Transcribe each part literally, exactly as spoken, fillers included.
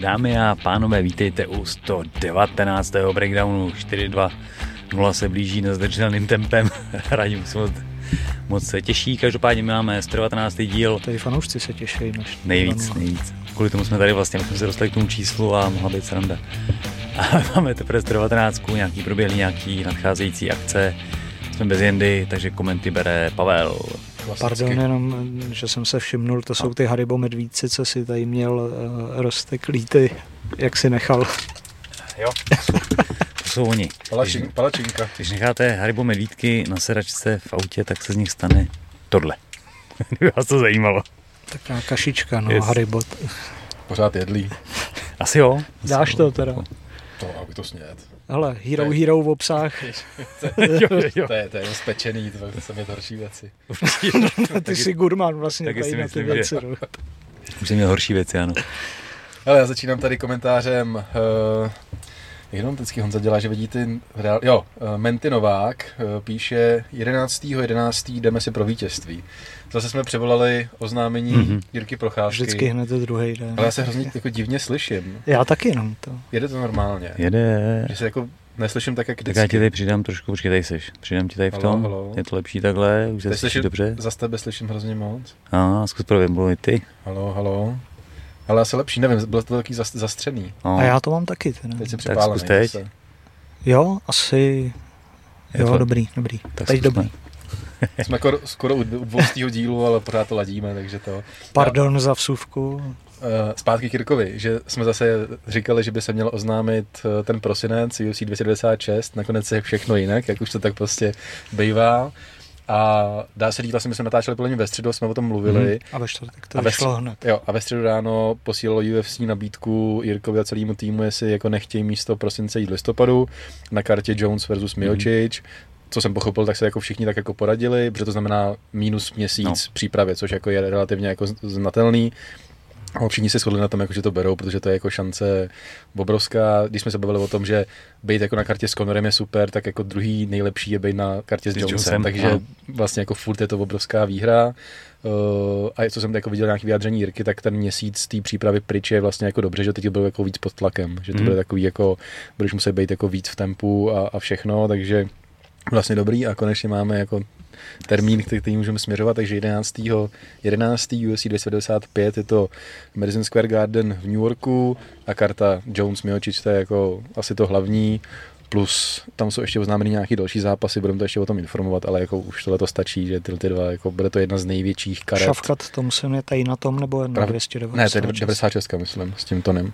Dámy a pánové, vítejte u sto devatenáctého breakdownu. čtyři dva nula se blíží nezdržitelným tempem. Radím se moc, moc se těší. Každopádně máme sto devatenáctý díl. Tady fanoušci se těší. Než nejvíc, nejvíc. Kvůli tomu jsme tady vlastně, jsme se dostali k tomu číslu a mohla být sranda. A máme teprve sto devatenáct, nějaký proběhlý, nějaký nadcházející akce. Jsme bez Jendy, takže komenty bere Pavel. Pardon, jenom, že jsem se všimnul, to jsou ty Haribo medvídci, co si tady měl uh, rozteklý ty, jak si nechal. Jo, to jsou oni. Palačin, když, palačinka. Když necháte Haribo medvídky na sedačce v autě, tak se z nich stane tohle. Kdyby vás to zajímalo. Taková kašička, no, yes. Haribo. Pořád jedlí. Asi jo. Dáš to teda. To, aby to snět. Hele, Hero je... Hero v obsah. to, jo, jo. to je to je spečený, to, to jsou mě to horší věci. Ty taky, jsi gurmán vlastně tady na ty myslím, věci. Že... Už jsem měl horší věci, ano. Ale já začínám tady komentářem. Uh, jenom vždycky Honza dělá, že vidí ty... Reál... Jo, uh, Menty Novák uh, píše jedenáctého jedenáctého jdeme si pro vítězství. Zase jsme převolali oznámení mm-hmm. Jirky Procházky. Vždycky hned druhý den. Ale já se hrozně jako divně slyším. Já taky jenom to. Jede to normálně. Jede. Že se jako neslyším tak, jak vždycky. Tak já ti tady přidám trošku, počkej, tady seš. Přidám ti tady v tom. Halo, halo. Je to lepší takhle, už se slyšíš dobře. Za tebe slyším hrozně moc. A zkus pro mluvit ty. Halo, halo. Ale asi lepší, nevím, bylo to taky zastřený. No. A já to mám taky. Teda. Teď se tak zkus teď. Se. Jo, asi... Je jo, to... dobrý, dobrý. Tak teď dobrý. Jsme skoro, skoro u dvoustého dílu, ale pořád to ladíme, takže to... Pardon já, za vsuvku. Zpátky k Jirkovi, že jsme zase říkali, že by se měl oznámit ten prosinec U F C dvě stě devadesát šest, nakonec je všechno jinak, jak už to tak prostě bývá. A dá se říct, vlastně my jsme natáčeli podle mě ve středu, jsme o tom mluvili. Hmm. A ve čtvrtek to vyšlo hned. Jo, a ve středu ráno posílalo U F C nabídku Jirkovi a celému týmu, jestli jako nechtějí místo prosince jít listopadu na kartě Jones versus Miocic. Hmm. Co jsem pochopil, tak se jako všichni tak jako poradili, protože to znamená minus měsíc no. přípravy, což jako je relativně jako znatelný. A všichni se shodli na tom, jako, že to berou, protože to je jako šance obrovská. Když jsme se bavili o tom, že být jako na kartě s Conorem je super, tak jako druhý nejlepší je být na kartě s Jonesem. Jonesem. Takže no. vlastně jako furt je to obrovská výhra. Uh, a co jsem jako viděl nějaké vyjádření Jirky, tak ten měsíc té přípravy pryč je vlastně jako dobře, že teď byl jako víc pod tlakem, že to mm. bude takový jako, budeš muset být jako víc v tempu a, a všechno, takže vlastně dobrý a konečně máme jako termín, který, který můžeme směřovat, takže jedenáctého jedenáctého U F C dvě stě devadesát pět je to Madison Square Garden v New Yorku a karta Jones Miocic, to je jako asi to hlavní, plus tam jsou ještě oznámeny nějaký další zápasy, budeme to ještě o tom informovat, ale jako už tohle to stačí, že tyhle ty dva, jako bude to jedna z největších karet. Shavkat Thompson je tady na tom, nebo na dvě stě devadesát šest? Ne, to je devadesát šest, myslím, s tím tonem.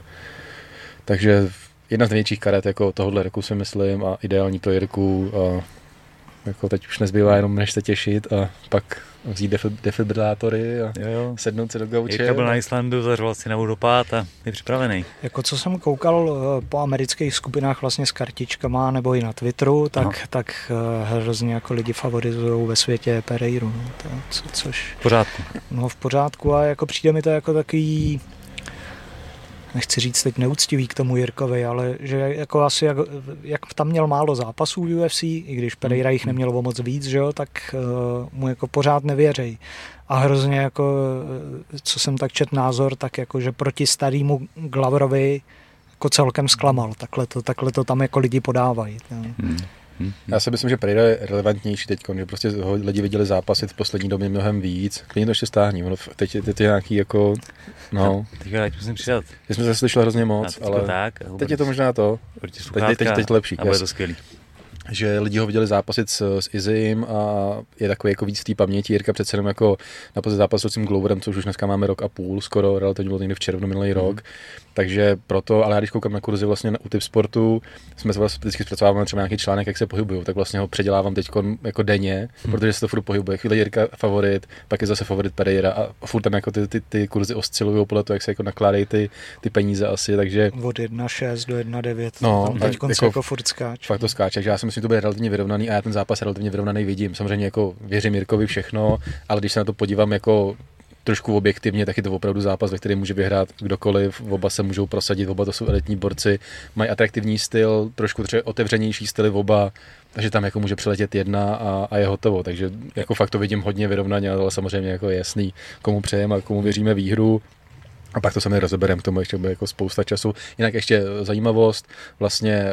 Takže jedna z největších karet jako tohohle roku si myslím a ideální pro Jirku. A jako teď už nezbývá jenom než se těšit a pak vzít defi- defibrilátory a jo, jo. sednout se do gauče. Jirka byl na Islandu, zařval si na vodopád a je připravený. Jako co jsem koukal po amerických skupinách vlastně s kartičkama nebo i na Twitteru, tak, no. tak hrozně jako lidi favorizují ve světě Pereiru. No, to, co, což, v pořádku. No v pořádku a jako přijde mi to jako takový, nechci říct teď neúctivý k tomu Jirkovi, ale že jako asi jak, jak tam měl málo zápasů v U F C, i když Pereira jich neměl o moc víc, že jo, tak uh, mu jako pořád nevěřej. A hrozně jako, co jsem tak čet názor, tak jako, že proti starýmu Gloverovi jako celkem zklamal. Takhle to, takhle to tam jako lidi podávají. Hmm. Hmm. Já si myslím, že Pereira je relevantnější teď, že prostě lidi viděli zápasit v poslední době mnohem víc. Klidně to ještě stáhní, teď, teď je nějaký jako, no. Teďka teď musím přidat. Teď jsme se slyšeli hrozně moc, ale tak, teď je to možná to, teď, teď, teď, teď lepší. A bude to skvělý. Že lidi ho viděli zápasit s, s Izym a je takový jako víc v té paměti. Jirka přece jenom jako naposled zápasil s tím Gloverem, což už dneska máme rok a půl, skoro relativně bylo někdy v červnu minulý mm. rok. Takže proto, ale já když koukám na kurzy vlastně na, u Tip Sportu, jsme se vlastně vždycky zpracováváme třeba nějaký článek, jak se pohybují, tak vlastně ho předělávám teď jako denně, mm. protože se to furt pohybuje. Chvíli Jirka favorit, pak je zase favorit Pereira a furt tam jako ty, ty, ty kurzy oscilují podle toho, jak se jako nakládají ty, ty peníze asi, takže od jedna šest do jedna devět, no, tam teď jako, jako furt skáče. Fakt to skáče, takže já si myslím, že to bude relativně vyrovnaný a já ten zápas relativně vyrovnaný vidím. Samozřejmě jako věřím Jirkovi všechno, ale když se na to podívám jako trošku objektivně, tak je to opravdu zápas, ve kterém může vyhrát kdokoliv, oba se můžou prosadit, oba to jsou elitní borci, mají atraktivní styl, trošku třeba otevřenější styly oba, takže tam jako může přiletět jedna a, a je hotovo, takže jako fakt to vidím hodně vyrovnaně, ale samozřejmě jako je jasný, komu přejeme a komu věříme výhru. A pak to sami rozebereme, k tomu ještě bude jako spousta času. Jinak ještě zajímavost, vlastně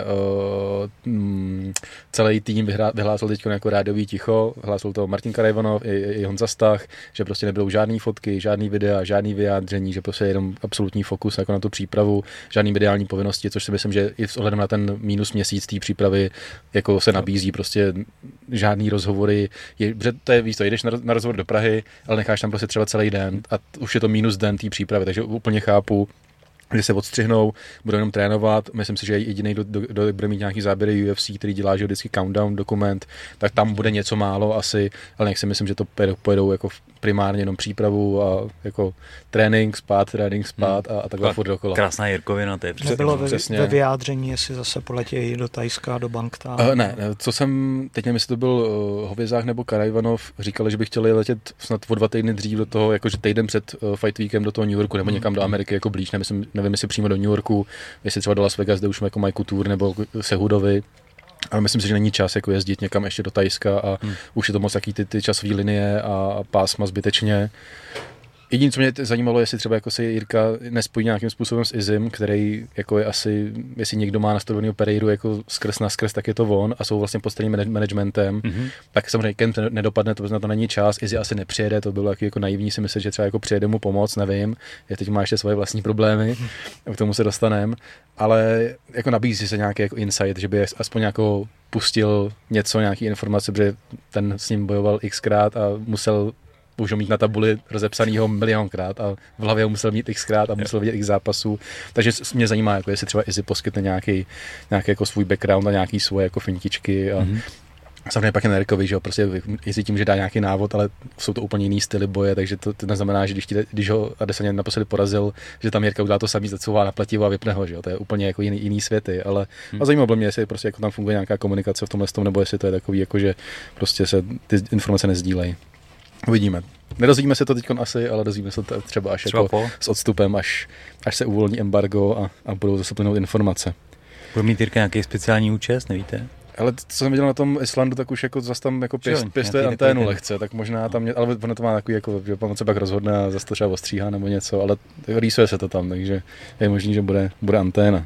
uh, mm, celý tým vyhrá, vyhlásil teď jako rádiový ticho, hlásil to Martin Karajvanov i, i Honza Stach, že prostě nebudou žádný fotky, žádný videa, žádný vyjádření, že prostě jenom absolutní fokus jako na tu přípravu, žádný mediální povinnosti, což si myslím, že i s ohledem na ten minus měsíc té přípravy jako se nabízí prostě žádný rozhovory. Je, to je víc, to jdeš na, na rozhovor do Prahy, ale necháš tam prostě třeba celý den a už je to minus den té přípravy, takže úplně chápu, že se odstřihnou, budou jenom trénovat. Myslím si, že jediný, kdo, kdo, kdo bude mít nějaký záběry U F C, který dělá že vždycky countdown dokument, tak tam bude něco málo asi, ale jak si myslím, že to pojedou jako primárně jenom přípravu a jako trénink, spát, trénink, spát a, a takhle furt dokola. Krásná Jirkovina, to je přesně. Nebylo ve, ve vyjádření, jestli zase poletějí do Tajska, do Bangta. Uh, ne, co jsem, teď nevím, jestli to byl uh, Hovězák nebo Karajvanov, říkali, že by chtěli letět snad o dva týdny dřív do toho, jakože týden před uh, Fight Weekem do toho New Yorku nebo někam do Ameriky jako blíž, nemyslím, nevím, jestli přímo do New Yorku, jestli třeba do Las Vegas, kde už jako mají Couture nebo Sehudovi. Ale myslím si, že není čas jako jezdit někam ještě do Tajska a hmm. už je to moc taky ty, ty časové linie a pásma zbytečně. Jediné, co mě zajímalo, jestli třeba jako se Jirka nespojí nějakým způsobem s Izim, který jako je asi, jestli někdo má nastavený Pereiru jako skrz na skrz, tak je to on a jsou vlastně pod stejným managementem. Mm-hmm. Tak samozřejmě Kent nedopadne, to na to není čas, Izzy asi nepřijede, to bylo jako naivní si myslet, že třeba jako přijede mu pomoct, nevím. Je teď má ještě svoje vlastní problémy, k tomu se dostaneme, ale jako nabízí se nějaký jako insight, že by aspoň jako pustil něco, nějaký informace, protože ten s ním bojoval xkrát a musel už ho mít na tabuli rozepsanýho milionkrát a v hlavě ho musel mít xkrát a musel vidět x zápasů. Takže mě zajímá, jako jestli třeba Izzy poskytne nějaký, nějaký jako svůj background a nějaký svoje jako fintičky. A mm-hmm. samozřejmě pak je na Ericovi, že jo, prostě Izzy tím, že dá nějaký návod, ale jsou to úplně jiný styly boje, takže to, to neznamená, že když, tí, když ho Adesanya naposledy porazil, že tam Jirka udělá to samý, zacouvá na pletivo a vypne ho, že jo, to je úplně jako jiný, jiný světy, ale hmm. a zajímalo mě, jestli prostě jako tam funguje nějaká komunikace v tomhle tom, nebo jestli to je takový, jako že prostě se ty informace nezdílejí. Uvidíme. Nedozvíme se to teď asi, ale dozvíme se to třeba až třeba jako s odstupem, až, až se uvolní embargo a, a budou zase plynout informace. Bude mít Jirka nějaký speciální účest, nevíte? Ale co jsem viděl na tom Islandu, tak už jako zase tam jako pěst, pěstuje anténu lehce, tak možná tam, ale ono to má takový, jako, že pan se pak rozhodne a zase to třeba ostříhá nebo něco, ale rýsuje se to tam, takže je možný, že bude, bude anténa.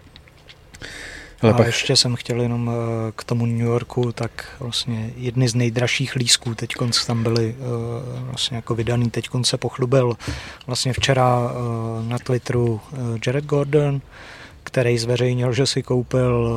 Ale a pak... ještě jsem chtěl jenom k tomu New Yorku, tak vlastně jedny z nejdražších lístků teďkonc tam byly vlastně jako vydaný, teďkonc se pochlubil vlastně včera na Twitteru Jared Gordon, který zveřejnil, že si koupil,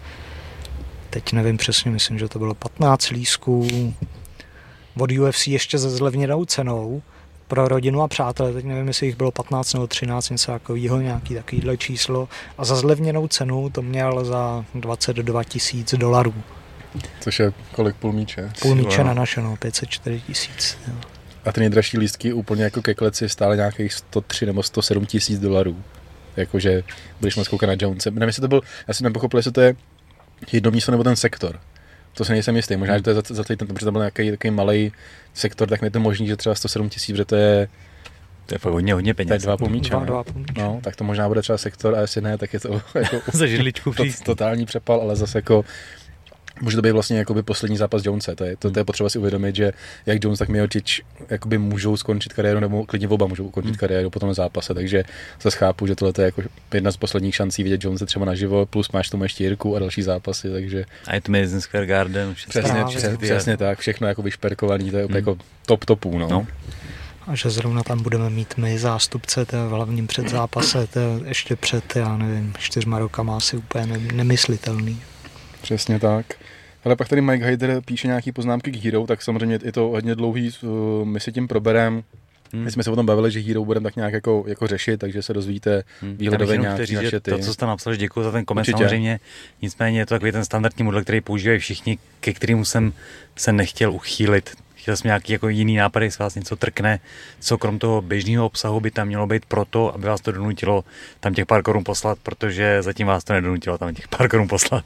teď nevím přesně, myslím, že to bylo patnáct lístků od U F C ještě se zlevněnou cenou pro rodinu a přátelé, teď nevím, jestli jich bylo patnáct nebo třináct, něco takového, nějaký takovýhle číslo. A za zlevněnou cenu to měl za dvacet dva tisíc dolarů. Což je kolik, půl míče? Půl míče na naše, no, pět set čtyři tisíc. A ty nejdražší lístky úplně jako ke kleci stále nějakých sto tři nebo sto sedm tisíc dolarů. Jakože budeš moc koukat na Jonese. Nevím, jestli to byl, já jsem nepochopil, jestli to je jedno místo nebo ten sektor. To se nejsem jistý. Možná, že to je za, za celý ten, protože to byl nějaký takový malý sektor, tak mi je to možný, že třeba sto sedm tisíc, protože to je to je fakt hodně, hodně peněz. To je dva půl míče. Dva, dva půl míče. No, tak to možná bude třeba sektor a jestli ne, tak je to jako za židličku to, totální přepal, ale zase jako může to být vlastně jakoby poslední zápas Jonese. To je, to, to je potřeba si uvědomit, že jak Jones, tak Miocic jakoby můžou skončit kariéru, nebo klidně oba můžou ukončit kariéru po tom zápase, takže zase chápu, že tohle je jako jedna z posledních šancí vidět Jonese třeba naživo, plus máš tomu ještě Jirku a další zápasy, takže a je to Madison Square Garden. Přesně, přesně, přesně tak, všechno jako vyšperkovaný, to je hmm. jako top topů, no. no. A že zrovna tam budeme mít my zástupce v hlavním předzápase, to ještě před, já nevím, čtyřma rokama asi úplně ne- nemyslitelný. Přesně tak. Ale pak tady Mike Hyder píše nějaký poznámky k Hero, tak samozřejmě je to hodně dlouhý, my si tím probereme. Hmm. My jsme se o tom bavili, že Hero budeme tak nějak jako, jako řešit, takže se dozvíte hmm. výhledové nějaký naše ty. To, co jste napsal, že děkuji za ten koment samozřejmě. Nicméně je to takový ten standardní model, který používají všichni, ke kterému jsem se nechtěl uchýlit. Chtěl jsem nějaký jako jiný nápady, jestli vás něco trkne, co krom toho běžného obsahu by tam mělo být proto, aby vás to donutilo tam těch pár korun poslat, protože zatím vás to nedonutilo tam těch pár korun poslat.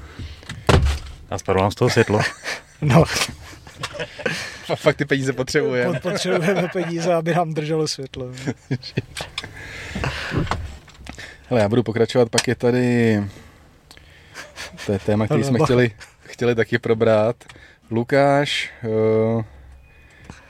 A spadlo nám z toho světlo. No. Fakt ty peníze potřebujeme. Potřebujeme peníze, aby nám drželo světlo. Hele, já budu pokračovat, pak je tady to je téma, který jsme chtěli, chtěli taky probrat. Lukáš uh,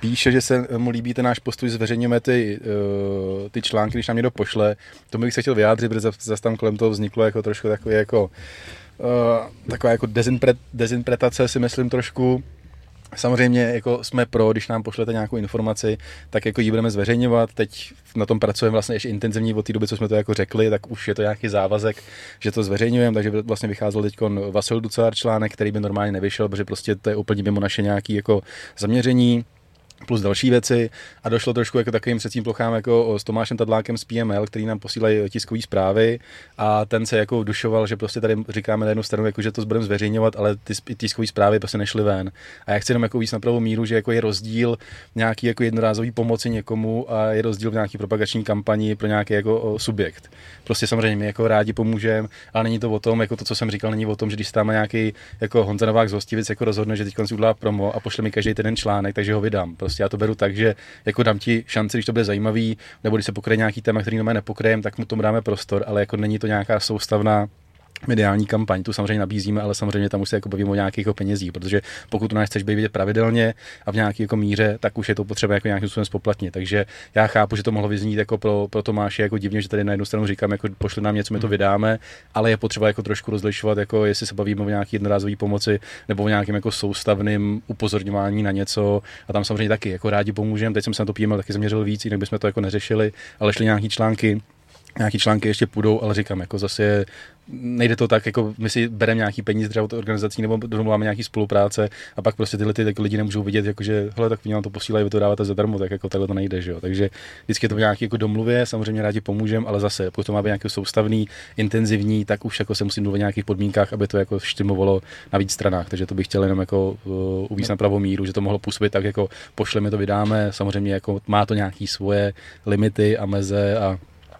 Píše, že se mu líbí ten náš postoj, zveřejňujeme ty, uh, ty články, když nám někdo pošle. To bych se chtěl vyjádřit, protože zase tam kolem toho vzniklo jako trošku takový jako uh, taková jako dezinpre, dezinpretace, si myslím trošku. Samozřejmě jako jsme pro, když nám pošlete nějakou informaci, tak jako ji budeme zveřejňovat. Teď na tom pracujeme vlastně ještě intenzivně od té doby, co jsme to jako řekli, tak už je to nějaký závazek, že to zveřejňujeme, takže vlastně vycházel teď Vasil Ducár článek, který by normálně nevyšel, protože prostě to je úplně mimo naše nějaké jako zaměření. Plus další věci a došlo trošku jako takovým třecím plochám jako s Tomášem Tadlákem z P M L, který nám posílají tiskové zprávy a ten se jako dušoval, že prostě tady říkáme na jednu stranu, jako, že to budeme zveřejňovat, ale ty tiskové zprávy prostě nešly ven. A já chci jenom jako víc na pravou míru, že jako je rozdíl nějaký jako jednorázový pomoci někomu a je rozdíl v nějaký propagační kampani pro nějaký jako o, subjekt. Prostě samozřejmě my jako rádi pomůžeme, ale není to o tom, jako to, co jsem říkal, není o tom, že když tam má nějaký jako Honza Novák z Hostivic jako rozhodne, že teď si udělá promo a pošle mi každý ten článek, takže ho vydám. Prostě já to beru tak, že jako dám ti šanci, když to bude zajímavý, nebo když se pokryje nějaký téma, který nám nepokryjem, tak mu tomu dáme prostor, ale jako není to nějaká soustavná mediální kampaň, tu samozřejmě nabízíme, ale samozřejmě tam už se jako bavíme o nějakých jako penězích, protože pokud to nás chceš být vidět pravidelně a v nějaké jako míře, tak už je to potřeba jako nějakým způsobem spoplatnit. Takže já chápu, že to mohlo vyznít jako pro, pro Tomáše jako divně, že tady na jednu stranu říkám, jako pošli nám něco, my to vydáme, ale je potřeba jako trošku rozlišovat, jako jestli se bavíme o nějaké jednorázové pomoci nebo o nějakém jako soustavném upozorňování na něco a tam samozřejmě taky jako rádi pomůžeme. Teď jsem se na to P M L taky zaměřil víc, jinak bychom to jako neřešili, ale šly nějaký články. Nějaký články ještě půjdou, ale říkám, jako zase nejde to tak, jako my si bereme nějaký peníze třeba od organizací nebo domluváme nějaký spolupráce a pak prostě tyhle ty tak lidi nemůžou vidět, jakože hele, tak oni nám to posílají, vy to dáváte zadarmo, tak jako takhle to nejde, že jo. Takže vždycky je to v nějaké jako domluvě, samozřejmě rádi pomůžeme, ale zase pokud to má být nějaký soustavný, intenzivní, tak už jako se musím mluvit v nějakých podmínkách, aby to jako štimovalo na víc stranách. Takže to bych chtěl jenom jako uh, uvíct na pravou míru, že to mohlo působit tak, jako pošleme to, vydáme, samozřejmě jako má to nějaký svoje limity a meze a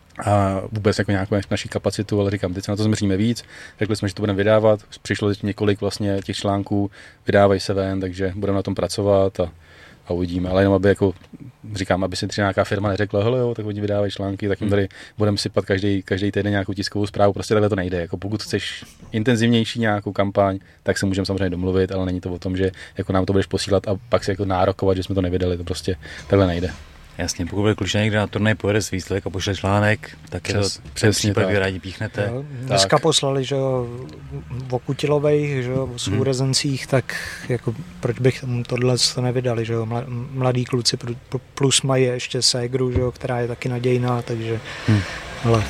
a vůbec jako nějakou naší kapacitu, ale říkám, teď se na to změříme víc, řekli jsme, že to budeme vydávat, přišlo teď několik vlastně těch článků, vydávají se ven, takže budeme na tom pracovat a, a uvidíme, ale jenom aby jako, říkám, aby si třeba nějaká firma neřekla, hele jo, tak oni vydávají články, tak jim tady budeme sypat každý, každý týden nějakou tiskovou zprávu, prostě takhle to nejde, jako pokud chceš intenzivnější nějakou kampaň, tak se můžeme samozřejmě domluvit, ale není to o tom, že jako nám to budeš posílat a pak si jako nárokovat, že jsme to nevydali, to prostě takhle nejde. Jasně, pokud bude klučně někde na turnaj pojede s výsledek a pošle článek, tak Přes, je to přesně případ, kdy rádi píchnete. Jo, dneska tak poslali, že jo, o Kutilovej, že jo, o sourozencích, hmm. tak jako proč bych tohle to nevydali, že jo, mladí kluci plus mají ještě ségru, že jo, která je taky nadějná, takže, hmm. ale...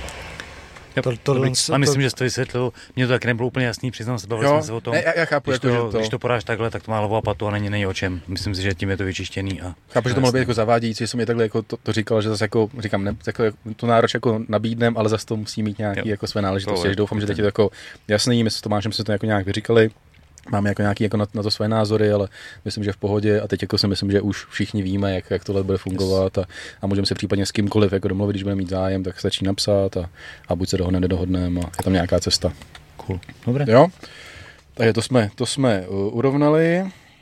To, to, to, to, a myslím, že jsi to vysvětlil. Mně to tak nebylo úplně jasný, přiznám se, bavili jsme se o tom. Ne, já chápu, když, jako, to, že to... když to podáš takhle, tak to má hlavu a patu a není, není o čem. Myslím si, že tím je to vyčištěný. A chápu, že to mohlo být jako zavádějící, že jsem mi takhle jako to, to říkal, že zase jako, říkám, ne, jako, tu nároč jako nabídnem, ale zase to musí mít nějaký jako své náležitosti. Doufám, že teď je to jako jasný, my s Tomášem si to jako nějak vyříkali. Máme jako nějaký jako na, na to své názory, ale myslím, že v pohodě a teď jako si myslím, že už všichni víme, jak, jak tohle bude fungovat a, a můžeme se případně s kýmkoliv jako domluvit, když budeme mít zájem, tak stačí napsat a, a buď se dohodneme, nedohodneme a je tam nějaká cesta. Cool. Dobré. Jo? Takže to jsme, to jsme uh, urovnali.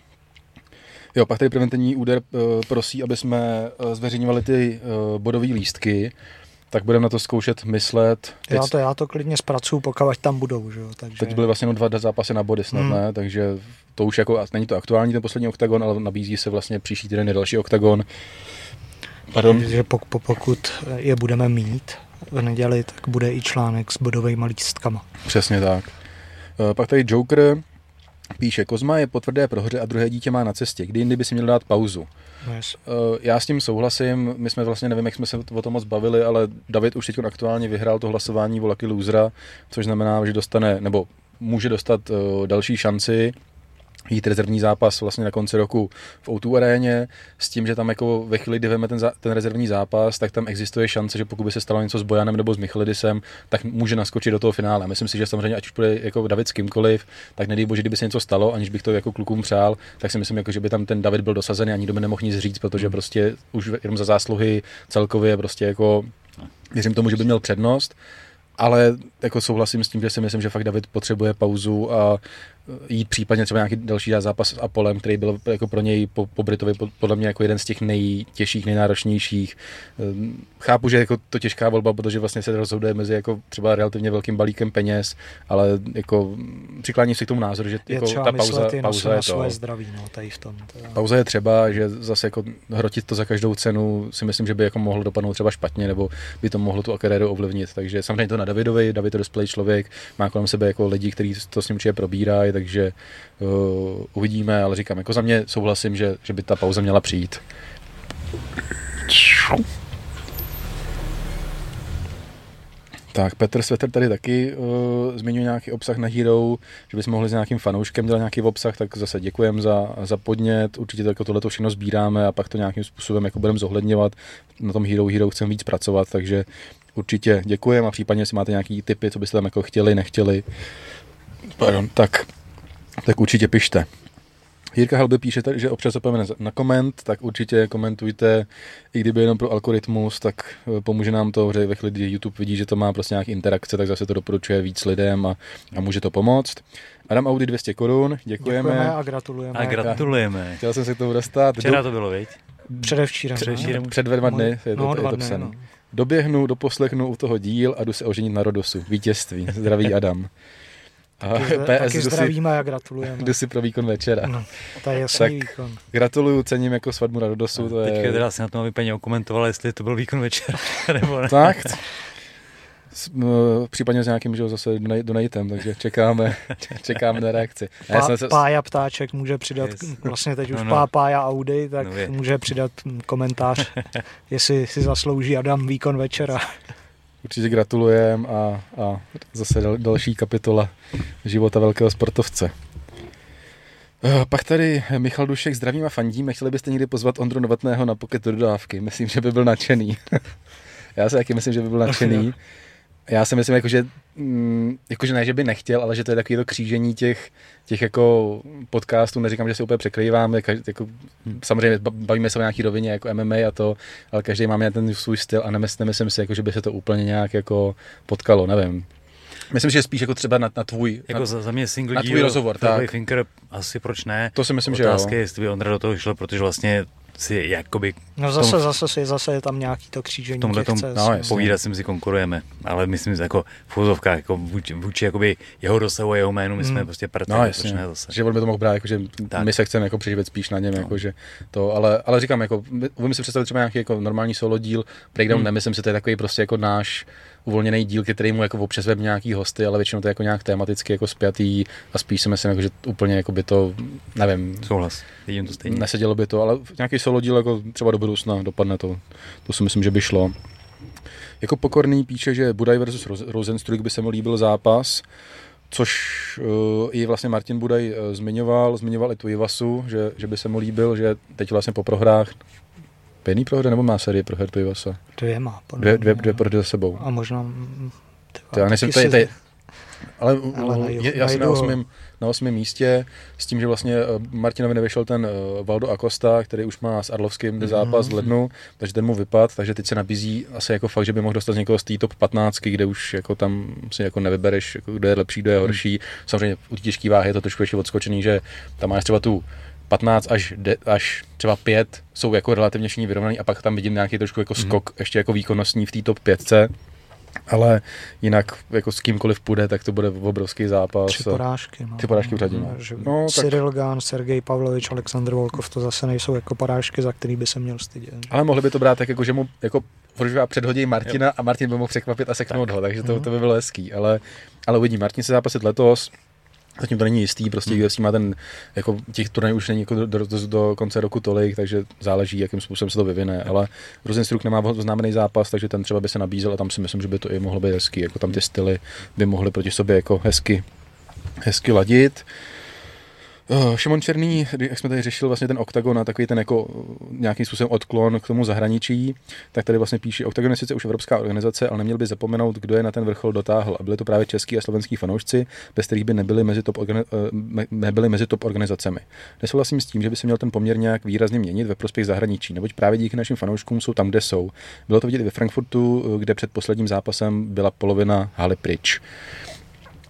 Jo, pak tady preventivní úder uh, prosí, aby jsme uh, zveřejňovali ty uh, bodové lístky. Tak budeme na to zkoušet myslet. Teď... Já, to, já to klidně zpracuju, pokud tam budou. Že? Takže... Teď byly vlastně jenom dva zápasy na body snad, hmm. ne? Takže to už jako, není to aktuální ten poslední oktagon, ale nabízí se vlastně příští týden další oktagon. Pardon. Takže pokud je budeme mít v neděli, tak bude i článek s bodovými lístkama. Přesně tak. Pak tady Joker píše, Kozma je po tvrdé prohře a druhé dítě má na cestě. Kdy jindy by si měl dát pauzu? Yes. Já s tím souhlasím, my jsme vlastně, nevím, jak jsme se o tom moc bavili, ale David už teď aktuálně vyhrál to hlasování o Lucky Losera, což znamená, že dostane, nebo může dostat další šanci jít rezervní zápas vlastně na konci roku v ó dva aréně, s tím, že tam jako ve chvíli, kdy veme ten, ten rezervní zápas, tak tam existuje šance, že pokud by se stalo něco s Bojanem nebo s Michalidisem, tak může naskočit do toho finále. Myslím si, že samozřejmě, ať už bude jako David s kýmkoliv, tak nedej bože, kdyby se něco stalo, aniž bych to jako klukům přál, tak si myslím, jako, že by tam ten David byl dosazený a nikdo by nemohl nic říct, protože prostě už jenom za zásluhy celkově prostě jako věřím tomu, že by měl přednost. Ale jako souhlasím s tím, že si myslím, že fakt David potřebuje pauzu a jít případně třeba nějaký další zápas s Apolem, který byl jako pro něj po, po Britovi podle mě jako jeden z těch nejtěžších, nejnáročnějších. Chápu, že jako to těžká volba, protože vlastně se rozhoduje mezi jako třeba relativně velkým balíkem peněz, ale jako přiklání se k tomu názoru, že jako ta pauza, pauza je to. Zdraví, no, tady v tom, teda. Pauza je třeba, že zase jako hrotit to za každou cenu si myslím, že by jako mohlo dopadnout třeba špatně, nebo by to mohlo tu kariéru ovlivnit. Takže samozřejmě to na Davidovi, David je dospělý člověk, má kolem sebe jako lidi, kteří to s ním určitě probírají, takže uh, uvidíme, ale říkám, jako za mě souhlasím, že, že by ta pauza měla přijít. Tak, Petr Sveter tady taky uh, zmiňuje nějaký obsah na Hero, že bychom mohli s nějakým fanouškem dělat nějaký obsah, tak zase děkujeme za, za podnět, určitě to, jako tohleto všechno sbíráme a pak to nějakým způsobem jako budeme zohledňovat. Na tom Hero Hero chceme víc pracovat, takže určitě děkujeme a případně, jestli máte nějaký tipy, co byste tam jako chtěli, nechtěli, pardon, tak, tak určitě pište. Jirka Halby píše, že občas zapomeneme na koment, tak určitě komentujte, i kdyby jenom pro algoritmus, tak pomůže nám to, že ve chvíli, kdy YouTube vidí, že to má prostě nějaký interakce, tak zase to doporučuje víc lidem a, a může to pomoct. Adam Audi dvě stě korun, děkujeme. Děkujeme a gratulujeme. A gratulujeme. Chtěl jsem se k tomu dostat. Včera to bylo, viď? Předevčírem. Předevčírem. Před dvěma dny je to, no, je dva to dny, psaný. no. Doběhnu, doposlechnu u toho díl a jdu se oženit na Rodosu. Vítězství. Zdraví Adam. A taky, P S, taky zdravíme a gratulujeme. Jdu si pro výkon večera. No, to je jasný tak výkon. Gratuluju, cením jako svatbu na Rodosu. To teďka je... teda si na tom vypaně okomentoval, jestli to byl výkon večera, nebo ne. Tak, případně s nějakým, že zase donatem, takže čekáme, čekáme na reakci. Pá, se... Pája Ptáček může přidat, yes. Vlastně teď už no, no. Pá, Pája Audi, tak no, může přidat komentář, jestli si zaslouží Adam výkon večera. Určitě gratulujem a, a zase dal, další kapitola života velkého sportovce. Pak tady Michal Dušek, zdravím a fandím. Chtěli byste někdy pozvat Ondru Novotného na Pocket do dodávky? Myslím, že by byl nadšený. Já si taky myslím, že by byl nadšený. Já si myslím, jako, že, mm, jako, že ne, že by nechtěl, ale že to je takový to křížení těch, těch jako podcastů. Neříkám, že se úplně překrýváme. Jako, samozřejmě bavíme se o nějaký rovině jako M M A a to, ale každý máme ten svůj styl a nemysl, nemyslím si, jako, že by se to úplně nějak jako potkalo, nevím. Myslím, že spíš jako třeba na, na tvůj jako na, za, za mě single na tvůj rozhovor, tak. Finker, asi proč ne. To si myslím, Otázka že jo. je, jestli by Ondra do toho šel, protože vlastně si jakoby... No zase, tom, zase, zase je tam nějaký to křížení tomhle těch cest. No, povídat si mezi konkurujeme, ale myslím, že jako v úzovkách, jako vůči, vůči jakoby jeho dosahu a jeho jménu, my jsme mm. prostě partneři, no, proč ne zase. Že on by to mohl brát, jako, že tak. My se chceme jako přiživit spíš na něm, no. Jako, že to, ale, ale říkám, jako, umím si představit třeba nějaký jako normální solo díl, breakdown, mm. nemyslím si, to je takový prostě jako náš uvolněný díl, který mu jako občas web nějaký hosty, ale většinou to je jako nějak tematicky jako spjatý a spíš si myslím, jako, že úplně jako by to, nevím. Souhlas, vidím to stejně. Nesedělo by to, ale nějaký solo díl jako třeba do budoucna dopadne to. To si myslím, že by šlo. Jako Pokorný píše, že Budaj versus Rosenstruik by se mu líbil zápas, což uh, i vlastně Martin Budaj uh, zmiňoval, zmiňoval i Tuivasu, že, že by se mu líbil, že teď vlastně po prohrách jedný prohře, nebo má série proher Tuivasa? Dvě má. Dvě, dvě, dvě prohry za sebou. A možná... To já nejsem, tady, tady, ale, ale je, já jsem na osmém, na osmém místě s tím, že vlastně Martinovi nevyšel ten Valdo Acosta, který už má s Arlovským mm-hmm. zápas v lednu, takže ten mu vypad, takže teď se nabízí asi jako fakt, že by mohl dostat z někoho z té top patnáct, kde už jako tam si jako nevybereš, jako kdo je lepší, kdo je horší. Mm. Samozřejmě u těžké váhy je to trošku ještě odskočený, že tam máš třeba tu patnáct až, de, až třeba pět jsou jako relativně všichni vyrovnaný a pak tam vidím nějaký trošku jako skok, mm. ještě jako výkonnostní v té top pětce. Ale jinak jako s kýmkoliv půjde, tak to bude obrovský zápas. Tři porážky. No. Tři porážky v řadě. No. No, Cyril Gán, Sergej Pavlovič, Aleksandr Volkov, to zase nejsou jako porážky, za který by se měl stydět. Ale mohli by to brát tak, jako, že mu jako předhodí Martina jo. A Martin by mohl překvapit a seknout tak. Ho, takže to, to by bylo hezký. Ale, ale uvidí, Martin se zápasit letos. Zatím to není jistý, prostě hmm. U F C má ten, jako těch turnajů už není jako do, do, do konce roku tolik, takže záleží, jakým způsobem se to vyvine, ale Rosenstruik nemá oznámený zápas, takže ten třeba by se nabízel a tam si myslím, že by to i mohlo být hezký, jako tam ty styly by mohly proti sobě jako hezky, hezky ladit. Uh, Šimon Černý, jak jsme tady řešili vlastně ten oktagon a takový ten jako nějakým způsobem odklon k tomu zahraničí, tak tady vlastně píše, oktagon je sice už evropská organizace, ale neměl by zapomenout, kdo je na ten vrchol dotáhl. A byli to právě český a slovenský fanoušci, bez kterých by nebyli mezi top, organi- nebyli mezi top organizacemi. Nesouhlasím s tím, že by se měl ten poměr nějak výrazně měnit ve prospěch zahraničí, neboť právě díky našim fanouškům jsou tam, kde jsou. Bylo to vidět i ve Frankfurtu, kde před posledním zápasem byla polovina haly pryč.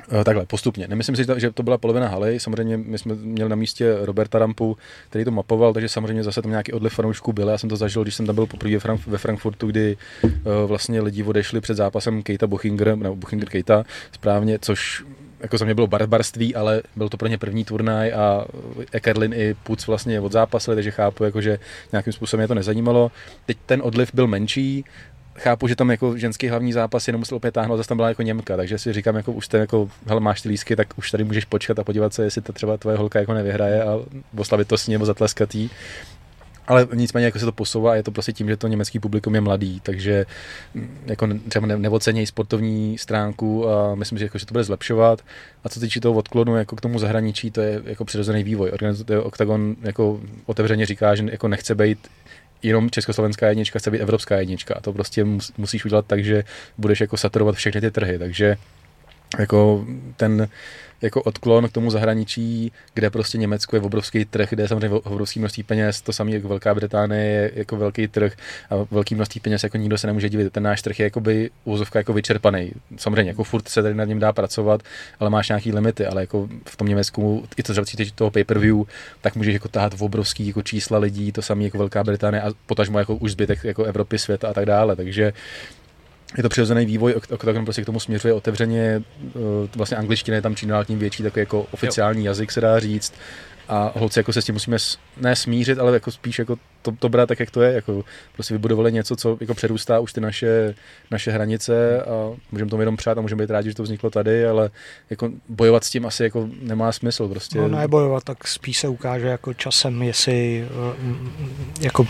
Takhle, postupně. Nemyslím si, že to byla polovina haly. Samozřejmě my jsme měli na místě Roberta Rampu, který to mapoval, takže samozřejmě zase tam nějaký odliv fanoušků byl. Já jsem to zažil, když jsem tam byl poprvé ve Frankfurtu, kdy uh, vlastně lidi odešli před zápasem Keita Buchinger, nebo Buchinger Keita správně, což jako za mě bylo barbarství, ale byl to pro ně první turnaj a Ekerlin i Puc vlastně odzápasili, takže chápu, jako, že nějakým způsobem mě to nezajímalo. Teď ten odliv byl menší. Chápu, že tam jako ženský hlavní zápas jenom musel opět táhnout, zase tam byla jako Němka, takže si říkám, jako už ten jako, hele, máš ty lístky, tak už tady můžeš počkat a podívat se, jestli to třeba tvoje holka jako nevyhraje a oslavit to s ní nebo zatleskat jí. Ale nicméně jako se to posouvá a je to prostě tím, že to německý publikum je mladý, takže jako třeba neocenějí sportovní stránku a myslím, že, jako, že to bude zlepšovat. A co týče toho odklonu jako k tomu zahraničí, to je jako přirozený vývoj. Octagon jako otevřeně říká, že jako nechce být jenom československá jednička, chce být evropská jednička a to prostě musíš udělat tak, že budeš jako saturovat všechny ty trhy, takže jako ten jako odklon k tomu zahraničí, kde prostě Německo je obrovský trh, kde je samozřejmě obrovský množství peněz, to samé jako Velká Británie je jako velký trh a velký množství peněz jako nikdo se nemůže divit. Ten náš trh je jakoby úzovka jako vyčerpaný. Samozřejmě jako furt se tady nad ním dá pracovat, ale máš nějaký limity, ale jako v tom Německu i to třeba toho pay-per-view, tak můžeš jako tahat v obrovský jako čísla lidí, to samé jako Velká Británie a potažmo jako už zbytek jako Evropy, světa a tak dále. Takže je to přirozený vývoj, Octagon prostě k tomu směřuje otevřeně, vlastně angličtina je tam čím dál tím větší, takový jako oficiální jo. jazyk se dá říct a holci jako se s tím musíme ne smířit, ale jako spíš jako to, to brát tak, jak to je, jako prostě vybudovali něco, co jako přerůstá už ty naše, naše hranice a můžeme tomu jenom přát a můžeme být rádi, že to vzniklo tady, ale jako bojovat s tím asi jako nemá smysl prostě. No ne bojovat, tak spíš se ukáže jako časem, jestli jako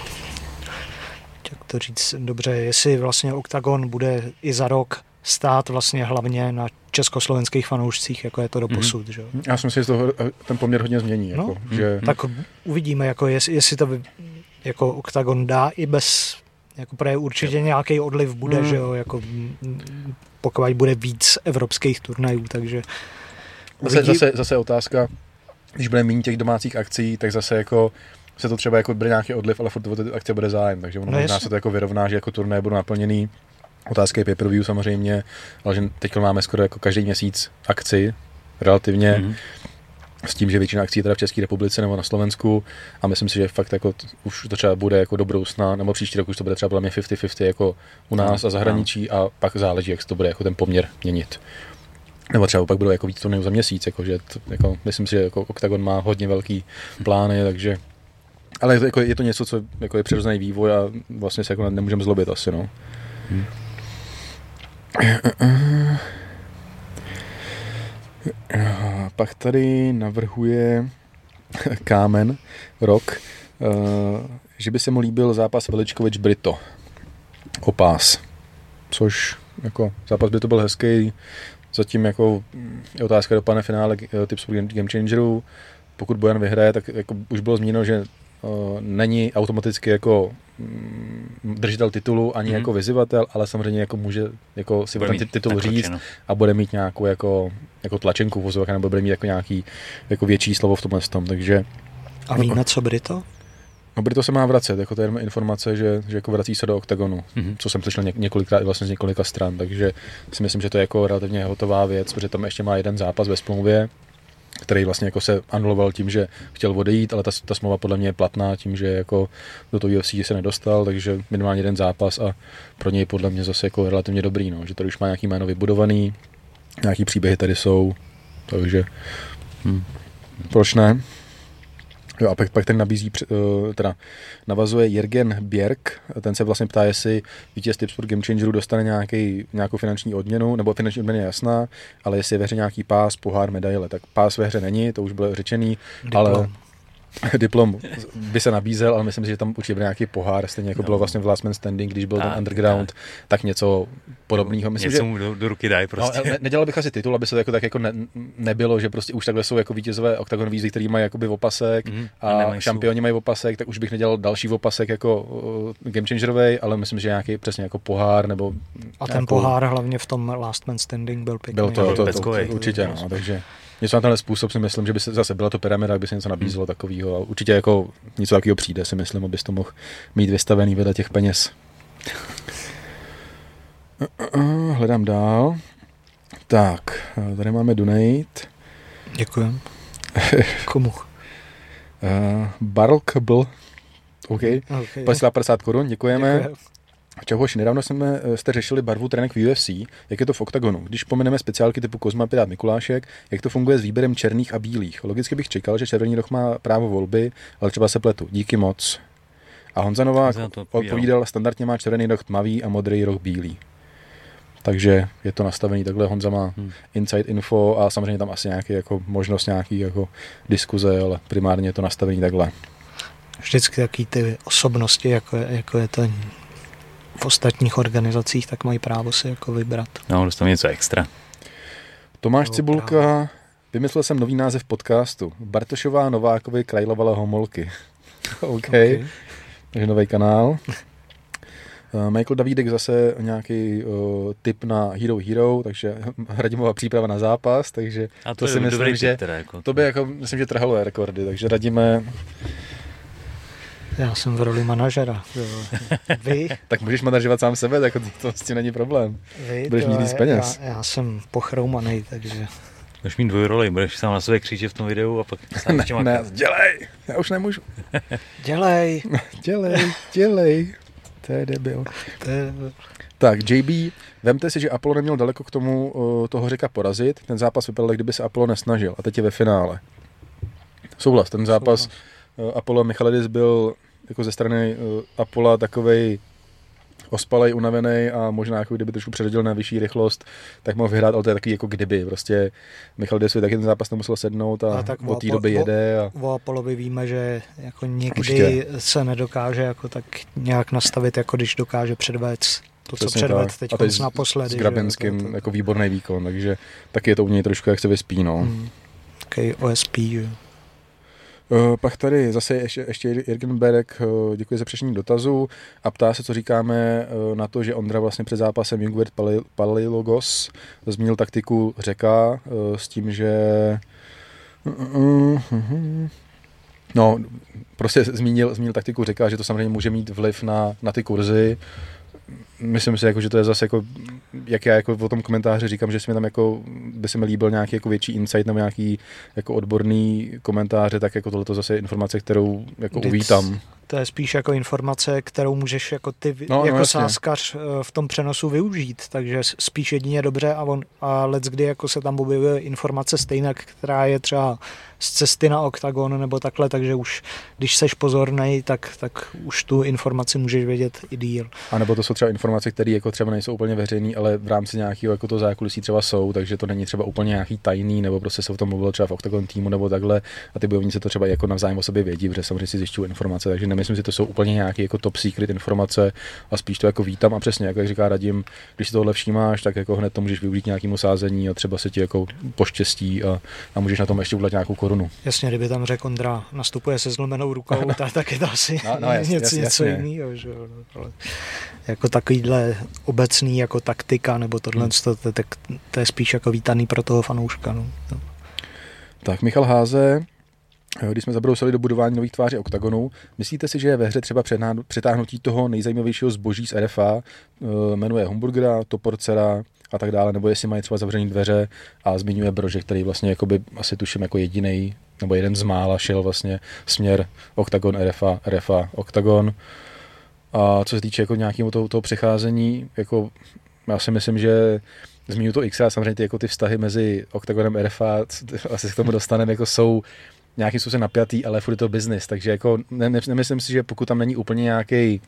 jak to říct dobře, jestli vlastně Octagon bude i za rok stát vlastně hlavně na československých fanoušcích, jako je to doposud. Mm-hmm. Že? Já si myslím, že to, ten poměr hodně změní. No, jako, že... Tak uvidíme, jako jestli, jestli to jako Octagon dá i bez, jako právě určitě nějaký odliv bude, mm. že jo, jako pokud bude víc evropských turnajů, takže... Zase, vidí... zase, zase otázka, když bude méně těch domácích akcí, tak zase jako se to třeba jako bude nějaký odliv, ale furt o ty akce bude zájem, takže ono no možná se to jako vyrovná, že jako turnaje budou naplněný. Otázka je pay-per-view samozřejmě, ale že teď máme skoro jako každý měsíc akci relativně, mm-hmm. s tím, že většina akcí je teda v České republice nebo na Slovensku a myslím si, že fakt jako t- už to třeba bude jako do budoucna, nebo příští rok už to bude třeba mě padesát padesát jako u nás no, a zahraničí no. a pak záleží, jak se to bude jako ten poměr měnit. Nebo třeba pak budou jako víc turnajů za měsíc, jakože t- jako, myslím si, že jako Octagon má hodně velký plány, takže ale jako je to něco, co jako je přirozený vývoj a vlastně se jako nemůžeme zlobit asi, no. Hmm. Pak tady navrhuje Kámen Rok, že by se mu líbil zápas Veličkovič-Brito o pás, což jako zápas by to byl hezký, zatím jako je otázka dopadne finále Tipsport Game Changerů, pokud Bojan vyhraje, tak jako už bylo zmíněno, že Uh, není automaticky jako mm, držitel titulu ani mm-hmm. jako vyzývatel, ale samozřejmě jako může jako si ten titul říct a bude mít nějakou jako, jako tlačenku vozovek, nebo bude mít jako nějaký jako větší slovo v tomhle tom, takže... A víme, co Brito? No Brito se má vracet, jako to je informace, že, že jako vrací se do Octagonu, mm-hmm. co jsem slyšel něk- několikrát vlastně z několika stran, takže si myslím, že to je jako relativně hotová věc, protože tam ještě má jeden zápas ve smlouvě, který vlastně jako se anuloval tím, že chtěl odejít, ale ta, ta smlouva podle mě je platná tím, že jako do toho U F C se nedostal, takže minimálně jeden zápas a pro něj podle mě zase jako relativně dobrý, no, že tady už má nějaký jméno vybudovaný, nějaký příběhy tady jsou, takže hm, proč ne? Jo, a pak, pak ten nabízí, teda navazuje Jürgen Bjerg, ten se vlastně ptá, jestli vítěz Tipsport Game Changerů dostane nějaký, nějakou finanční odměnu, nebo finanční odměna je jasná, ale jestli je ve hře nějaký pás, pohár, medaile, tak pás ve hře není, to už bylo řečený, diplom. Ale diplom by se nabízel, ale myslím si, že tam určitě byl nějaký pohár, stejně jako no. bylo vlastně v Last Man Standing, když byl a, ten Underground, tak, tak něco podobného. Myslím, něco že, mu do, do ruky dají prostě. No, ne, nedělal bych asi titul, aby se to jako, tak jako ne, nebylo, že prostě už takhle jsou jako vítězové Octagon výzvy, který mají jakoby opasek mm, a, a šampioni mají opasek, tak už bych nedělal další opasek jako uh, Game Changerovej, ale myslím, že nějaký přesně jako pohár nebo... A ten nějakou... pohár hlavně v tom Last Man Standing byl pěkný. Byl to, to, to, to, to určitě, no, takže... Něco na tenhle způsob si myslím, že by se zase byla to pyramida, jak by se něco nabízelo hmm. takového. A určitě jako něco takového přijde, si myslím, abys to mohl mít vystavený vedle těch peněz. Hledám dál. Tak, tady máme donate. Děkujem. Komu? Uh, Barlkbl. OK. okay. padesát korun, děkujeme. Děkujem. Čehož nedávno jsme, jste řešili barvu trenek v U F C, jak je to v oktagonu. Když pomeneme speciálky typu Kozma, Pirát, Mikulášek, jak to funguje s výběrem černých a bílých. Logicky bych čekal, že červený roh má právo volby, ale třeba se pletu. Díky moc. A Honza Novák odpovídal, standardně má červený roh tmavý a modrý roh bílý. Takže je to nastavený takhle, Honza má hmm. inside info a samozřejmě tam asi nějaký jako možnost nějaký jako diskuze, ale primárně je to nastavený takhle. Vždycky taky ty osobnosti, jako je, jako je to v ostatních organizacích, tak mají právo si jako vybrat. No, dostanu něco extra. Tomáš no, Cibulka, právě. Vymyslel jsem nový název podcastu. Bartošová, Novákovi, Krajlovala homolky. OK. okay. Takže nový kanál. Michael Davídek zase nějaký uh, tip na Hero Hero, takže Radimová příprava na zápas, takže a to, to si myslím, že teda, jako to by jako, myslím, že trhalo rekordy, takže radíme. Já jsem v roli manažera. Vy? Tak můžeš manažovat sám sebe, tak to, to s tím není problém. Vy, budeš mít víc peněz. Já, já jsem pochroumanej, takže... Budeš mít dvojroli, budeš sám na sebe křičet v tom videu a pak sám ne, ne, dělej, já už nemůžu. Dělej. dělej, dělej. To je debil. To je... Tak, J B, vemte si, že Apollo neměl daleko k tomu uh, toho Řeka porazit. Ten zápas vypadal, kdyby se Apollo nesnažil. A teď je ve finále. Souhlas, ten zápas uh, Apollo Michalidis byl jako ze strany uh, Apollo takovej ospalej, unavený a možná jako kdyby trošku předhodil na vyšší rychlost, tak mohl vyhrát, ale to je takový jako kdyby. Prostě Michalidisovi taky ten zápas nemusel sednout a, a od té doby jede. A... O Apollovi víme, že jako někdy Určitě. se nedokáže jako tak nějak nastavit, jako když dokáže předvést to, co Přesně předved teď s, naposledy. S Grabenským to, to, to... jako výborný výkon, takže taky je to u něj trošku, jak se vyspí, no. Hmm. Takový O S P, že? Uh, pak tady zase ještě, ještě Jürgen Berek, uh, děkuji za přečtení dotazu a ptá se, co říkáme uh, na to, že Ondra vlastně před zápasem Jungwirth Palaiologos zmínil taktiku Řeka uh, s tím, že uh, uh, uh, no, prostě zmínil, zmínil taktiku Řeka, že to samozřejmě může mít vliv na, na ty kurzy. Myslím si, jako, že to je zase, jako, jak já jako o tom komentáři říkám, že si mi tam jako, by se mi líbil nějaký jako větší insight nebo nějaký jako odborný komentáře, tak jako tohleto zase je informace, kterou jako uvítám. To je spíš jako informace, kterou můžeš jako ty no, jako no, sáskař v tom přenosu využít, takže spíš jedině dobře a, on, a leckdy jako se tam objevuje informace stejná, která je třeba z cesty na oktagon nebo takhle, takže už když seš pozornej, tak, tak už tu informaci můžeš vědět i díl. A nebo to jsou třeba informace, které jako třeba nejsou úplně veřejné, ale v rámci nějakého jako to zákulisí třeba jsou, takže to není třeba úplně nějaký tajný, nebo prostě se o tom mluvilo třeba v oktagon týmu nebo takhle a ty bojovníci to třeba jako navzájem o sobě vědí, protože samozřejmě si zjišťují informace, takže nemyslím si, to jsou úplně nějaké jako top secret informace a spíš to jako vítám a přesně, jako jak říká Radim, když si tohle všímáš, tak jako hned to můžeš využít nějakému sázení a třeba se ti jako poštěstí a, a můžeš na tom ještě udělat nějakou korunu. Jasně, kdyby tam řekl Ondra, nastupuje se zlomenou rukou, no. tak, tak je to asi no, no, jasně, něco, jasně, něco jiného, že jo. Ale jako takovýhle obecný jako taktika nebo tohle, hmm. to, to, to, to je spíš jako vítaný pro toho fanouška. No. No. Tak Michal Háze, když jsme zabrousili do budování nových tváří oktagonu, myslíte si, že je ve hře třeba přetáhnutí toho nejzajímavějšího zboží z R F A, jmenuje Hamburgera, Toporcera a tak dále, nebo jestli mají třeba zavřený dveře a zmiňuje Brože, který vlastně jakoby, asi tuším jako jedinej, nebo jeden z mála šel vlastně směr oktagon, R F A, R F A, oktagon. A co se týče jako nějakého toho, toho přecházení, jako já si myslím, že zmiňuji to X a samozřejmě ty, jako ty vztahy mezi oktagonem R F A, asi k tomu dostaneme, jako jsou nějakým způsobem napjatý, ale furt je to business, takže jako ne, ne, nemyslím si, že pokud tam není úplně nějaký,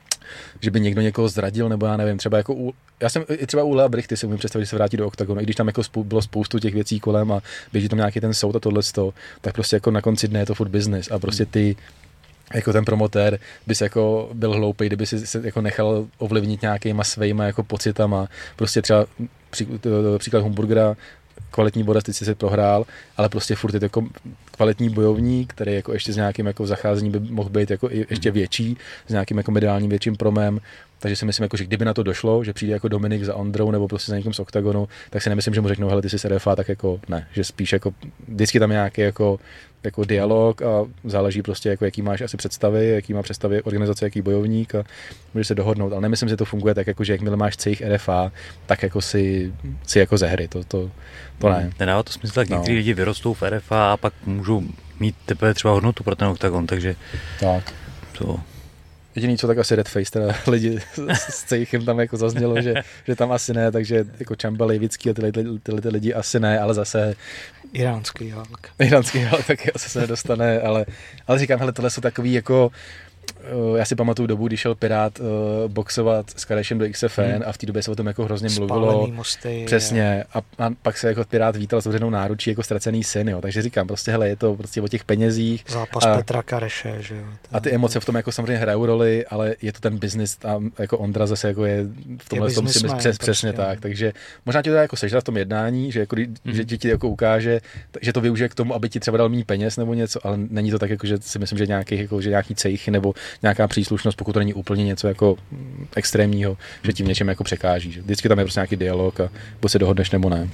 že by někdo někoho zradil, nebo já nevím, třeba jako u, já jsem i třeba u Lea Brichty si umím představit, že se vrátí do oktagonu, i když tam jako spou, bylo spoustu těch věcí kolem a běží tam nějaký ten soud a tohleto, tak prostě jako na konci dne je to furt business a prostě ty jako ten promotér bys jako byl hloupej, kdyby si se jako nechal ovlivnit nějakýma svýma jako pocitama, prostě třeba pří, příklad Hamburgera, kvalitní borec, teď si se prohrál, ale prostě furt je to jako kvalitní bojovník, který jako ještě s nějakým jako zacházením by mohl být jako i ještě větší, s nějakým jako mediálním větším promem, Takže si myslím, jako, že kdyby na to došlo, že přijde jako Dominik za Ondrou nebo prostě za někým z Octagonu, tak si nemyslím, že mu řeknou, hele, ty jsi z R F A, tak jako ne, že spíš jako vždycky tam je nějaký jako, jako dialog a záleží prostě, jako, jaký máš asi představy, jaký má představy organizace, jaký bojovník a můžeš se dohodnout, ale nemyslím, že to funguje tak, jako, že jakmile máš cejch R F A, tak jako si, si jako ze hry, to, to, to ne. Nedává to smysl, tak no. někteří lidi vyrostou v R F A a pak můžou mít teprve třeba hodnotu pro ten Octagon, takže tak. To... Jediný, co tak asi Red Face, teda lidi s cejchem tam jako zaznělo, že, že tam asi ne, takže jako Čamba, Lejvický a tyhle, tyhle, tyhle ty lidi asi ne, ale zase iránský Hulk. Iránský Hulk taky asi se nedostane, ale, ale říkám, hele, tohle jsou takový jako, uh, já si pamatuju dobu, když šel Pirát uh, boxovat s Karešem do X F N hmm. a v té době se o tom jako hrozně mluvilo. Spálený mosty. Přesně. A, a pak se jako Pirát vítal s otevřenou náručí jako ztracený syn, jo. Takže říkám, prostě hele, je to prostě o těch penězích. Zápas a, Petra Kareše, že jo. A ty emoce v tom jako samozřejmě hrajou roli, ale je to ten biznis a jako Ondra zase jako je v tomhle tom si myslím přes, přesně prostě, tak. Takže možná ti to jako sežrat v tom jednání, že, jako, mm. že ti, ti jako ukáže, že to využije k tomu, aby ti třeba dal méně peněz nebo něco, ale není to tak, jako, že si myslím, že nějaký, jako, že nějaký cejchy nebo nějaká příslušnost, pokud to není úplně něco jako extrémního, že ti v něčem jako překáží. Že vždycky tam je prostě nějaký dialog a buď se dohodneš nebo ne.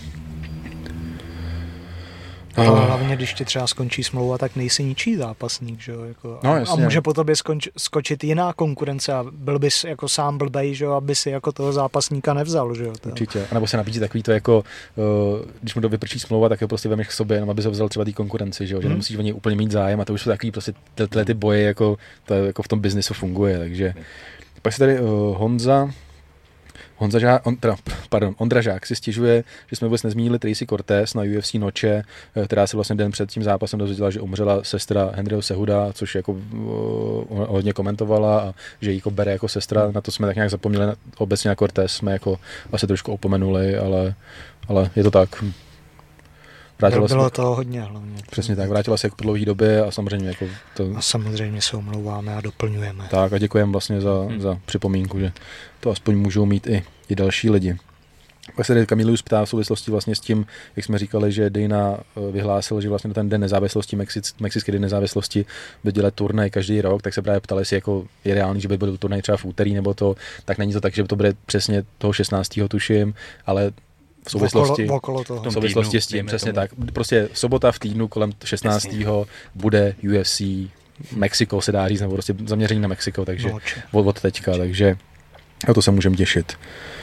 Ale uh. hlavně, když ti třeba skončí smlouva, tak nejsi ničí zápasník, že jo? Jako, no, a může po tobě skonč, skočit jiná konkurence a byl bys jako sám blbej, že jo, aby si jako toho zápasníka nevzal, že jo? Určitě. A nebo se nabídí takový to jako, uh, když mu to vyprčí smlouva, tak ho prostě vemeš k sobě, jenom aby se vzal třeba té konkurenci, že jo? Hmm. Že nemusíš o něj úplně mít zájem a to už jsou takový prostě tyhle ty boje, jako, to jako v tom biznisu funguje, takže. Pak se tady uh, Honza, Honza Žák, on, teda, pardon, Ondra Žák si stěžuje, že jsme vůbec nezmínili Tracy Cortez na U F C Noče, která se vlastně den před tím zápasem dozvěděla, že umřela sestra Henryho Cehuda, což jako uh, hodně komentovala a že ji jako bere jako sestra. Na to jsme tak nějak zapomněli, obecně na Cortez jsme jako asi trošku opomenuli, ale, ale je to tak. Vrátila bylo se, to hodně hlavně. Přesně tak, vrátila se jako po dlouhé době a samozřejmě jako to... A samozřejmě se omlouváme a doplňujeme. Tak a děkujeme vlastně za, hmm. za připomínku, že to aspoň můžou mít i, i další lidi. Pak se Kamilius ptá v souvislosti vlastně s tím, jak jsme říkali, že Dana vyhlásil, že vlastně ten den nezávislosti, Mexic, Mexický den nezávislosti bude dělat turnaj každý rok, tak se právě ptali, jestli jako je reálný, že by byl turnaj třeba v úterý nebo to, tak není to tak, že to bude přesně toho šestnáctého tuším, ale v souvislosti, okolo, okolo toho. V souvislosti týdnu, s tím, přesně tomu. Tak. Prostě sobota v týdnu kolem šestnáctého bude U F C Mexiko, se dá říct, nebo prostě zaměření na Mexiko, takže od, od teďka, takže a to se můžeme těšit.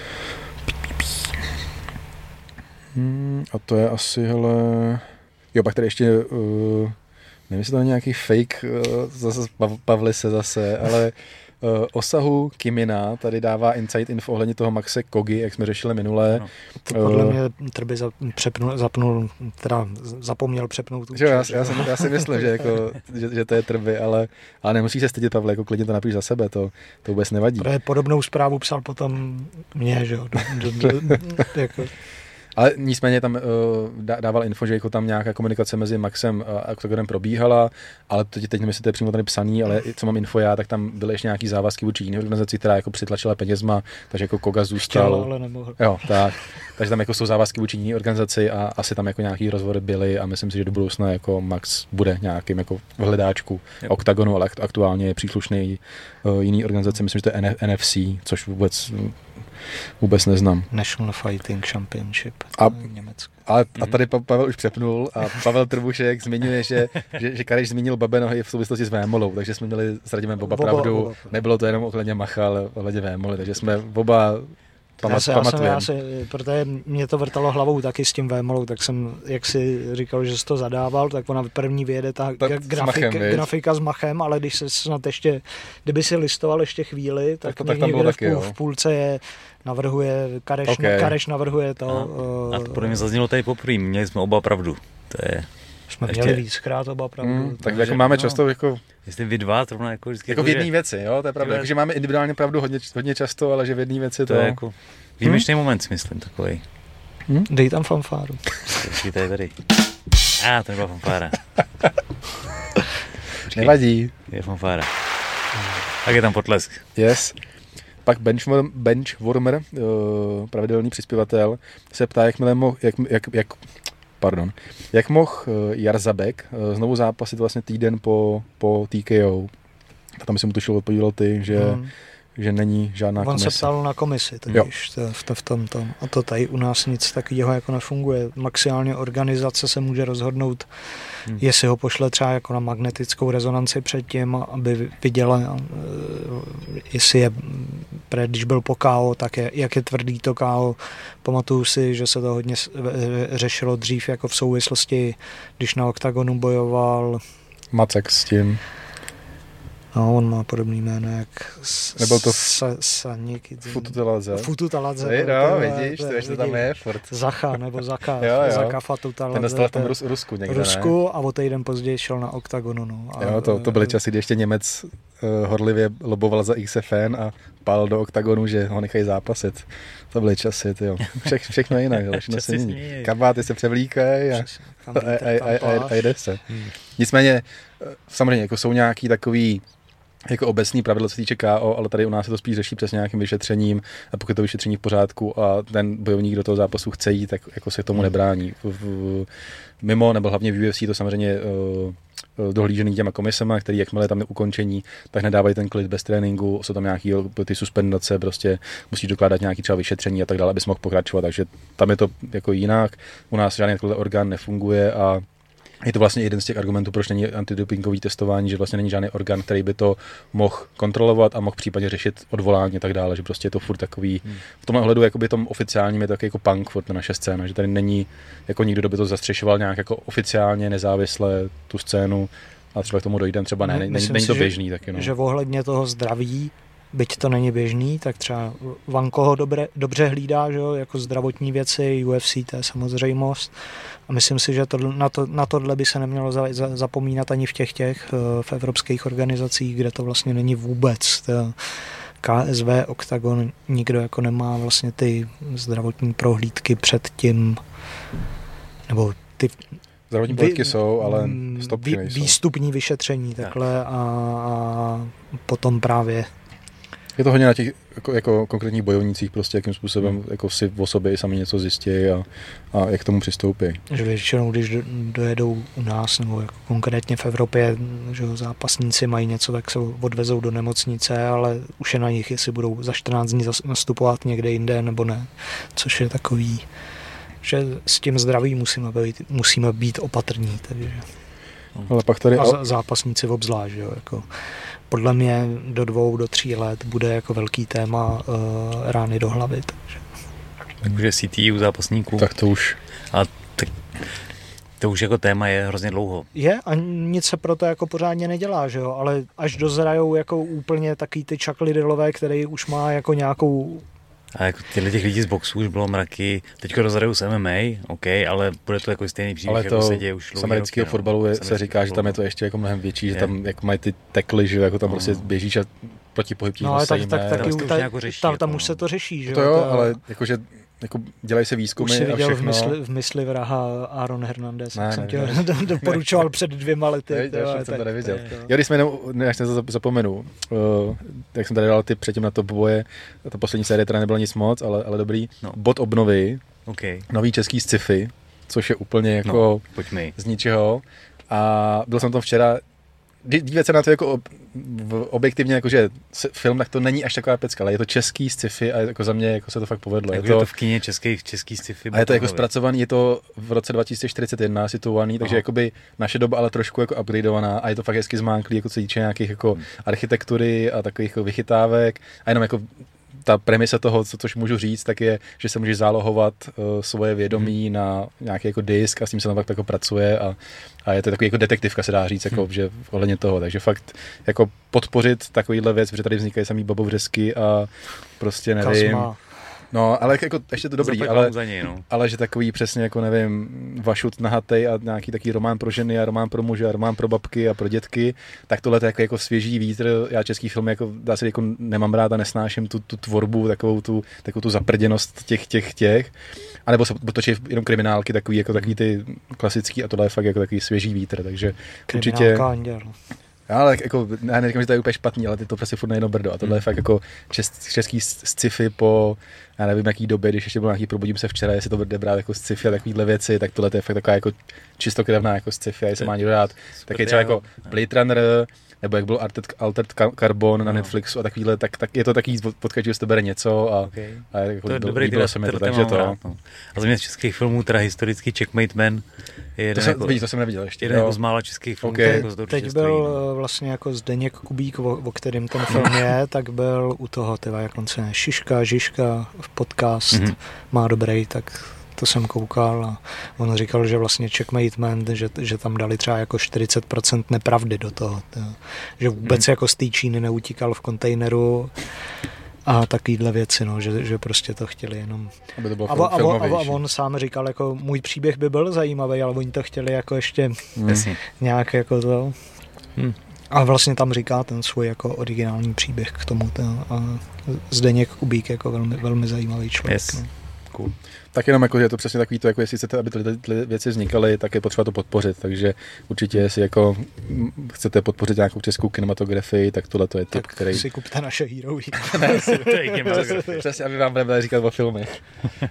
Hmm, a to je asi, hele... Jo, pak tady ještě, uh, nevím, jestli to je nějaký fake, uh, zase Pavli se zase, ale Uh, Osahu Kimina tady dává insight info ohledně toho Maxe Kogi, jak jsme řešili minule. No. To podle uh, mě Trby přepnul, zapnul, teda zapomněl přepnout. Já, já, já, si, já si myslím, že, jako, že, že to je Trby, ale, ale nemusíš se stydět, Pavle, jako klidně to napíš za sebe, to, to vůbec nevadí. Protože podobnou zprávu psal potom mě, že jo. Do, do, do, jako. Ale nicméně tam uh, dával info, že jako tam nějaká komunikace mezi Maxem a Octagonem probíhala, ale teď, teď nevím, jestli to je přímo tady psaný, ale co mám info já, tak tam byly ještě nějaký závazky vůči jiné organizaci, která jako přitlačila penězma, takže jako Koga zůstal. Chtěl, ale nemohl. Jo, tak. Takže tam jako jsou závazky vůči jiné organizaci a asi tam jako nějaký rozhovory byly a myslím si, že do budoucna jako Max bude nějakým jako v hledáčku yep. Octagonu, ale aktuálně je příslušný uh, jiný organizace, myslím, že to je N F C, což vůbec Vůbec neznám. National Fighting Championship. A, ale, a tady Pavel už přepnul a Pavel Trbušek zmiňuje, že, že, že Kareš zmínil Babenohy v souvislosti s Vémolou, takže jsme měli s Radimem Boba Boba, pravdu. Boba. Nebylo to jenom ohledně Macha, ale ohledně Vémoly, takže jsme oba pamat, já jsem, já jsem, protože mě to vrtalo hlavou taky s tím Vémolou, tak jsem, jak si říkal, že jsi to zadával, tak ona první vyjede ta tak grafik, s machem, grafika s Machem, ale když se snad ještě, kdyby si listoval ještě chvíli, tak, tak, to, tak někde v, půl, v půlce je navrhuje, Kareš, okay. Kareš navrhuje to. A, uh, a to podle mě zaznělo tady poprvé, měli jsme oba pravdu. To je... Jsme ještě... měli víckrát oba pravdu. Mm, tak jako máme no, často jako... Jestli vy dva, to jako vždycky... Jako v jedné věci, jo, to je pravda. Jako, že máme individuálně pravdu hodně, hodně často, ale že v jedné věci to... To je jako výjimečný hmm? moment, si myslím, takovej. Hmm? Dej tam fanfáru. Počkej, tady, tady. A, ah, to nebyla fanfára. Počkej, nevadí. Je fanfára. Tak je tam potlesk. Yes. Pak Benchwarmer, Benchwarmer uh, pravidelný přispěvatel, se ptá, jak, moh, jak, jak, jak, pardon, jak mohl uh, Jarzabek uh, znovu zápasit vlastně týden po, po T K O. A tam si mu tušil odpovídal ty, že, hmm. že není žádná On komise. se ptal na komisi, totiž to, to v tom tom. A to tady u nás nic takového jako nefunguje. Maximálně organizace se může rozhodnout, hmm. jestli ho pošle třeba jako na magnetickou rezonanci předtím, aby viděla, jestli je, když byl po K O, tak je, jak je tvrdý to K O. Pamatuju si, že se to hodně řešilo dřív jako v souvislosti, když na Oktagonu bojoval Macek s tím. No, on má podobný jméno, jak Nebyl to Saník. Fututaladze. Fututaladze. No, vidíš, to ještě tam je furt. Zacha, nebo Zaka. jo, jo. Zaka Fututaladze. Ten dostal v tom Rus, Rusku někde, Rusku ne? a o týden později šel na Oktagonu. No. A, jo, to, to byly časy, kdy ještě Němec uh, horlivě loboval za X F N a pál do Oktagonu, že ho nechají zápasit. To byly časy, tyjo. Vše, všechno jinak, všechno se mění. Kabáty se převlíkají a, a, a, a, a, a jde se. Hmm. Nicméně, samozřejmě, jako jsou nějaký takový jako obecný pravidlo, co se týče K O, ale tady u nás se to spíš řeší přes nějakým vyšetřením a pokud to vyšetření v pořádku a ten bojovník do toho zápasu chce jít, tak jako se tomu nebrání. V, v, mimo, nebo hlavně v U F C to samozřejmě uh, dohlížený těma komisema, který jakmile tam je ukončení, tak nedávají ten klid bez tréninku, jsou tam nějaký ty suspendace, prostě musíš dokládat nějaký třeba vyšetření a tak dále, abys mohl pokračovat, takže tam je to jako jinak. U nás žádný takový orgán nefunguje a je to vlastně jeden z těch argumentů, proč není antidopingový testování, že vlastně není žádný orgán, který by to mohl kontrolovat a mohl případně řešit odvolání a tak dále, že prostě je to furt takový, hmm. v tomhle ohledu jakoby tom oficiálním je to jako punk furt naše scéna, že tady není jako nikdo, kdo by to zastřešoval nějak jako oficiálně, nezávisle tu scénu a třeba k tomu dojdem, třeba ne, není, není to běžný že, taky. No. Že ohledně toho zdraví, byť to není běžný, tak třeba Vanko ho dobře, dobře hlídá, že jo, jako zdravotní věci, U F C, to je samozřejmost. A myslím si, že to, na, to, na tohle by se nemělo za, za, zapomínat ani v těch těch v evropských organizacích, kde to vlastně není vůbec. To K S V, Oktagon, nikdo jako nemá vlastně ty zdravotní prohlídky před tím, nebo ty zdravotní prohlídky jsou, ale stopky nejsou. Výstupní vyšetření takhle a, a potom právě je to hodně na těch jako, jako konkrétních bojovnících, prostě jakým způsobem hmm. jako si o sobě sami něco zjistí a, a jak k tomu přistoupí. Že většinou, když do, dojedou u nás, nebo jako konkrétně v Evropě, že zápasníci mají něco, tak se odvezou do nemocnice, ale už je na nich, jestli budou za čtrnáct dní nastupovat někde jinde, nebo ne. Což je takový, že s tím zdravím musíme být, musíme být opatrní. Takže. Ale pak tady... A zápasníci obzvlášť, jo, jako. Podle mě do dvou, do tří let bude jako velký téma uh, rány do hlavy. Takže. Takže C T u zápasníků. Tak to už. A tak, to už jako téma je hrozně dlouho. Je a nic se pro to jako pořádně nedělá, že jo, ale až dozrajou jako úplně takový ty Chuck Liddellové, který už má jako nějakou. A jako těchto těch lidí z boxu už bylo mraky, teďko rozhrajou s M M A, OK, ale bude to jako stejný příběh, ale to jako se děje už z amerického roky, fotbalu je, no. se říká, že tam je to ještě jako mnohem větší, je. Že tam jako mají ty tekly, že jako tam no. prostě běžíš a proti pohyb no, ale tak, tak, taky ta, ta, řeší, tam, tam už se to řeší, že to jo, to, ale jakože jako dělají se výzkumy už si a viděl všechno. v mysli, v mysli vraha Aaron Hernandez, ne, jak jsem ne, tě ne. doporučoval ne, před dvěma lety. Ne, já jsem tak, to neviděl. to Já když jsme jenom, než jsem to zapomenu, uh, jak jsem tady dal tip předtím na to boje, ta poslední série teda nebyla nic moc, ale, ale dobrý. No. Bod obnovy, okay. Nový český sci-fi, což je úplně jako no, z ničeho. A byl jsem tam včera, dívat se na to jako ob, objektivně, jakože film, tak to není až taková pecka, ale je to český sci-fi a jako za mě jako se to fakt povedlo. Je to, je to v kině český, český sci-fi. A je to jako zpracovaný, je to v roce dva tisíce čtyřicet jedna situovaný, takže jakoby naše doba ale trošku jako upgradeovaná a je to fakt hezky zmánklý, jako co týče nějakých jako hmm. architektury a takových jako vychytávek a jenom jako ta premisa toho, co, což můžu říct, tak je, že se můžeš zálohovat uh, svoje vědomí hmm. na nějaký jako disk a s tím se tam fakt jako pracuje a, a je to takový jako detektivka, se dá říct, jako, hmm. že ohledně toho, takže fakt jako podpořit takovýhle věc, protože tady vznikají samý babovřesky a prostě nevím. Kazma. No, ale jako ještě to dobrý, ale, něj, no. ale že takový přesně jako nevím, Vašut nahatej a nějaký taký román pro ženy a román pro muže a román pro babky a pro dětky, tak tohle je jako, jako svěží vítr. Já český film jako dá se jako nemám rád a nesnáším tu, tu tvorbu, takovou tu, takovou tu zaprděnost těch těch těch. A nebo se potočí jenom kriminálky, takový jako takový ty klasický a tohle je fakt jako takový svěží vítr, takže určitě. Anděl. Ale jako, já neříkám, že to je úplně špatný, ale ty to prostě furt na jedno brdo. A tohle je fakt jako čes, český sci-fi po, já nevím, jaký době, když ještě byl nějaký Probudím se včera, jestli to bude brát jako sci-fi a takovýhle věci, tak tohle je fakt taková jako čistokrevná jako sci-fi, a jestli má někdo rád. Tak je třeba jako Blade Runner, nebo jak byl Altered, Altered Carbon na Netflixu a takovýhle, tak, tak je to takový podcast, že z to bere něco a, okay. a jako to je byl, dobrý, líbilo se mi to, takže to. Rád, no. A z mě z českých filmů teda historicky Checkmate Man je jeden, to jsem, jako, vidí, to jsem neviděl ještě. jeden jako z mála českých filmů. Okay. Jako teď byl stojí, vlastně jako Zdeněk Kubík, o, o kterém ten film je, tak byl u toho, tyva, jak on se ne, Šiška, Žižka, podcast, mm-hmm. má dobrý, tak to jsem koukal a on říkal, že vlastně Checkmate Man, že, že tam dali třeba jako čtyřicet procent nepravdy do toho, to, že vůbec mm. jako z té Číny neutíkal v kontejneru a takovýhle věci, no, že, že prostě to chtěli jenom. Aby to bylo a, a, a, a on sám říkal, jako můj příběh by byl zajímavý, ale oni to chtěli jako ještě mm. nějak jako to. Mm. A vlastně tam říká ten svůj jako originální příběh k tomu. Ten, a Zdeněk Kubík jako velmi, velmi zajímavý člověk. Yes. No. Cool. Tak jenom jako, je to přesně takový to, jako jestli chcete, aby tyhle, tyhle věci vznikaly, tak je potřeba to podpořit, takže určitě, jestli jako chcete podpořit nějakou českou kinematografii, tak tohle to je typ, tak který... si kupte naše Hero. Přesně, aby vám budeme říkat o filmech.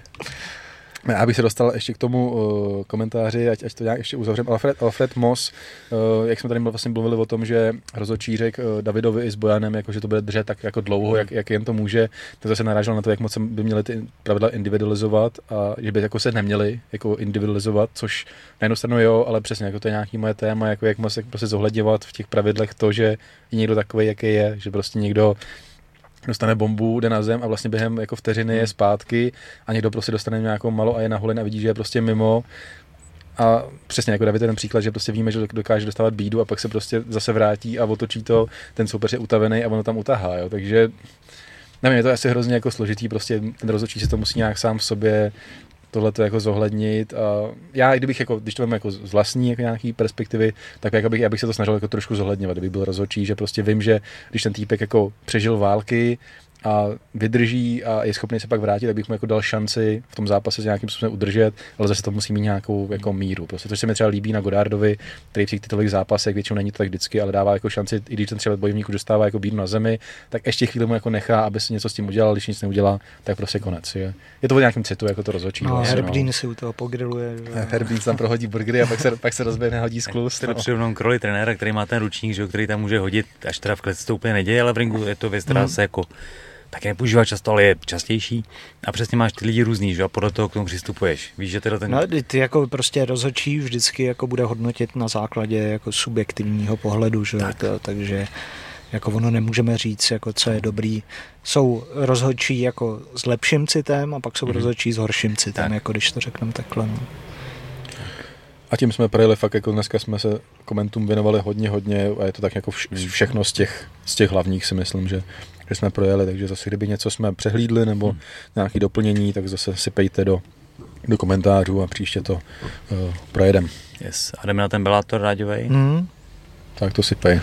Já bych se dostal ještě k tomu uh, komentáři, ať, ať to nějak ještě uzavřem. Alfred, Alfred Moss, uh, jak jsme tady vlastně mluvili o tom, že rozhodčí řekl uh, Davidovi i s Bojanem, jako, že to bude držet tak jako dlouho, jak, jak jen to může, tak zase narážel na to, jak moc by měli ty pravidla individualizovat a že by jako se neměli jako individualizovat, což na jednu stranu jo, ale přesně jako to je nějaký moje téma, jako jak moc jak prostě zohledňovat v těch pravidlech to, že je někdo takový, jaký je, že prostě někdo dostane bombu, jde na zem a vlastně během jako vteřiny je zpátky a někdo prostě dostane nějakou malo a je na holin a vidí, že je prostě mimo. A přesně jako David je ten příklad, že prostě víme, že dokáže dostávat bídu a pak se prostě zase vrátí a otočí to, ten soupeř je utavený a ono tam utahá, jo. Takže nevím, je to asi hrozně jako složitý, prostě ten rozhodčí se to musí nějak sám v sobě tohle to jako zohlednit a já, kdybych jako, když to mám jako z vlastní jako nějaký perspektivy, tak jak bych, já bych se to snažil jako trošku zohledňovat, kdybych byl rozhodčí, že prostě vím, že když ten týpek jako přežil války a vydrží a je schopný se pak vrátit, tak bych mu jako dal šanci v tom zápase nějakým způsobem udržet, ale zase to musí mít nějakou jako míru. Prostě to se mi třeba líbí na Goddardovi, který v těch titulových zápasech většinou není to tak vždycky, ale dává jako šanci, i když ten třeba bojovník už dostává jako bídu na zemi, tak ještě chvíli mu jako nechá, aby si něco s tím udělal, když nic neudělá, tak prostě konec. Je, je to o nějakém citu, jako to rozhodčí. No, vlastně, Herb Dean no. si u toho pogriluje. Herb Dean tam prohodí burgery a pak se, pak se rozběhne, hodí skluz. To přijde k roli trenéra, který má ten ručník, že, který tam může hodit, až teda v kleci to úplně neděje, ale v ringu je to věc, která se jako taky nepoužívá často, ale je častější. A přesně máš ty lidi různý, že? A podle toho k tomu přistupuješ. Víš, že teda ten... No, ty jako prostě rozhodčí vždycky jako bude hodnotit na základě jako subjektivního pohledu, že? Tak. To, takže jako ono nemůžeme říct, jako co je dobrý. Jsou rozhodčí jako s lepším citem a pak jsou mm-hmm. rozhodčí s horším citem, tak. Jako když to řekneme takhle. No. A tím jsme projeli fakt, jako dneska jsme se komentům věnovali hodně, hodně a je to tak jako vš- všechno z těch, z těch hlavních, si myslím, že, že jsme projeli, takže zase kdyby něco jsme přehlídli nebo hmm. nějaké doplnění, tak zase sypejte do, do komentářů a příště to uh, projedem. Yes. A jdeme na ten Bellator ráďovej? Hmm. Tak to sypej.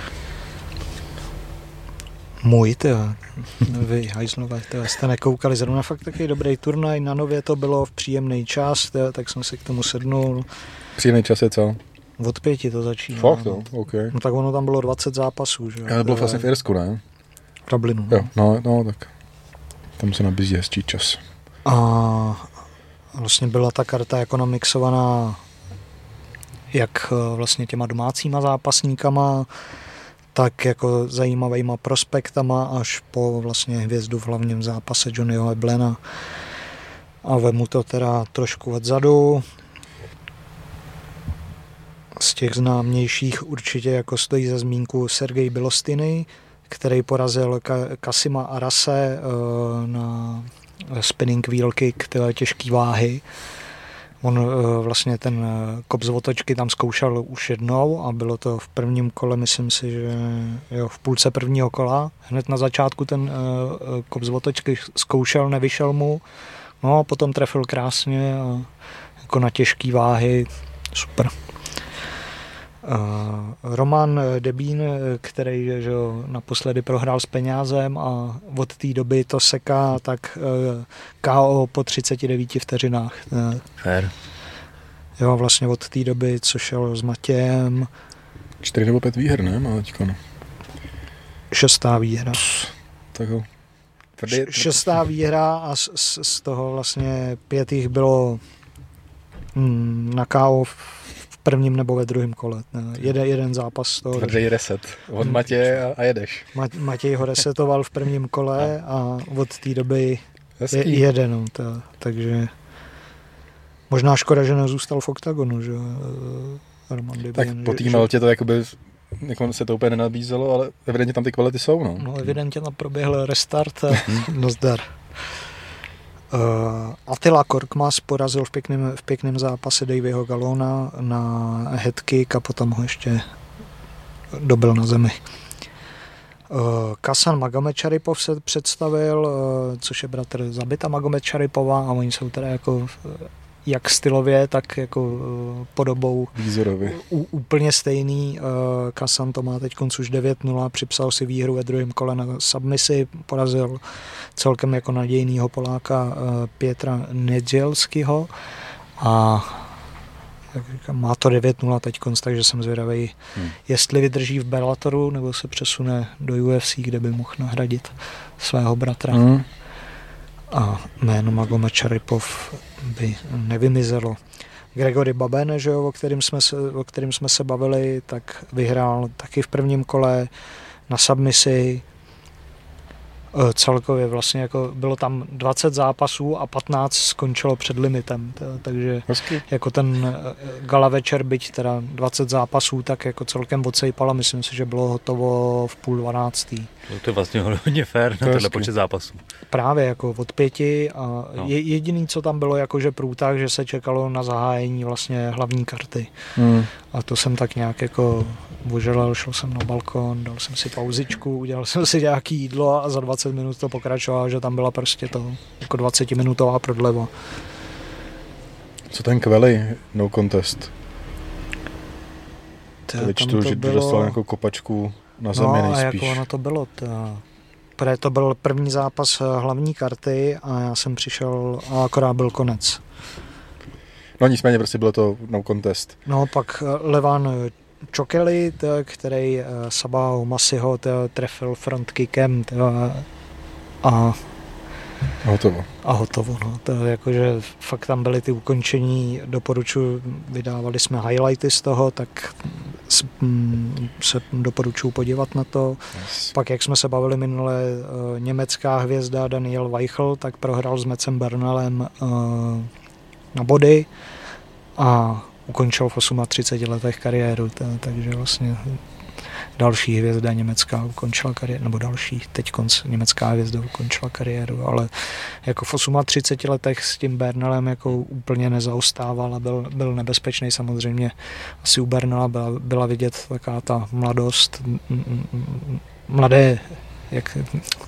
Můj, tyjo. Vy, hajzlové, tyjo, jste nekoukali zrovna fakt taky dobrý turnaj, na Nově to bylo v příjemný čas, tyjo, tak jsem si k tomu sednul. Příjemný čas je co? Od pěti to začíná. Fakt to? OK. No tak ono tam bylo dvacet zápasů, že? Ale bylo vlastně v Irsku, ne? V Dublinu. Jo, no, no, tak tam se nabízí hezčí čas. A vlastně byla ta karta jako namixovaná jak vlastně těma domácíma zápasníkama, tak jako zajímavýma prospektama až po vlastně hvězdu v hlavním zápase Johnnyho Eblena. A vemu to teda trošku odzadu. Z těch známějších určitě jako stojí za zmínku Sergej Bilostiny, který porazil Kasima Arase na spinning wheel kick, tyhle těžký váhy. On vlastně ten kop z otočky tam zkoušel už jednou a bylo to v prvním kole, myslím si, že jo, v půlce prvního kola. Hned na začátku ten kop z otočky zkoušel, nevyšel mu. No a potom trefil krásně a jako na těžký váhy. Super. Roman Debín, který že naposledy prohrál s Peňázem a od té doby to seká, tak K O po třiceti devíti vteřinách. Fair. Jo, vlastně od té doby, co šel s Matějem. Čtyři nebo pět výher, ne? Má teďka, no. Šestá výhra. Tak jo. Tvrdý, tvrdý. Šestá výhra a z, z, z toho vlastně pět jich bylo mm, na K O v prvním nebo ve druhém kole. Jeden, jeden zápas z toho. Takže reset. Od Matěje a, a jedeš. Matěj ho resetoval v prvním kole a od té doby je, jede. No, ta, takže možná škoda, že nezůstal v oktagonu, že Roman Dybien. Tak po té Maltě to jakoby, jako se to úplně nenabízelo, ale evidentně tam ty kvality jsou. No, no evidentně tam proběhl restart a nazdar. Uh, Attila Korkmaz porazil v pěkném, v pěkném zápase Davyho Galona na headkick a potom ho ještě dobil na zemi. Uh, Kasan Magomedšaripov se představil, uh, což je bratr Zabita Magomedšaripova a oni jsou teda jako jak stylově, tak jako uh, podobou u, úplně stejný. Uh, Kasan to má teď už devět nula, připsal si výhru ve druhém kole na submisi, porazil celkem jako nadějnýho Poláka uh, Pětra Nedělského a jak říkám, má to devět nula teď, takže jsem zvědavý, hmm. jestli vydrží v Bellatoru nebo se přesune do U F C, kde by mohl nahradit svého bratra. Hmm. A jméno Magomedšaripov by nevymizelo. Gregory Babene, že jo, o, kterým jsme se, o kterým jsme se bavili, tak vyhrál taky v prvním kole na submisi. Celkově vlastně jako bylo tam dvacet zápasů a patnáct skončilo před limitem, takže Hezky. Jako ten gala večer, byť teda dvacet zápasů, tak jako celkem odsejpala, myslím si, že bylo hotovo v půl dvanáctý. To je vlastně hodně fér na tenhle počet zápasů. Právě jako od pěti a no. je, jediný, co tam bylo, jakože průtah, že se čekalo na zahájení vlastně hlavní karty. Hmm. A to jsem tak nějak jako boželel, šel jsem na balkon, dal jsem si pauzičku, udělal jsem si nějaký jídlo a za dvacet minut to pokračovalo, že tam byla prostě to jako dvacetiminutová prodleva. Co ten Kveli, no contest? Teď čtu, že bylo... dostal nějakou kopačku na zemi no, nejspíš. No a jako ono to bylo. To... Protože to byl první zápas hlavní karty a já jsem přišel a akorát byl konec. No nicméně prostě bylo to no contest. No pak Levan Čokeli, který Sabaho Masiho trefil frontkickem a A hotovo. A hotovo, no. To jakože fakt tam byly ty ukončení, doporučuji, vydávali jsme highlighty z toho, tak se doporučuji podívat na to. Yes. Pak, jak jsme se bavili minule, německá hvězda Daniel Weichel, tak prohrál s Mecem Bernalem na body a ukončil v třiceti osmi letech kariéru, takže vlastně další hvězda německá ukončila kariéru, nebo další, teď konc německá hvězda ukončila kariéru, ale jako v třiceti osmi letech s tím Bernalem jako úplně nezaostával a byl, byl nebezpečný samozřejmě. Asi u Bernala byla, byla vidět taková ta mladost, mladé, jak...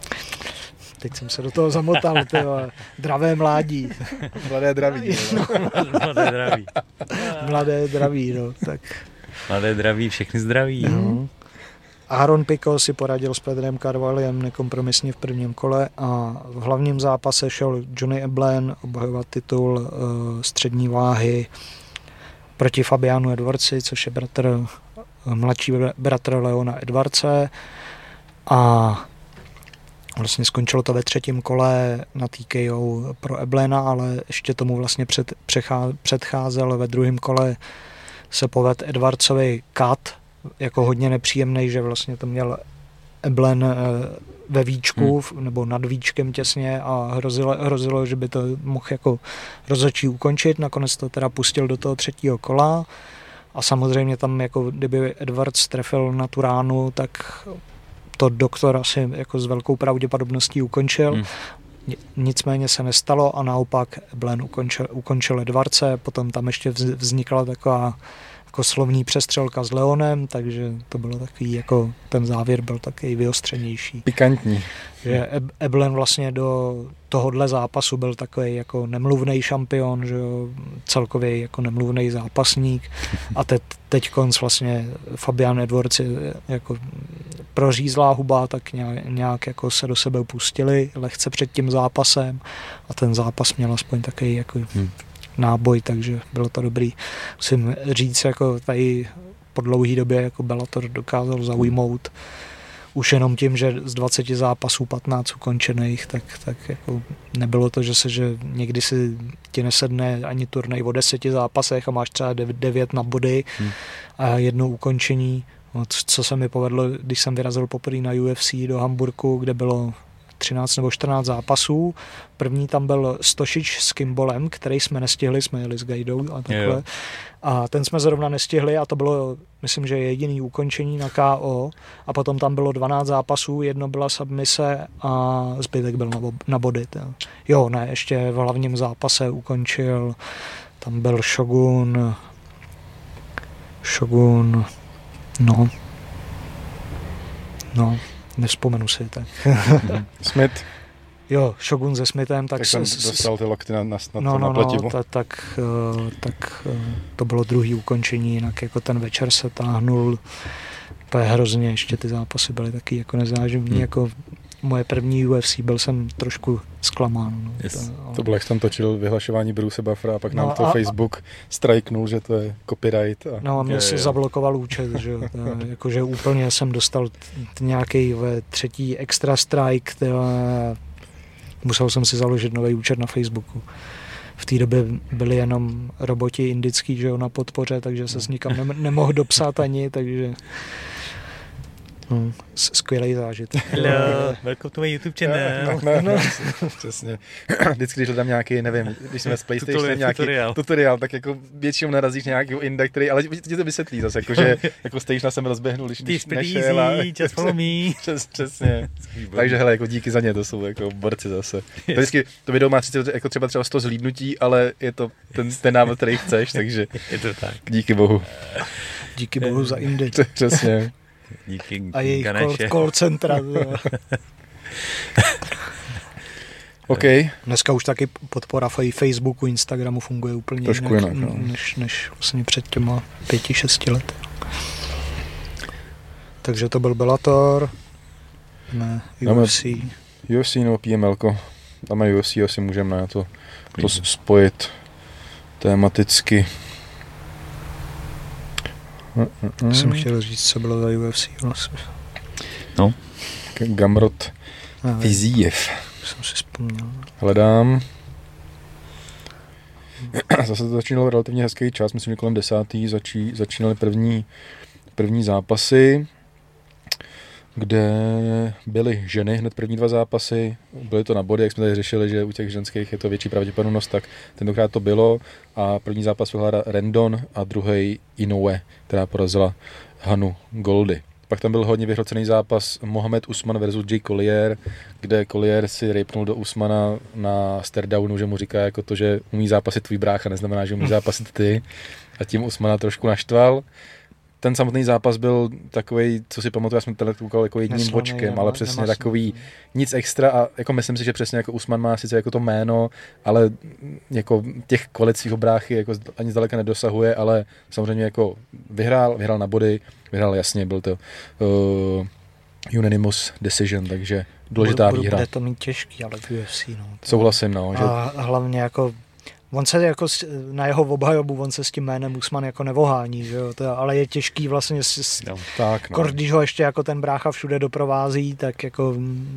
Teď jsem se do toho zamotal, tyjo, dravé mládí. Mladé draví. No. Mladé draví. Mladé draví, no, tak... Mladé draví, všechny zdraví. No. Aaron Pico si poradil s Pedrem Carvalhem nekompromisně v prvním kole a v hlavním zápase šel Johnny Eblen obhajovat titul uh, střední váhy proti Fabianu Edwardsi, což je bratr, mladší bratr Leona Edwardse, a vlastně skončilo to ve třetím kole na T K O pro Eblena, ale ještě tomu vlastně před, přechá, předcházel ve druhém kole se povedl Edwardsovi cut, jako hodně nepříjemný, že vlastně to měl Eblen ve víčku, hmm. nebo nad víčkem těsně a hrozilo, hrozilo, že by to mohl jako rozhodčí ukončit. Nakonec to teda pustil do toho třetího kola a samozřejmě tam jako kdyby Edwards trefil na tu ránu, tak to doktor asi jako s velkou pravděpodobností ukončil. Hmm. Nicméně se nestalo a naopak Eblen ukončil, ukončil Edwardse, potom tam ještě vznikla taková jako slovní přestřelka s Leonem, takže to bylo takový, jako ten závěr byl taky vyostřenější. Pikantní. Že Eblen vlastně do tohohle zápasu byl takový jako nemluvnej šampion, že jo, celkově jako nemluvnej zápasník a teď, teď konc vlastně Fabian Edwards jako prořízlá huba, tak nějak, nějak jako se do sebe pustili lehce před tím zápasem a ten zápas měl aspoň takový jako hmm. náboj, takže bylo to dobrý. Musím říct, jako tady po dlouhé době jako Bellator dokázal zaujmout už jenom tím, že z dvaceti zápasů patnáct ukončených, tak, tak jako nebylo to, že se, že někdy si ti nesedne ani turnaj o deseti zápasech a máš třeba devět na body hmm. a jedno ukončení. Co se mi povedlo, když jsem vyrazil poprvé na U F C do Hamburku, kde bylo třináct nebo čtrnáct zápasů. První tam byl Stošič s Kimbolem, který jsme nestihli, jsme jeli s Gajdou a takhle. Jo. A ten jsme zrovna nestihli a to bylo, myslím, že jediný ukončení na K O. A potom tam bylo dvanáct zápasů, jedno byla submise a zbytek byl na, na body. Jo, ne, ještě v hlavním zápase ukončil, tam byl Shogun, Shogun, no, no, nevzpomenu si tak. Smith. Jo, Shogun se Smithem, tak, tak jsem s, dostal ty lokty na, na, na, no, na no, pletivu. No, tak, tak, tak to bylo druhý ukončení, jinak jako ten večer se táhnul úplně hrozně, ještě ty zápasy byly taky jako nezáživní, hmm. jako moje první U F C, byl jsem trošku zklamán. No, yes. to, ale... to bylo, jak jsem točil vyhlašování Bruce Buffera a pak no nám to a, Facebook strajknul, že to je copyright. A... No a mě je, se je. zablokoval účet, že jo, jakože úplně jsem dostal nějaký třetí extra strike, teda, musel jsem si založit nový účet na Facebooku. V té době byli jenom roboti indický, že jo, na podpoře, takže se s nikam ne- nemohl dopsat ani, takže... Hmm, skvělej zážitek. Hello, welcome to my YouTube channel. No, no, no, přesně. Vždycky, když hledám nějaký, nevím, když jsme z PlayStation tutorial, nějaký tutorial. tutorial, tak jako většinou narazíš nějakého inda, který, ale ti to vysvětlí zase, jako, že jako Stationa jsem rozběhnul, když, když nešel. A... just follow me. Přes, přesně. Takže hele, jako díky za ně, to jsou jako borci zase. Yes. To, vždycky, to video má třicet, jako třeba třeba sto zhlídnutí, ale je to ten, ten návod, který chceš, takže je to tak. Díky bohu. Díky bohu za indy. Přesně. Díky a jejich call, call centra. OK. Dneska už taky podpora Facebooku, Instagramu funguje úplně trošku jinak, jinak no. než, než vlastně před těma pěti, šesti lety. Takže to byl Bellator, ne, U F C. U F C nebo P M L ko. Tam U F C asi můžeme na to, to spojit tematicky. Mm. Jsem chtěl říct, co bylo za U F C vlastně. No. Gamrot Fiziev. Jsem si vzpomněl. Hledám. Zase to začínalo relativně hezký čas, myslím, že kolem desátý začí, začínaly první, první zápasy, kde byly ženy hned první dva zápasy. Byly to na body, jak jsme tady řešili, že u těch ženských je to větší pravděpodobnost, tak tentokrát to bylo. A první zápas vyhrála Rendon a druhý Inoue, která porazila Hanu Goldy. Pak tam byl hodně vyhrocený zápas Mohamed Usman versus Jay Collier, kde Collier si rejpnul do Usmana na staredownu, že mu říká jako to, že umí zápasit tvůj brácha, neznamená, že umí zápasit ty. A tím Usmana trošku naštval. Ten samotný zápas byl takový, co si pamatuju, já jsem tenhle koukal jako jedním Neslaný, bočkem, ale přesně nemasný. Takový nic extra a jako myslím si, že přesně jako Usman má sice jako to jméno, ale jako těch kvalit svých bráchy jako ani zdaleka nedosahuje, ale samozřejmě jako vyhrál, vyhrál na body, vyhrál jasně, byl to uh, unanimous decision, takže důležitá Budu, výhra. Bude to mít těžký, ale v U F C, no. To... Souhlasím, no. Že... A hlavně jako on se jako na jeho obhajobu, on se s tím jménem Usman jako nevohání, že jo, to, ale je těžký vlastně, s, no, tak, no. Kor, když ho ještě jako ten brácha všude doprovází, tak jako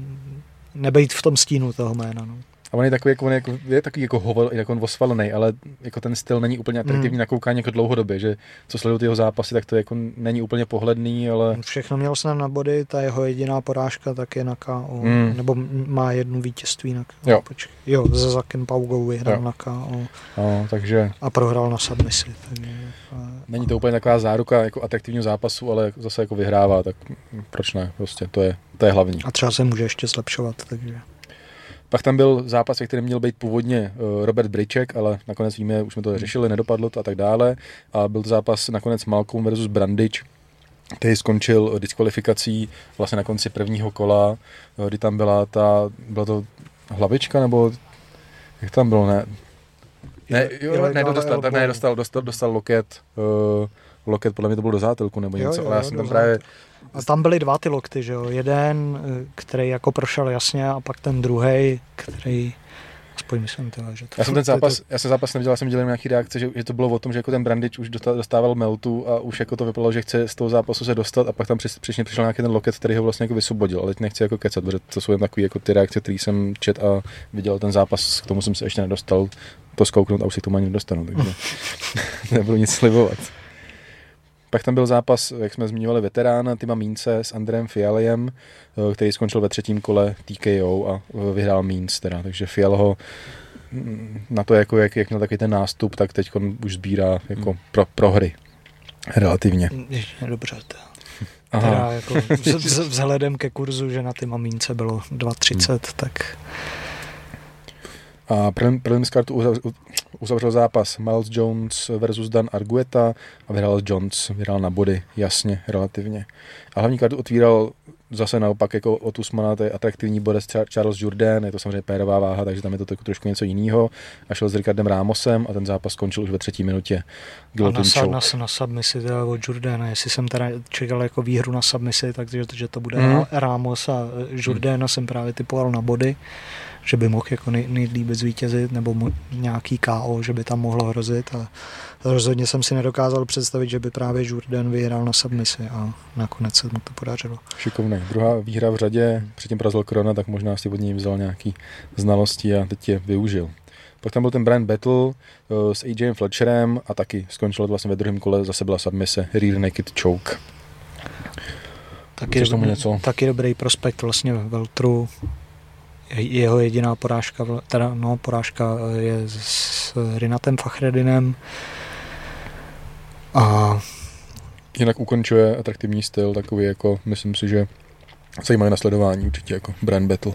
nebejt v tom stínu toho jména, no. A on je takový, jako, on je, jako, je takový jako, hovel, jako on osvalený, ale jako ten styl není úplně atraktivní hmm. na koukání jako dlouhodobě, že co sledují ty jeho zápasy, tak to jako není úplně pohledný, ale... Všechno měl snad na body, ta jeho jediná porážka tak je na K O, hmm. nebo má jednu vítězství na K O. Jo, jo se Zakem Paugou vyhrál jo. na K O. No, takže... A prohrál na submisi. Takže... Není to úplně taková záruka jako atraktivního zápasu, ale zase jako vyhrává, tak proč ne, prostě to je, to je hlavní. A třeba se může ještě zlepšovat, takže... Pak tam byl zápas, ve kterém měl být původně Robert Bryček, ale nakonec víme, už jsme to řešili, nedopadlo to a tak dále. A byl to zápas nakonec Malcolm versus Brandič, který skončil diskvalifikací vlastně na konci prvního kola, kdy tam byla ta, byla to hlavička, nebo jak tam bylo, ne? Ne, jo, jo, ne, dostal, ne dostal, dostal, dostal loket, uh, loket, podle mě to bylo do zátelku nebo něco, jo, jo, ale já jsem tam právě... A tam byly dva ty lokty, že jo, jeden, který jako prošel jasně a pak ten druhej, který Aspoň myslím teda, že to... Já jsem ten zápas, já jsem zápas neviděl, já jsem viděl nějaký reakce, že, že to bylo o tom, že jako ten Brandič už dostával meltu a už jako to vypadalo, že chce z toho zápasu se dostat a pak tam přišel, přišel nějaký ten loket, který ho vlastně jako vysvobodil, ale teď nechci jako kecat, protože to jsou jen takový jako ty reakce, které jsem čet a viděl ten zápas, k tomu jsem se ještě nedostal to zkouknout a už si k tomu ani nedostanu, takže nebudu nic slibovat. Pak tam byl zápas, jak jsme zmiňovali, veterána Tima Mínce s Andreem Fialem, který skončil ve třetím kole T K O a vyhrál Means teda, takže Fial ho na to, jako, jak, jak měl takový ten nástup, tak teď už sbírá jako pro, prohry relativně. Dobře, teda jako vzhledem ke kurzu, že na Tima Mínce bylo dva třicet, hmm. tak... A prelims kartu uzavřel zápas Miles Jones versus Dan Argueta a vyhrál Jones, vyhrál na body, jasně, relativně. A hlavní kartu otvíral zase naopak jako od Usmana, to je atraktivní bodec Charles Jourdain, je to samozřejmě pérová váha, takže tam je to trošku něco jiného. A šel s Ricardem Ramosem a ten zápas skončil už ve třetí minutě. A na, sa, na, na submisi teda od Jourdaina, jestli jsem teda čekal jako výhru na submisi, takže že to bude mm. Ramos a Jourdaina mm. jsem právě typoval na body, že by mohl jako nej, nejlíp zvítězit, nebo mo, nějaký K O, že by tam mohlo hrozit. A rozhodně jsem si nedokázal představit, že by právě Jourdain vyhrál na submisi a nakonec se mu to podařilo. Šikovný. Druhá výhra v řadě, předtím porazil Corona, tak možná si od něj vzal nějaký znalosti a teď je využil. Pak tam byl ten Brand Battle uh, s A J Fletcherem a taky skončilo vlastně ve druhém kole, zase byla submise Rear Naked Choke. Taky, do, něco? taky dobrý prospekt vlastně ve welteru. Jeho jediná porážka, teda no, porážka je s Rinatem Fakhredinem a jinak ukončuje atraktivní styl, takový jako, myslím si, že zajímavé nasledování určitě jako Brand Battle.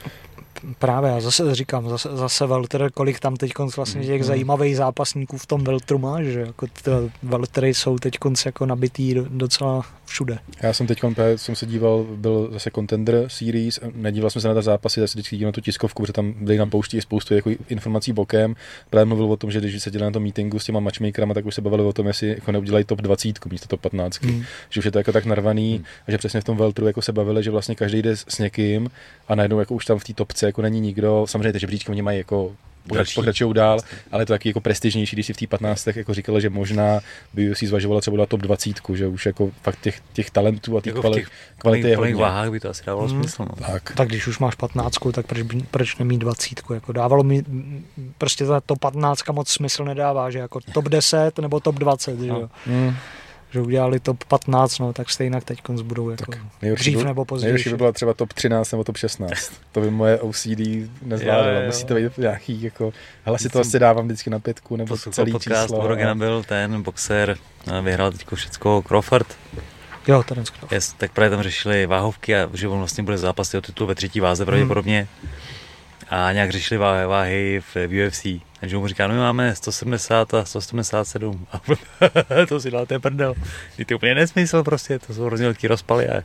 Právě, já zase říkám, zase, zase welter, kolik tam teď vlastně těch mm. zajímavých zápasníků v tom welteru má, že jako ty weltery jsou teď jako nabitý docela všude. Já jsem teď, jsem se díval, byl zase Contender Series, nedíval jsem se na ty zápasy, zase vždycky na tu tiskovku, protože tam byli nám pouští spoustu jako informací bokem. Právě mluvil o tom, že když se dělali na tom meetingu s těma matchmakerama, tak už se bavili o tom, jestli jako neudělají top dvacet místo top patnáct. Mm. Že už je to jako tak narvaný mm. a že přesně v tom welteru jako se bavili, že vlastně každý jde s někým a najednou jako už tam v té topce jako není nikdo. Samozřejmě ty žebříčky oni mají jako pokračují dál, ale to taky jako prestižnější, když si v té patnáctech jako říkali, že možná by si zvažovala třeba top dvacet, že už jako fakt těch, těch talentů a těch jako kvalit, kvality je hodně. V váhách by to asi dávalo hmm. smysl. No. Tak. tak když už máš patnáct, tak proč, proč nemít dvacet? Jako dávalo mi, prostě ta top patnáct moc smysl nedává, že jako top deset nebo top dvacet, no. Že jo. Hmm. Že udělali top patnáct, no, tak stejně teď budou jako dřív by, nebo později. Nejhorší by byla třeba top třináct nebo top šestnáct. To by moje O C D nezvládalo. Musí to být nějaký, jako, hele, si to asi dávám vždycky na pětku, nebo celý podcast číslo. Podcast byl ten boxer, vyhrál teďko všecko Crawford. Jo, ten Crawford. Yes, tak právě tam řešili váhovky a že on vlastně bude zápasit o titul ve třetí váze pravděpodobně. Hmm. A nějak řešili váhy, váhy v U F C. Takže mu říká, no my máme sto sedmdesát a sto sedmdesát sedm. A to si dáte prdel. Je to úplně nesmysl prostě, to jsou hrozně velký rozpaly. A,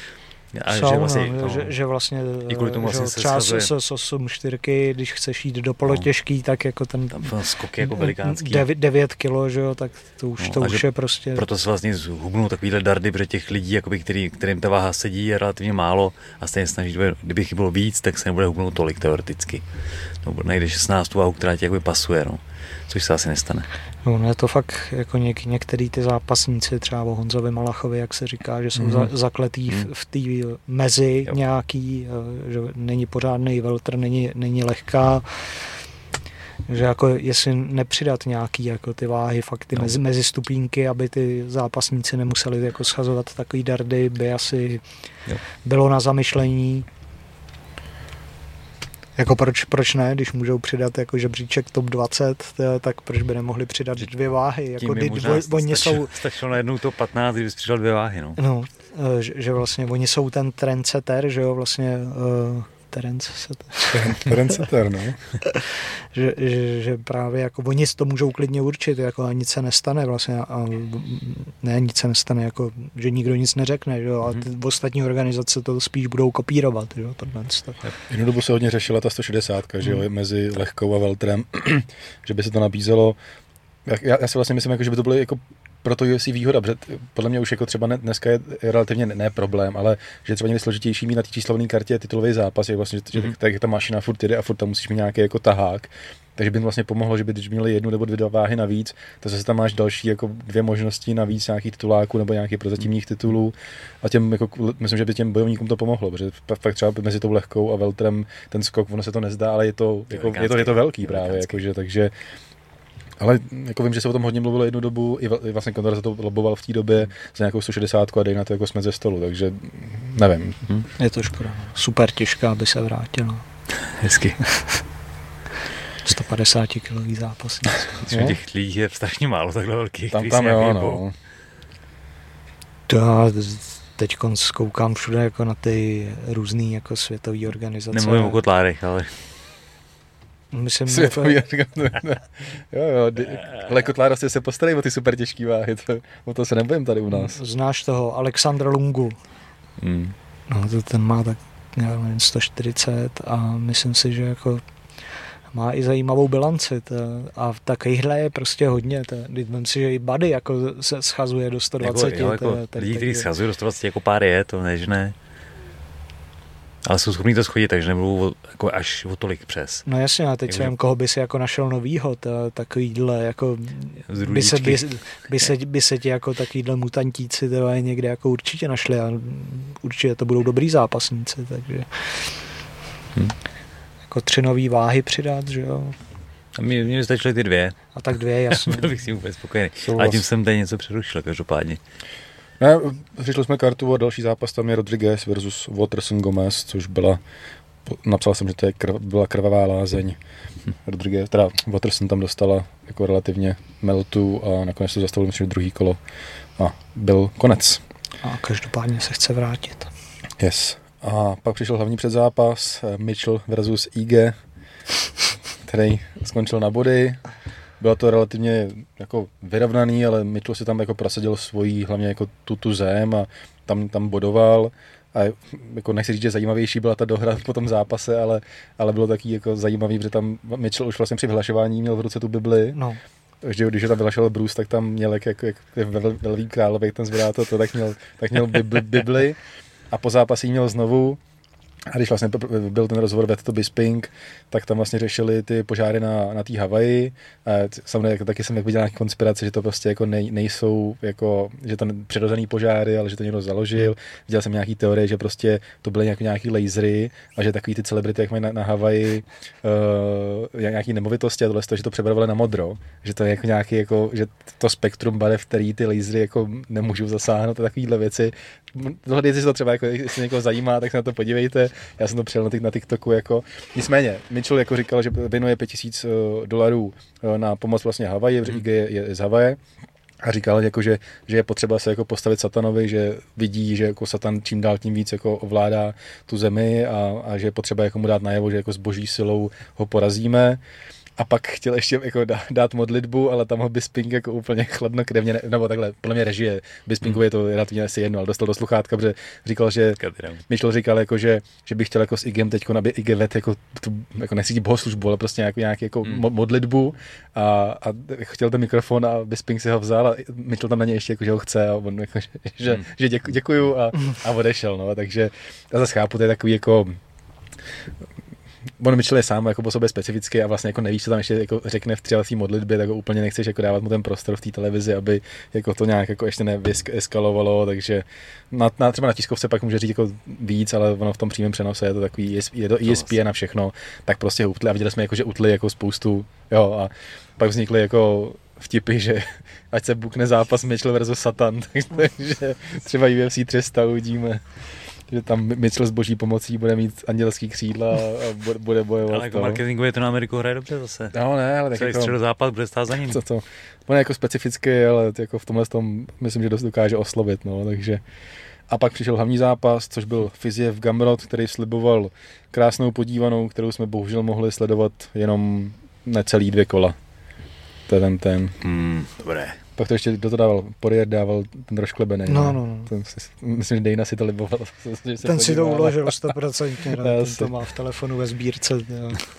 a Jsou, že, vlastně, no, no, že, že vlastně tomu že vlastně třeba s osm čtyřky, když chceš jít do polotěžký, no, tak jako ten tam skok jako velikánský. devět kilo, že jo, tak to už, no, to už je prostě... Proto se vlastně zhubnou takovýhle dardy, protože těch lidí, jakoby, který, kterým ta váha sedí, je relativně málo a stejně snaží, kdyby chybilo víc, tak se nebude hubnout tolik teoreticky. No, najde šestnáct váhu, která ti jakoby pasuje, no. Což se asi nestane. No, no je to fakt jako něk, některý ty zápasníci, třeba o Honzovi Malachovi, jak se říká, že jsou mm. za, zakletý mm. v, v té mezi jo. nějaký, že není pořádný welter, není, není lehká, že jako jestli nepřidat nějaký jako ty váhy, fakt ty no. mezi, mezi stupínky, aby ty zápasníci nemuseli jako schazovat takový dardy, by asi jo. bylo na zamyšlení. Jako proč, proč ne, když můžou přidat jako žebříček top dvacet, tak proč by nemohli přidat dvě váhy? Jako Tím možná dvoj, jsou... stačilo na jednou top patnáct, kdybys přidal dvě váhy. No, no že, že vlastně oni jsou ten trendsetter, že jo, vlastně uh, trendsetter, no. že, že, že právě jako oni to můžou klidně určit, jako a nic se nestane vlastně, a ne, nic se nestane, jako, že nikdo nic neřekne, že jo, a ty ostatní organizace to spíš budou kopírovat, že jo, tohle. Jednu dobu se hodně řešila ta sto šedesát, že jo, hmm. mezi lehkou a welterem, že by se to nabízelo. Já, já si vlastně myslím, jako, že by to bylo jako proto U F C výhoda, protože podle mě už jako třeba ne, dneska je relativně ne, ne problém, ale že třeba někdy složitější mít na té číslovné kartě titulový zápas, je vlastně, že, mm-hmm. že tak ta mašina furt jede a furt tam musíš mít nějaký jako tahák. Takže by jim vlastně pomohlo, že by když měli jednu nebo dvě váhy navíc, tak zase tam máš další jako dvě možnosti navíc nějakých tituláků nebo nějakých prozatímních titulů a těm jako, myslím, že by těm bojovníkům to pomohlo, protože fakt třeba mezi tou lehkou a welterem ten skok, ono se to nezdá, ale je to, jako, je to, je to velký právě, jakože, takže ale jako vím, že se o tom hodně mluvilo jednu dobu, i vlastně Conor za to loboval v té době za nějakou sto šedesát a dej na to jako jsme ze stolu, takže nevím. Hm? Je to škoda. Super těžká, aby se vrátila. Hezky. sto padesát kilový zápas. No? Těch lidí je strašně málo takhle velkých. Tam, tam jo, no. Já teď koukám všude jako na ty různý jako světový organizace. Nemluvím o kotlárech, ale... Myslím, světový jako... jo, jo, ale kotlára se postarají o ty super těžký váhy, to, o to se nebojím tady u nás. Znáš toho Alexandra Lungu? Hmm. No, to ten má tak, nevím, sto čtyřicet a myslím si, že jako má i zajímavou bilanci to, a takovýhle je prostě hodně. Myslím si, že i Buddy jako se schazuje do sto dvacet. Jako, jo, jako to, lidi, kteří schazují do sto dvacet, jako pár je, to než ne. Ale jsou schopní to schodit, takže nemluvu jako až o tolik přes. No jasně, a teď jako, jsem, koho by si jako našel novýho, ta, takovýhle, jako by se, by, by, se, by se ti jako takovýhle mutantíci teda někde jako určitě našli a určitě to budou dobrý zápasníci, takže hmm. jako tři nový váhy přidat, že jo. A mě, mě stačily ty dvě. A tak dvě, jasně. Byl bych si úplně spokojený. A tím jsem tady něco přerušil, každopádně. Ne, přišli jsme kartu a další zápas tam je Rodriguez versus Waterson Gomez, což byla, napsal jsem, že to je krv, byla krvavá lázeň. Hm. Rodriguez, teda Waterson tam dostala jako relativně meltu a nakonec to zastavil, myslím, že druhý kolo a byl konec. A každopádně se chce vrátit. Yes. A pak přišel hlavní předzápas Mitchell versus Ige, který skončil na body. Bylo to relativně jako vyrovnaný, ale Mitchell si tam jako prosadil svojí, hlavně jako tu, tu zem a tam, tam bodoval. A jako nechci říct, že zajímavější byla ta dohra po tom zápase, ale, ale bylo taky jako zajímavý, protože tam Mitchell už vlastně při vyhlašování měl v ruce tu Bibli. No. Takže když ho tam vyhlašoval Bruce, tak tam měl jak, jak, jak velký králové, jak ten zvedá to, to, tak měl, tak měl Bibli. A po zápase měl znovu. A když vlastně byl ten rozhovor Ved to Bisping, tak tam vlastně řešili ty požáry na, na té Havaji. A samozřejmě taky jsem viděl nějaké konspirace, že to prostě jako nej, nejsou, jako, že to přirozený požáry, ale že to někdo založil. Viděl jsem nějaký teorie, že prostě to byly nějaký, nějaký lasery a že takový ty celebrity, jak mají na, na Havaji uh, nějaký nemovitosti a tohle, že to přebarvili na modro. Že to je jako nějaký, jako, že to spektrum barev, který ty lasery jako nemůžou zasáhnout a takovýhle věci. Tohle, jestli to třeba jako, jestli někoho zajímá, tak se na to podívejte. Já jsem to přijel na TikToku. Jako. Nicméně, Mitchell jako říkal, že věnuje pět tisíc dolarů na pomoc vlastně Havaji, protože I G je, je z Havaje. A říkal, jako, že, že je potřeba se jako postavit satanovi, že vidí, že jako satan čím dál tím víc jako ovládá tu zemi a, a že je potřeba jako mu dát najevo, že jako s boží silou ho porazíme. A pak chtěl ještě jako dát modlitbu, ale tam ho Bisping jako úplně chladnokrevně, nebo takhle, podle mě režie Bispingovi je to relativně asi jedno, ale dostal do sluchátka, protože říkal, že Mitchell říkal, jako, že, že by chtěl jako s Igem teďko, aby Ige ved jako, tu, jako nechci bohoslužbu, ale prostě nějaký, nějaký jako hmm. modlitbu a, a chtěl ten mikrofon a Bisping si ho vzal a Mitchell tam na něj ještě jako, že ho chce a on jako, že, hmm. že děku, děkuju a, a odešel, no, takže já zase chápu, to je takový jako on Mitchell je sám jako po sobě specifický a vlastně jako nevíš, co tam ještě jako řekne v třileté modlitbě, tak úplně nechceš jako dávat mu ten prostor v té televizi, aby jako to nějak jako ještě neeskalovalo, takže na, na, třeba na tiskovce pak může říct jako víc, ale ono v tom přímém přenose je to takový, je to E S P N na všechno, tak prostě utli a viděli jsme jako, že utli jako spoustu, jo, a pak vznikly jako vtipy, že ať se bukne zápas Mitchell versus Satan, takže třeba U F C tři sta uvidíme. Že tam Mitchell s boží pomocí bude mít andělský křídla a bude bojovat. Ale jako marketingově to na Ameriku hraje dobře zase. No ne, ale tak celý jako... středozápad bude stát za ním. To, to. On je jako specifický, ale jako v tomhle tom myslím, že dost dokáže oslovit, no, takže... A pak přišel hlavní zápas, což byl Fiziev Gamrot, který sliboval krásnou podívanou, kterou jsme bohužel mohli sledovat jenom necelý dvě kola. To je ten ten. Hmm, dobré. Pak to ještě do toho dával, Poirier dával ten rozklebený. No, no, no. Ten, myslím, že Dana si to liboval. Ten si to uložil sto procent, ten to má v telefonu ve sbírce. Jo.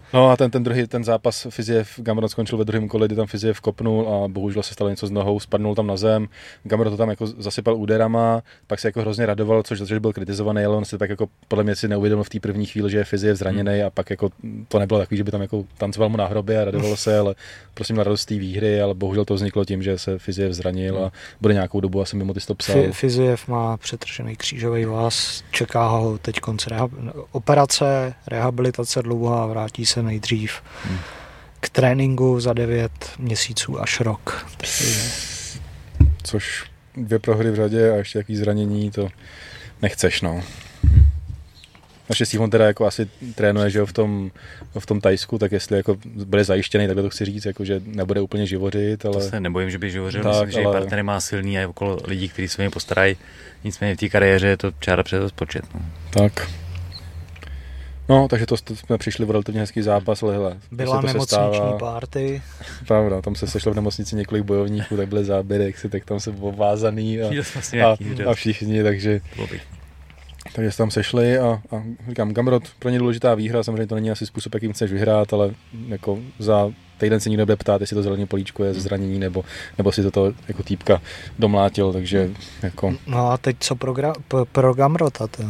No a ten, ten druhý, ten zápas Fiziev, Gamrot skončil ve druhém kole, kdy tam Fiziev kopnul a bohužel se stalo něco s nohou, spadnul tam na zem. Gamrot to tam jako zasypal úderama, pak se jako hrozně radoval, což, což byl kritizovaný, ale on si tak jako podle mě si neuvědomil v té první chvíli, že je Fiziev zraněný a pak jako to nebylo takový, že by tam jako tancoval mu na hrobě a radoval se, ale prostě měl radost té výhry, ale bohužel to vzniklo tím, že se Fiziev zranil a bude nějakou dobu asi mimo ty to psal. Fiziev má přetržený křížový vaz, čeká ho teď konce reha- operace, rehabilitace dlouhá, vrátí se nejdřív hmm. k tréninku za devět měsíců až rok. Takže... Což dvě prohry v řadě a ještě jaký zranění, to nechceš, no. Naštěstí on teda jako asi trénuje, že jo, v tom, v tom Tajsku, tak jestli jako bude zajištěný, takhle to chci říct, jako že nebude úplně živořit, ale... To se nebojím, že by živořil, tak, myslím, že ale... partnery má silný a je okolo lidí, kteří se o něj postarají, nicméně v té kariéře je to čára přes rozpočet. No. Tak. No, takže to, to jsme přišli v relativně hezký zápas, ale hele, byla to nemocniční party. Pravda, tam se sešlo v nemocnici několik bojovníků, tak byly záběry, jak si tak tam se obvázaný a, a, a všichni, takže... Takže se tam sešli a, a říkám, Gamrot, pro ně důležitá výhra, samozřejmě to není asi způsob, jakým chceš vyhrát, ale jako za týden se nikdo nebude ptát, jestli to zelený políčko je zranění, nebo, nebo si to, to jako týpka domlátil, takže jako... No a teď co pro, gra- pro, pro Gamrota, to?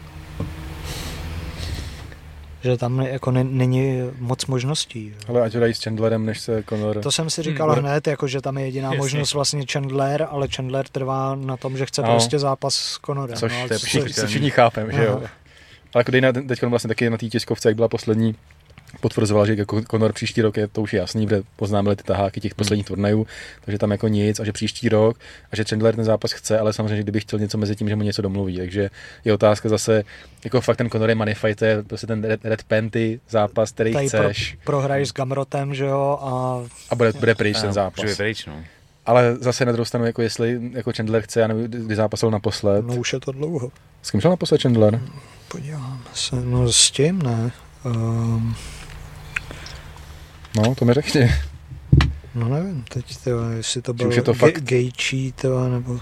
Že tam jako ne, není moc možností. Ale ať ho dají s Chandlerem, než se Conor... To jsem si říkal hmm. hned, jako, že tam je jediná Jasně. možnost vlastně Chandler, ale Chandler trvá na tom, že chce no. prostě zápas s Conorem. Což no, to všichni, co, všichni chápem, že jo. Ale jako Dana teď vlastně taky na té tiskovce, jak byla poslední, potvrzoval, že jako Conor příští rok je to už jasný, protože poznámili ty taháky těch posledních turnajů, takže tam jako nic a že příští rok a že Chandler ten zápas chce, ale samozřejmě, že kdyby chtěl něco mezi tím, že mu něco domluví, takže je otázka zase, jako fakt ten Conor je money fighter, prostě ten Red, red Panty zápas, který tady chceš. Pro, prohraješ s Gamrotem, že jo, a... A bude, bude pryč a, ten zápas. Bude pryč, no. Ale zase na druhou stranu, jako jestli jako Chandler chce, já nevím, kdy zápasil naposled. No už je to dlouho. S kým šel naposled Chandler? Podívám se, no s tím ne. Um... No, to mi řekni. No nevím, teď tyva, jestli to byl to ge- fakt... Gaethje, tyva, nebo...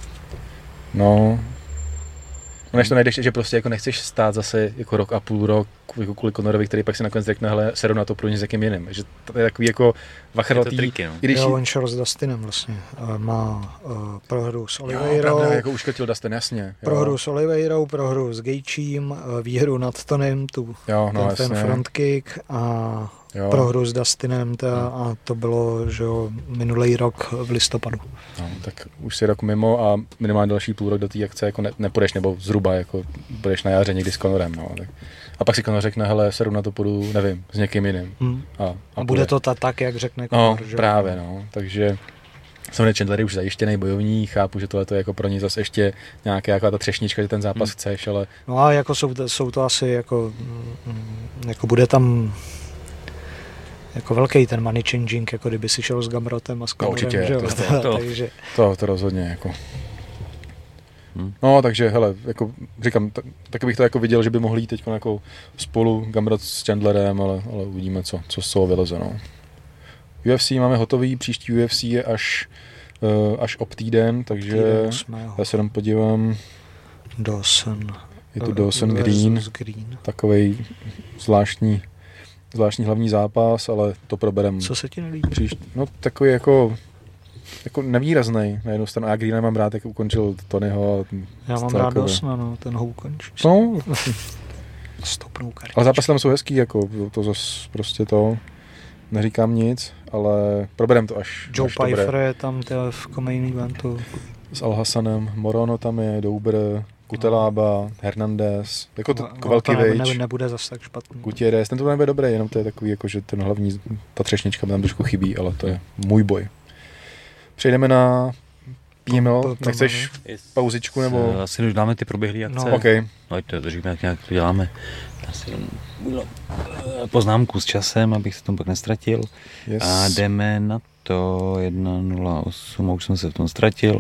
No... No než to najdeš, že prostě jako nechceš stát zase jako rok a půl rok jako kvůli Conorovi, který pak si nakonec řekne, hele, seru na to pro ně s někým jiným. Že to je takový jako vachrlatý... Triky, no. Když... Jo, on šel s Dustinem vlastně. Má uh, prohru s Oliveirou. Jo, jako uškrtil Dustin, jasně. Jo. Prohru s Oliveirou, prohru s Gaethjem, uh, výhru nad Tonem, tu, jo, no, ten, ten front kick a jo. prohru s Dustinem ta, a to bylo, že jo, minulý rok v listopadu. No, tak už si rok mimo a minimálně další půl rok do té akce jako ne, nepůjdeš, nebo zhruba jako budeš na jaře někdy s Conorem, no. Tak. A pak si Conor řekne, hele, seru na to půjdu, nevím, s někým jiným. Hmm. A, a, a bude to ta, tak, jak řekne Conor, no, že? Právě, no, takže samozřejmě Chandler je už zajištěný bojovník, chápu, že tohle je jako pro ní zase ještě nějaká jako ta třešnička, že ten zápas hmm. chceš, ale... No a jako jsou, jsou to asi jako, jako bude tam jako velký ten money changing, jako kdyby si šel s Gamrotem a s Conorem, no, určitě, že jo? To, to, to, takže... to, to rozhodně, jako... Hmm. No, takže, hele, jako říkám, tak, tak bych to jako viděl, že by mohli jít teď jako spolu Gamrot s Chandlerem, ale, ale uvidíme, co, co z toho vyleze, no. U F C máme hotový, příští U F C je až, uh, až ob týden, takže já se tam podívám. Dawson. Je to Dawson Green, Green. Takovej zvláštní, zvláštní hlavní zápas, ale to proberem. Co se ti nelíbí? Příští, no takový jako, jako nevýraznej na jednu stranu. Já Greena mám rád, jak ukončil Tonyho. Já mám rád Dawsona, no, ten ho ukončí. No. Stopnou kartičku. Ale zápasy tam jsou hezký, jako to zase prostě to, neříkám nic, ale proberem to až. Joe až Pyfer je tam v main eventu. S Al-Hassanem, Morono tam je, Doubr, Kutelába, Hernandez, jako to no, velký to vejč. Nebude, nebude zase tak špatný. Gutierrez, ten to nebude dobrý, jenom to je takový, jako, že ten hlavní, ta třešnička tam trošku chybí, ale to je můj boj. Přejdeme na P M L, nechceš pauzičku nebo? Asi už dáme ty proběhlý akce. No, okay. No, to držíme, jak nějak to děláme. Asi poznámku s časem, abych se tomu pak nestratil. Yes. A jdeme na to jedna nula osm, už jsem se v tom ztratil.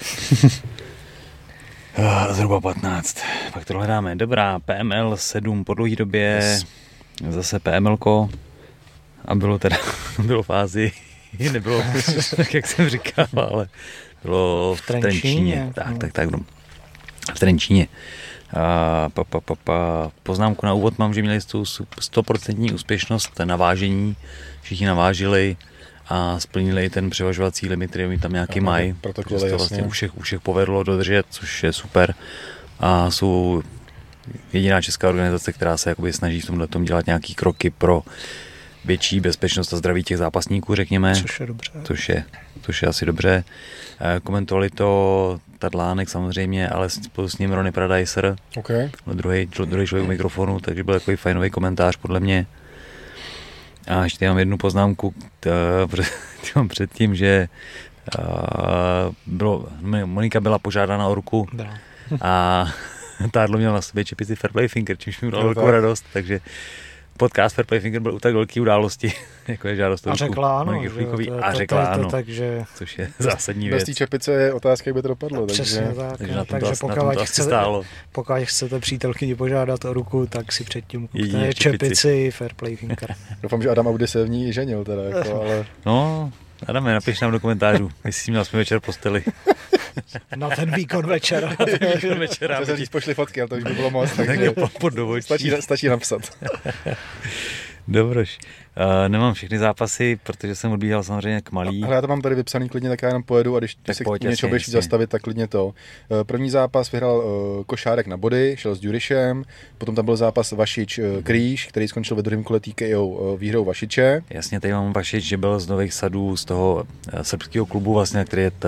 Zhruba patnáct. Pak to hledáme. Dobrá, P M L sedm po dlouhé době. Yes. Zase PMLko. A bylo teda, bylo fázi. Nebylo tak, jak jsem říkal, ale bylo v, v Trenčíně. Tak, tak, tak. No. V Trenčíně. A pa, pa, pa, pa. Poznámku na úvod mám, že měli sto procent úspěšnost na vážení, všichni navážili a splnili ten převažovací limit, který oni tam nějaký mají. Protokoly, to vlastně u všech, u všech povedlo dodržet, což je super. A jsou jediná česká organizace, která se jakoby snaží v tomhle tom dělat nějaký kroky pro větší bezpečnost a zdraví těch zápasníků, řekněme. Což je dobře. Což je, což je asi dobře. Komentovali to Tadlánek samozřejmě, ale spolu s ním Ronnie Paradiser. Okay. Druhý, druhý člověk u mikrofonu, takže byl takový fajnový komentář podle mě. A ještě mám jednu poznámku t- před tím, že bylo, Monika byla požádána o ruku a Tádlo měl na sobě čepici Fairplay Finger, čímž mi dalo velkou radost, takže podcast Fairplay Finger byl u tak velké události, jako je žádost o ruku. A řekla ano, Moniky Chlíkový, to, to, a řekla to, to, ano, to, takže... což je zásadní věc. Bez té čepice je otázka, jak by to dopadlo. Přesně takže... tak, takže na tom takže to, pokud, na tom to chcete, stálo. pokud chcete přítelkyni požádat o ruku, tak si předtím kupte Jedině čepici Fairplay Finger. Doufám, že Adam Audi se v ní ženil teda, jako, ale... No, Adame, napiš nám do komentářů, jestli jsi měl aspoň večer posteli. Na ten výkon večera. Na ten výkon večera. Chce se říct, pošli fotky, ale to už by bylo moc, takže pod stačí, stačí napsat. Dobroš. Uh, nemám všechny zápasy, protože jsem odbíhal samozřejmě k malý. Ale já to mám tady vypsaný klidně, tak já jenom pojedu a když tak se k něčeho budeš zastavit, tak klidně to. Uh, první zápas vyhrál uh, Košárek na body, šel s Ďurišem, potom tam byl zápas Vašič uh, Kríž, který skončil ve druhém kole T K O uh, výhrou Vašiče. Jasně, tady mám Vašič, že byl z Nových Sadů, z toho uh, srbského klubu vlastně, který je t,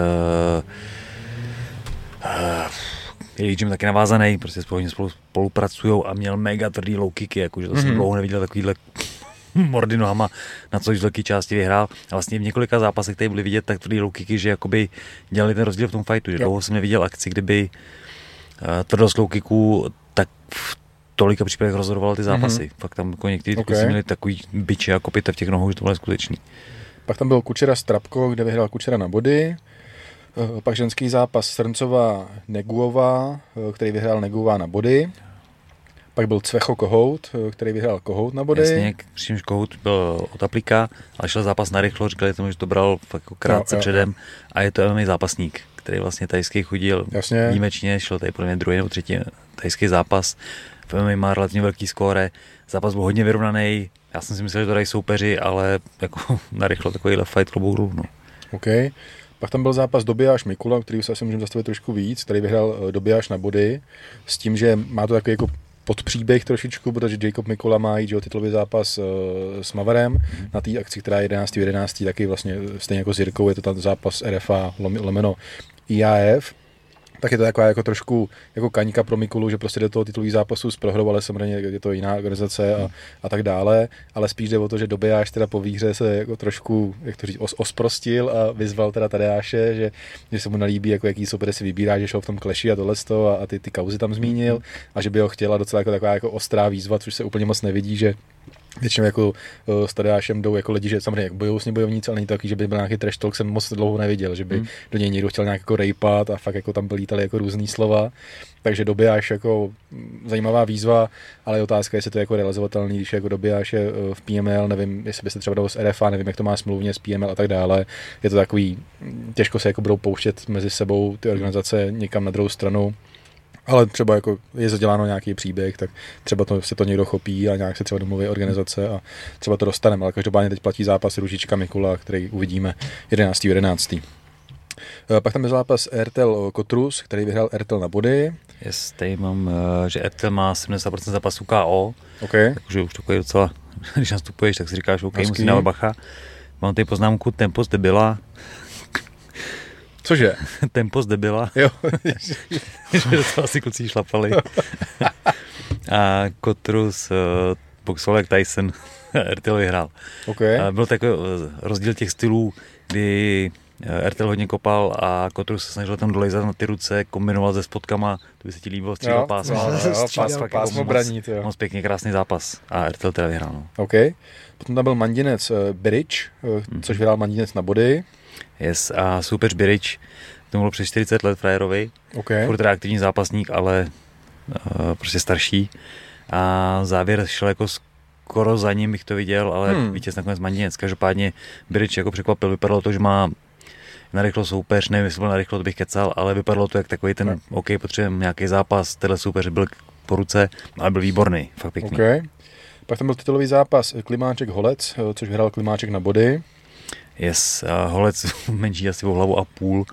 uh, je jim taky navázaný, prostě spolu, spolu spolupracujou a měl mega tvrdý low kicky, jakože to mm-hmm. jsem dlouho neviděl takovýhle mordy nohama, na což z velké části vyhrál. A vlastně v několika zápasech tady byly vidět tak tvrdý low kicky, že jakoby dělali ten rozdíl v tom fightu, že dlouho jsem neviděl akci, kdyby uh, tvrdost low kicků tak v tolika případech rozhodoval ty zápasy. Mm-hmm. Fakt tam jako někteří okay. měli takový biče a kopyta v těch nohou, že to bylo skutečný. Pak tam byl Kučera Strapko, kde vyhrál Kučera na body. Pak ženský zápas Srncová Neguová, který vyhrál Neguová na body. Pak byl Cvecho Kohout, který vyhrál Kohout na body. Jasně, přičemž Kohout byl od Aplika, ale šel zápas na rychlo, říkali tomu, že to bral jako krátce no, předem jo. A je to M M A zápasník, který vlastně tajský chodil Jasně. výjimečně, šel tady podle mě druhý nebo třetí tajský zápas. V M M A má relativně velký skóre, zápas byl hodně vyrovnaný, já jsem si myslel, že to dají soupeři, ale jako na rychlo takovýhle fight klobouk dolů. No. Okay. Pak tam byl zápas Dobijáš Mikula, který se asi můžeme zastavit trošku víc, který vyhrál Dobijáš na body, s tím, že má to takový jako podpříběh trošičku, protože Jacob Mikula má jít titulový zápas uh, s Maverem mm. na té akci, která je jedenáctého jedenáctého taky vlastně stejně jako s Jirkou, je to tam zápas R F A lomeno I A F. Tak je to taková jako trošku jako kaňka pro Mikulu, že prostě do toho titulový zápasu s prohrou, ale samozřejmě je to jiná organizace a, a tak dále, ale spíš jde o to, že Dobijáš teda po výhře se jako trošku, jak to říct, os, osprostil a vyzval teda Tadeáše, že, že se mu nelíbí, jako jaký soupeře si vybírá, že šel v tom kleši a tohleto a, a ty, ty kauzy tam zmínil a že by ho chtěla docela jako taková jako ostrá výzva, což se úplně moc nevidí, že většinou jako uh, s Tadeášem jdou jako lidi, že samozřejmě jako bojou s ním bojovníci, ale není to takový, že by byl nějaký trash talk, jsem moc dlouho neviděl, že by hmm. do něj někdo chtěl nějak jako rejpat a fakt jako tam lítali jako různý slova. Takže Dobijáš jako zajímavá výzva, ale je otázka, jestli to je jako realizovatelný, když jako Dobijáš je v P M L, nevím, jestli by se třeba dalo s R F A, nevím, jak to má smluvně s P M L a tak dále. Je to takový, těžko se jako budou pouštět mezi sebou ty organizace někam na druhou stranu. Ale třeba jako je zaděláno nějaký příběh, tak třeba to, se to někdo chopí a nějak se třeba domluví organizace a třeba to dostaneme, ale každopádně teď platí zápas Růžička Mikula, který uvidíme jedenáctého jedenáctého Pak tam je zápas Airtel Kotrus, který vyhrál Airtel na body. Yes, tady mám, že Airtel má sedmdesát procent zápasů K O, okay. takže už takový docela, když nastupuješ, tak si říkáš, OK, Hezký. Musím dávat bacha. Mám tady poznámku Tempos debila. Cože? Tempos debila. Jo. Že to asi kluci šlapali. A Kotrus uh, boxoval jak Tyson. R T L vyhrál. Okay. Uh, byl takový rozdíl těch stylů, kdy R T L hodně kopal a Kotrus se snažil tam dolejzat na ty ruce, kombinoval se spotkama, to by se ti líbilo, střídal pásmo. Jo, jo, pás, pás, pásmo braní. Moc, moc pěkný, krásný zápas a R T L teda vyhrál. No. Okay. Potom tam byl Mandinec Birič, mm. což vyhrál Mandinec na body. Yes, a soupeř Birič, to bylo přes čtyřicet let frajerovi, okay. furt teda aktivní zápasník, ale uh, prostě starší. A závěr šel jako skoro za ním, bych to viděl, ale hmm. vítěz nakonec Mandinec. Každopádně Birič jako překvapil, vypadalo to, že má narychlo soupeř, nevím, jestli byl narychlo, to bych kecal, ale vypadalo to jak takový ten, no. OK, potřebujeme nějaký zápas, tenhle soupeř byl po ruce, ale byl výborný, fakt pěkný. Okay. Pak tam byl titulový zápas Klimáček Holec, což vyhrál Klimáček na body. Yes, Holec menší asi o hlavu a půl,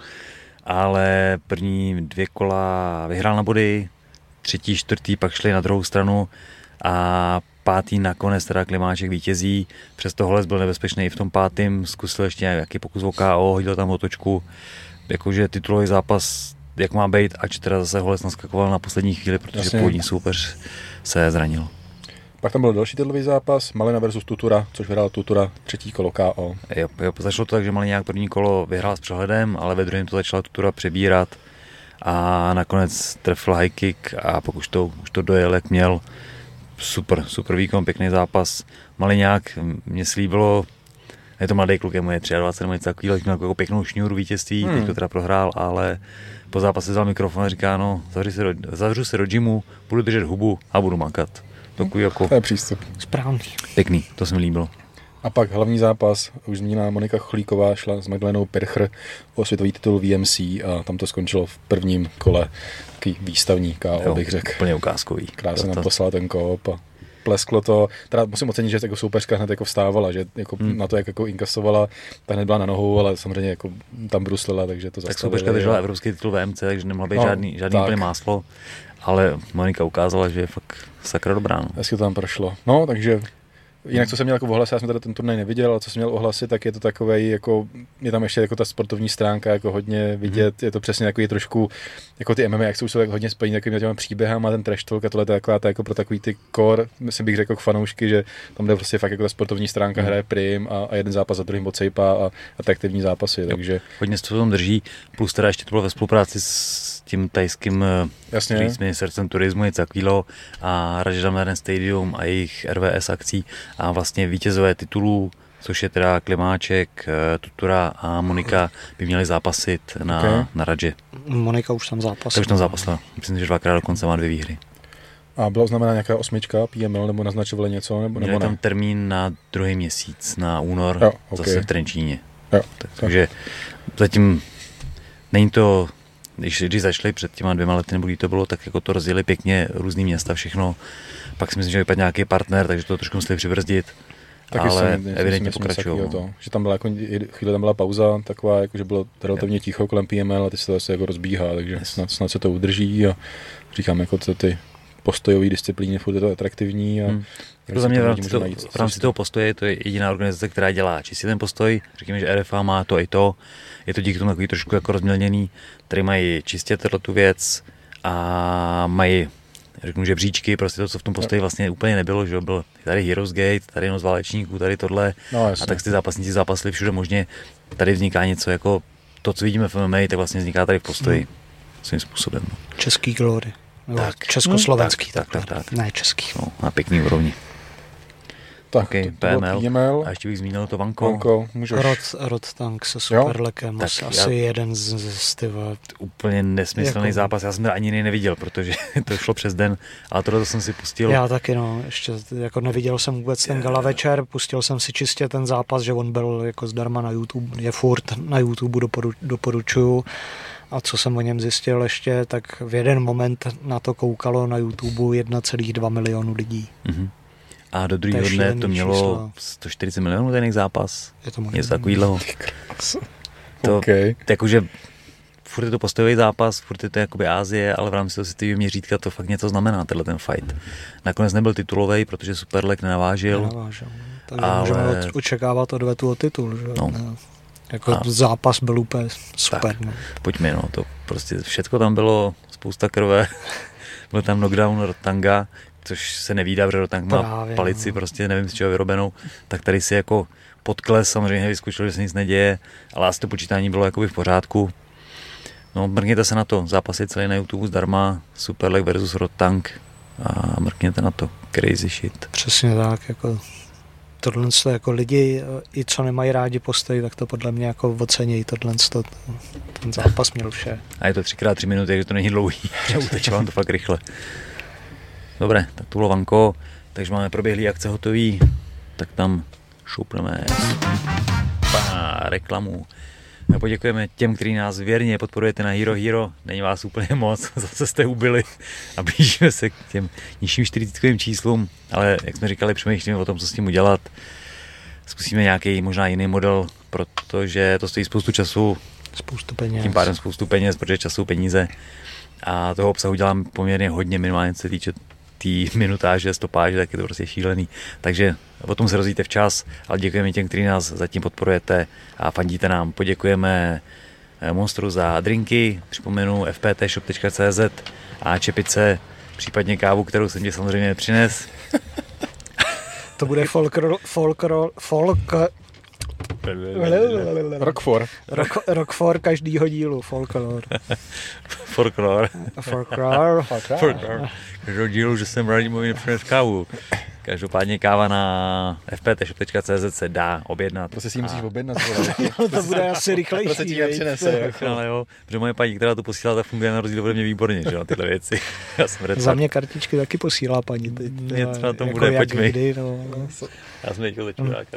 ale první dvě kola vyhrál na body, třetí, čtvrtý pak šli na druhou stranu a pátý nakonec teda Klimáček vítězí, přesto Holec byl nebezpečný i v tom pátým, zkusil ještě nějaký pokus o K O, hodil tam otočku, jakože titulový zápas, jak má být, ač teda zase Holec naskakoval na poslední chvíli, protože původní soupeř se zranil. Pak tam byl další titulový zápas, Malina versus Tutura, což vyhrál Tutura, třetí kolo K O. Jo, jo, začalo to tak, že Maliňák první kolo vyhrál s přehledem, ale ve druhém to začala Tutura přebírat a nakonec trefil high kick a pak už to, už to dojel, jak měl. Super, super výkon, pěkný zápas. Maliňák, mě slíbilo, je to mladý kluk, je mu je dvacet tři nebo něco takového, měl jako pěknou šňůru vítězství, hmm. teď to teda prohrál, ale po zápase vzal mikrofon a říká, no, zavřu se do, zavřu se do gymu, budu držet hubu a budu makat. Takový jako... To je přístup. Správný. Pěkný, to se mi líbilo. A pak hlavní zápas, už zmíněná Monika Chlíková šla s Magdalenou Pirchr o světový titul V M C a tam to skončilo v prvním kole. Takový výstavní K O, bych řekl. Úplně ukázkový. Krásně nám poslala ten kóp a plesklo to. Teda musím ocenit, že jako soupeřka hned jako vstávala, že jako hmm. na to, jak jako inkasovala, ta hned byla na nohou, ale samozřejmě jako tam bruslila, takže to zastavili. Tak soupeřka držela evropský titul V M C, takže nemohla být no, žádný, žádný úplně máslo, ale Monika ukázala, že je fakt sakra dobrá. No. Hezky to tam prošlo. No, takže jinak, co jsem měl jako ohlasy, já jsem tady ten turnaj neviděl, ale co jsem měl ohlasy, tak je to takovej, jako, je tam ještě jako ta sportovní stránka jako hodně vidět, mm. je to přesně takový trošku, jako ty M M A akce jsou tak hodně spojení takovými těma příběhama, ten trash talk a tohle je taková ta jako pro takový ty core, myslím bych řekl fanoušky, že tam jde prostě fakt jako ta sportovní stránka, mm. hraje prim a, a jeden zápas za druhým odsejpá a, a ty aktivní zápasy, jo. Takže. Hodně se to tam drží, plus teda ještě to bylo ve spolupráci s tím tajským ministerstvem turismu, něco takového a Rajadamnern Stadium a jejich R V S akcí a vlastně vítězové titulů, což je teda Klimáček, Tutura a Monika, by měli zápasit na, okay. na Radži. Monika už tam zápasila. Tak už tam zápasila. Myslím, že dvakrát dokonce má dvě výhry. A byla znamená nějaká osmička P M L, nebo naznačovali něco? Nebo, Měli nebo tam termín na druhý měsíc, na únor, jo, okay. zase v Trenčíně. Jo, tak, takže zatím není to, když, když začali před těma dvěma lety, nebo kdy to bylo, tak jako to rozjeli pěkně různý města, všechno. Pak si myslím, že vypadl nějaký partner, takže to trošku museli přibrzdit. Taky ale jsem, evidentně pokračují. No. Že tam byla jako, chvíli tam byla pauza, taková, jako, že bylo relativně ticho kolem P M L a teď se to asi jako rozbíhá, takže yes. snad, snad se to udrží a říkám, jako to ty postojové disciplíny, furt je to atraktivní. A hmm. Jako za mě v rámci, to, v rámci toho postoje to je jediná organizace, která dělá čistě ten postoj. Řekněme, že R F A má to i to. Je to díky tomu takový trošku jako rozmělněný, který mají čistě tu věc a mají, řeknu, že bříčky, prostě to, co v tom postoji vlastně úplně nebylo, že byl tady Heroes Gate, tady noc válečníků, tady tohle no, a tak ty zápasníci zápasili všude možně. Tady vzniká něco jako to, co vidíme v M M A, tak vlastně vzniká tady v postoji hmm. svým způsobem. Český glory. Tak. Československý, tak, tak, tak, tak. Ne český. No, na pěkný úrovni. Tak, okay, P M L. P M L. A ještě bych zmínil to Vanko. Vanko, můžeš. Rod, Rod Tank se Superlekem, tak asi já, jeden z, z tyva. Úplně nesmyslný jako, zápas, já jsem to ani neviděl, protože to šlo přes den, ale tohle jsem si pustil. Já taky no, ještě jako neviděl jsem vůbec ten gala večer, pustil jsem si čistě ten zápas, že on byl jako zdarma na YouTube, je furt na YouTube, doporu, doporučuju. A co jsem o něm zjistil ještě, tak v jeden moment na to koukalo na YouTube jedna celá dva milionu lidí. Mm-hmm. A do druhého dne to mělo číslo. sto čtyřicet milionů ten zápas. Je to možná. Něco takového. To, okay. Jakože furt je to postojový zápas, furt je to jakoby Ázie, ale v rámci toho světového měřítka to fakt něco znamená, tenhle ten fight. Nakonec nebyl titulový, protože Superlek nenavážil. Nenavážil. Takže ale... můžeme očekávat odvetu o titul. Že? No. Ne. Jako a... zápas byl úplně super. Tak, no. Pojďme, no, to prostě všechno tam bylo, spousta krve. Byl tam knockdown Rotanga, což se nevídá, protože Rotang má Právě, palici, no. prostě nevím z čeho vyrobenou, tak tady si jako podkles, samozřejmě vyzkoušel, že se nic neděje, ale asi to počítání bylo jakoby v pořádku. No, mrkněte se na to, zápas je celý na YouTube zdarma, Superleg versus Rotang a mrkněte na to, crazy shit. Přesně tak, jako tohle jako lidi, i co nemají rádi postoj, tak to podle mě jako ocenějí tohle, ten zápas měl vše. A je to třikrát tři minuty, takže to není dlouhý, že uteče vám to fakt rychle. Dobré, tak tu Vanko, takže máme proběhlý akce hotový, tak tam šoupneme pá, reklamu. A poděkujeme těm, kteří nás věrně podporujete na Hero Hero. Není vás úplně moc, zase jste ubili a blížíme se k těm nižším čtyřicítkovým číslům, ale jak jsme říkali, přemýšlíme o tom, co s tím udělat. Zkusíme nějaký možná jiný model, protože to stojí spoustu času, spoustu peněz. Tím pádem spoustu peněz, protože čas jsou peníze. A toho obsahu dělám poměrně hodně, minimálně co se týče tý minutáže, stopáže, tak je to prostě šílený. Takže o tom se rozvíjíte včas, ale děkujeme těm, kteří nás zatím podporujete a fandíte nám. Poděkujeme Monstru za drinky, připomenu f p t shop tečka c z a čepice, případně kávu, kterou jsem ti samozřejmě přines. To bude folk, folk, folk, Rockford. Rock, Rockford každýho dílu, folklor. Folklor. Folklor. Folklor. Každého dílu, že jsem rád můj přines kávu. Každopádně káva na f p t shop tečka c z se dá objednat. Prostě si ji musíš objednat. To bude asi rychlejší. Prostě ti nepřinese. Ale jo, protože moje paní, která to posílá, tak funguje na rozdíl ode mě výborně, že jo, tyhle věci. Já jsem Za mě kartičky taky posílá paní. Teď, něco na tom jako bude, pojď mi. Kdy, no. Já jsem teďko začuráka.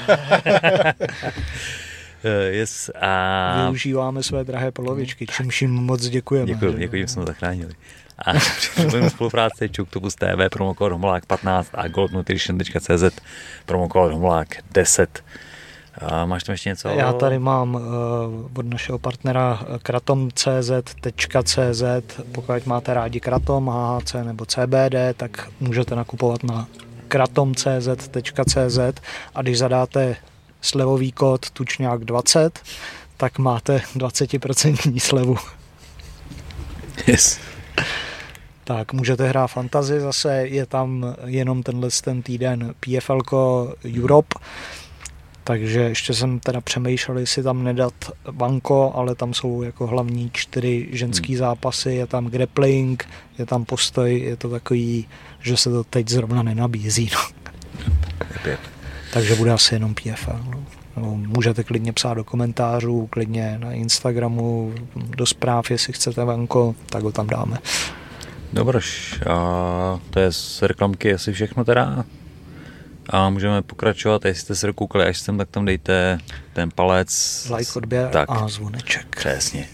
Yes, a... Využíváme své drahé polovičky, čímž jim moc děkujeme. Děkuji, děkuji, že jsme to zachránili. A připomenu spolupráci Čuktopus T V, promokód Homolák patnáct a gold nutrition tečka c z, promokód Homolák deset. A máš tam ještě něco? Já tady mám uh, od našeho partnera kratom tečka c z tečka c z. Pokud máte rádi kratom, H H C nebo C B D, tak můžete nakupovat na kratom tečka c z tečka c z a když zadáte slevový kód tučňák dvacet, tak máte dvacet procent slevu. Yes. Tak můžete hrát fantasy, zase je tam jenom tenhle ten týden P F L ko Europe, takže ještě jsem teda přemýšlel, jestli tam nedat banko, ale tam jsou jako hlavní čtyři ženský hmm. zápasy, je tam grappling, je tam postoj, je to takový, že se to teď zrovna nenabízí. No. Yep, yep. Takže bude asi jenom P F L. No. No, můžete klidně psát do komentářů, klidně na Instagramu, do zpráv, jestli chcete venko, tak ho tam dáme. Dobroš, a to je z reklamky asi všechno teda. A můžeme pokračovat, jestli jste se dokoukali až sem, tak tam dejte ten palec. Like, odběr tak. A zvoneček. Přesně.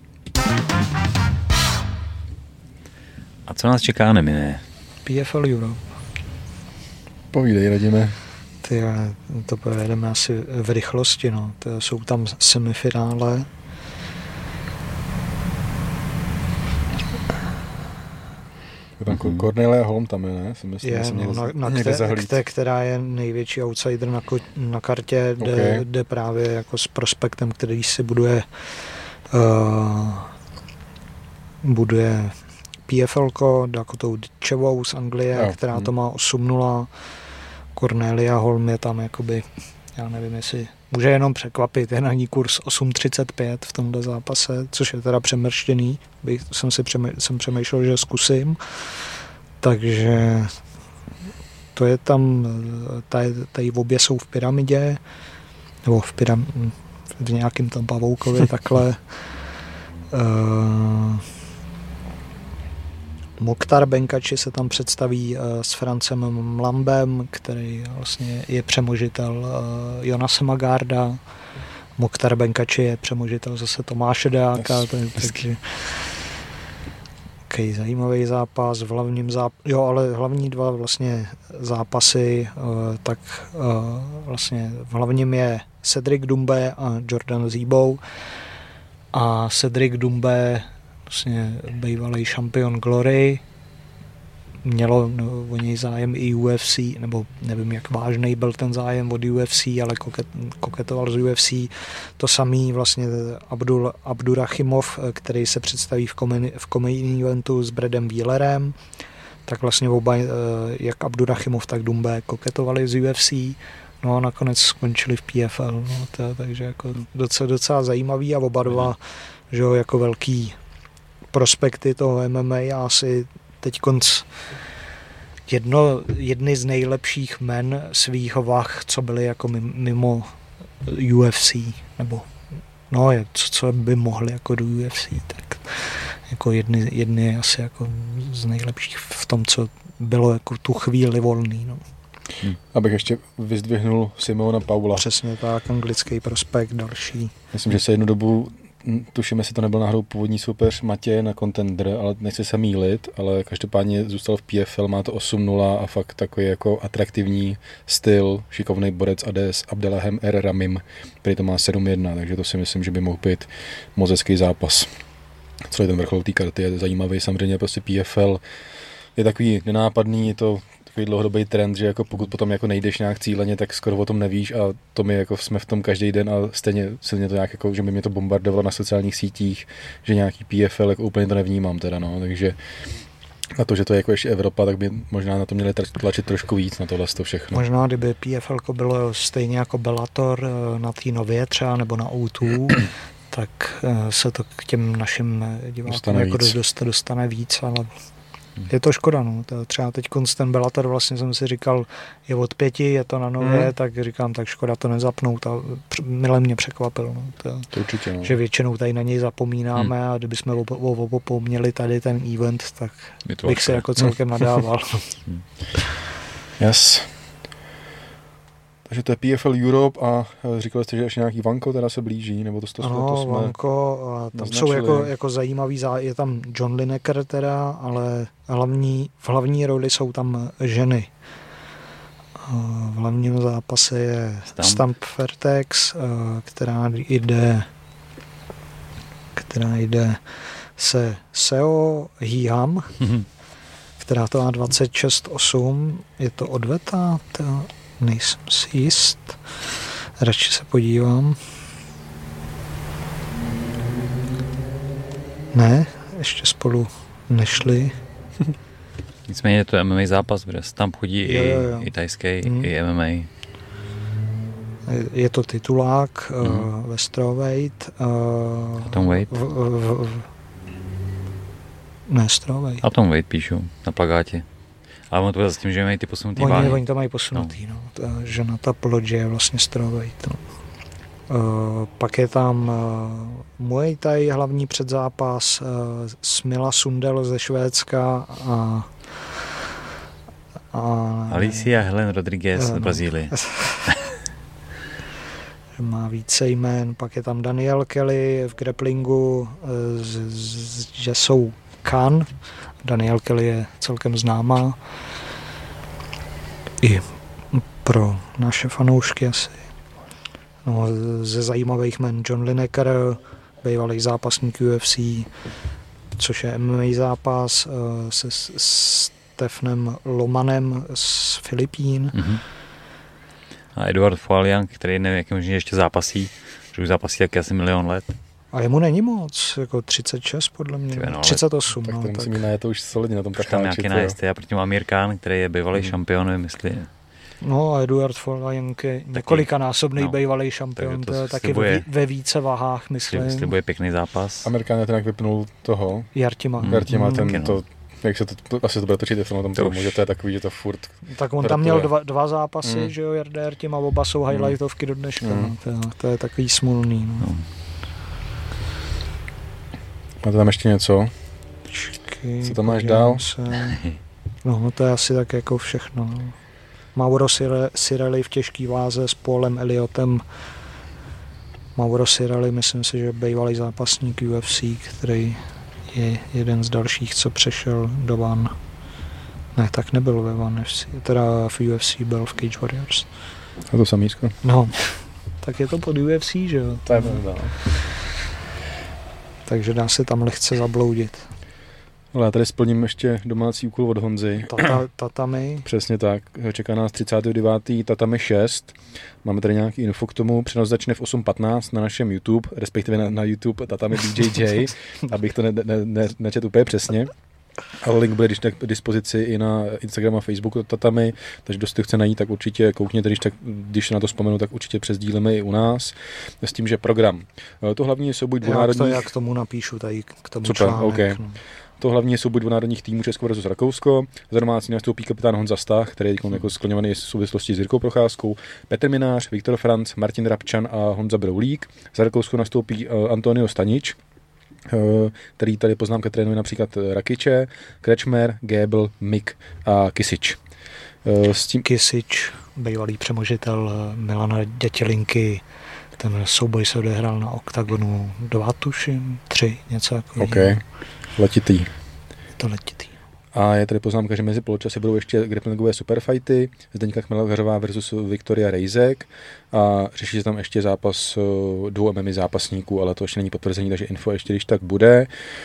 A co nás čeká, nemine? P F L Euro. Povídej, Radime. Ty, to pojedeme asi v rychlosti, no. To jsou tam semifinále. Tam Cornelia Holm tam je, ne? Jsem myslím, je, jsem no, někde, na, na někde kte, kte, která je největší outsider na, ko, na kartě, jde, okay. jde právě jako s prospektem, který si buduje uh, buduje P F L ko, Dakotou Ditchevou z Anglie, no. která hmm. to má osm nula. Cornelia Holm je tam jakoby, já nevím, jestli může jenom překvapit, je na ní kurz osm třicet pět v tomhle zápase, což je teda přemrštěný, bych, jsem si přemý, jsem přemýšlel, že zkusím, takže to je tam, tady, tady obě jsou v pyramidě, nebo v, pyram, v nějakým tam pavoukově takhle. Uh, Mokhtar Benkači se tam představí uh, s Francem Mlambem, který vlastně je přemožitel uh, Jonase Magarda. Mokhtar Benkači je přemožitel zase Tomáše Deáka. Yes. Takže okay, zajímavý zápas. V hlavním záp... Jo, ale hlavní dva vlastně zápasy, uh, tak uh, vlastně v hlavním je Cedric Doumbé a Jordan Zibou. A Cedric Doumbé vlastně bývalý šampion Glory, mělo no, o něj zájem i U F C, nebo nevím, jak vážný byl ten zájem od U F C, ale koket, koketoval z U F C. To samý vlastně Abdul, Abdurachimov, který se představí v komeni, v komedijním eventu s Bradem Wheelerem, tak vlastně oba, jak Abdurachimov, tak Doumbé koketovali z U F C, no a nakonec skončili v P F L, no, to, takže jako docela, docela zajímavý a oba dva, že jo, jako velký prospekty toho M M A a asi teď konc jedno, jedny z nejlepších men svých vah, co byly jako mimo U F C, nebo no, je, co, co by mohli jako do U F C, tak jako jedny, jedny asi jako z nejlepších v tom, co bylo jako tu chvíli volný, no. Hmm. Abych ještě vyzdvihnul Simona Paula. Přesně tak, anglický prospekt, další. Myslím, že se jednu dobu, tuším, jestli to nebyl náhodou původní soupeř Matěje na Contender, ale nechci se mýlit, ale každopádně zůstal v P F L, má to osm nula a fakt takový jako atraktivní styl, šikovný borec A D S Abdelahem R. Ramim, který to má sedm jedna, takže to si myslím, že by mohl být mozecký zápas. Celý ten vrchol té karty je zajímavý, samozřejmě prostě P F L je takový nenápadný, je to takový dlouhodobý trend, že jako pokud potom jako nejdeš nějak cíleně, tak skoro o tom nevíš a to my jako jsme v tom každý den a stejně silně to nějak jako, že by mě to bombardovalo na sociálních sítích, že nějaký P F L jako úplně to nevnímám teda, no, takže na to, že to je jako ještě Evropa, tak by možná na to měli tlačit trošku víc na tohle to všechno. Možná, kdyby P F L bylo stejně jako Bellator na té Nově třeba nebo na O dva, tak se to k těm našim divákům jako dostane, dostane víc, ale je to škoda, no. To třeba teď ten Bellator, vlastně jsem si říkal, je od pěti, je to na Nově, hmm. tak říkám, tak škoda to nezapnout a mile mě překvapilo. No. To, to určitě, no. Že většinou tady na něj zapomínáme hmm. a kdybychom opomněli tady ten event, tak bych se jako celkem nadával. Yes. Takže to je P F L Europe a říkali jste, že ještě nějaký Vanko teda se blíží, nebo to, to, ano, to jsme Vanko, a tam naznačili. Jsou jako, jako zajímavý, zá... je tam John Lineker teda, ale hlavní, v hlavní roli jsou tam ženy. V hlavním zápase je Stamp, Stamp Fairtex, která jde která jde se Seo Hiham, mm-hmm. která to má dvacet šest osm, je to odveta, to nejsem si jist. Radši se podívám. Ne, ještě spolu nešli. Nicméně je to M M A zápas, kde tam chodí jo, i, jo, jo. i tajský, hmm. i M M A. Je to titulák hmm. uh, ve strawweight. Uh, Atomweight? V, v, v, ne, strawweight. Atomweight píšu na plakátě. Ale ono to bude s tím, že mají ty posunutý váhy. Oni, oni to mají posunutý, no. No. Ta, že na ta plodže je vlastně strawweight, no. Uh, pak je tam uh, Muay Thai hlavní předzápas, uh, Smila Sundel ze Švédska a, a Alicia Helen Rodriguez uh, z Brazílie. Má více jmén, pak je tam Daniel Kelly v grapplingu uh, z, z Jessou Khan. Daniel Kelly je celkem známá i pro naše fanoušky asi. No, ze zajímavých jmen John Lineker, bývalý zápasník U F C, což je M M A zápas se Stefnem Lomanem z Filipín. Mm-hmm. A Eduard Foaliang, který nevím, jak možná ještě zápasí, že už zápasí taky asi milion let. A jemu není moc, jako třicet šest podle mě, Tyve, no, třicet osm. Tak no, to tak musím jít na to už solidně na tom takáči. Tam nějaký nájist, já proti mám Amir Khan, který je bývalý mm. šampion, nevím, jestli... No a Eduard Foaliang je několikanásobný no, bývalý šampion, to, to taky slibuje, ve více vahách, myslím. Slibuje pěkný zápas. Amir Khan je ten, jak vypnul toho. Jartima. Mm. Jartima, ten mm. to... Jak se to, to, asi to bude točit v tom tomu, že to je takový, že to furt... Tak on tam měl dva, dva zápasy, mm. že jo, Jarda Jartima, oba jsou highlightovky do dneška, mm. to, to je takový smulný, no. no. Máte tam ještě něco? Počkej, co tam máš dál? Se. No, to je asi tak jako všechno. No. Mauro Cirelli v těžký váze s Paulem Elliotem. Mauro Cirelli, myslím si, že bývalý zápasník U F C, který je jeden z dalších, co přešel do One. Ne, tak nebyl ve One F C, teda v U F C byl v Cage Warriors. A to samýsko? No, tak je to pod U F C, že jo? To je pravda. Takže dá se tam lehce zabloudit. Ale já tady splním ještě domácí úkol od Honzy. Tata, tatami. Přesně tak. Čeká nás třicátého devátého Tatami šest. Máme tady nějaký info k tomu. Přenos začne v osm patnáct na našem YouTube, respektive na, na YouTube Tatami B J J, abych to ne, ne, ne, nečet úplně přesně. Ale link bude když tak k dispozici i na Instagram a Facebooku Tatami, takže kdo si to chce najít, tak určitě koukněte, když, tak, když na to vzpomenu, tak určitě přesdílíme i u nás. S tím, že program. To hlavní je souboj dvounárodních... Já, já k tomu napíšu tady k tomu Super, článek. Okay. No. To hlavní je souboj dvounárodních týmů Česko versus Rakousko. Za domácí nastoupí kapitán Honza Stach, který je jako skloňovaný v souvislosti s Jirkou Procházkou, Petr Minář, Viktor Franc, Martin Rabčan a Honza Broulík. Za Rakousko nastoupí Antonio Stanič, který tady poznámka trénuje například Rakiče, Krečmer, Gébl, Mik a Kisič. S tím... Kisič, bývalý přemožitel Milana Dětělinky, ten souboj se odehrál na oktagonu dva, tuším, tři, něco takového. OK, letitý. To letitý. A je tady poznámka, že mezi poločasy budou ještě grapplingové superfighty, Zdeňka Chmelgařová versus Viktoria Rejzek a řeší se tam ještě zápas dvou M M A zápasníků, ale to ještě není potvrzení, takže info ještě když tak bude.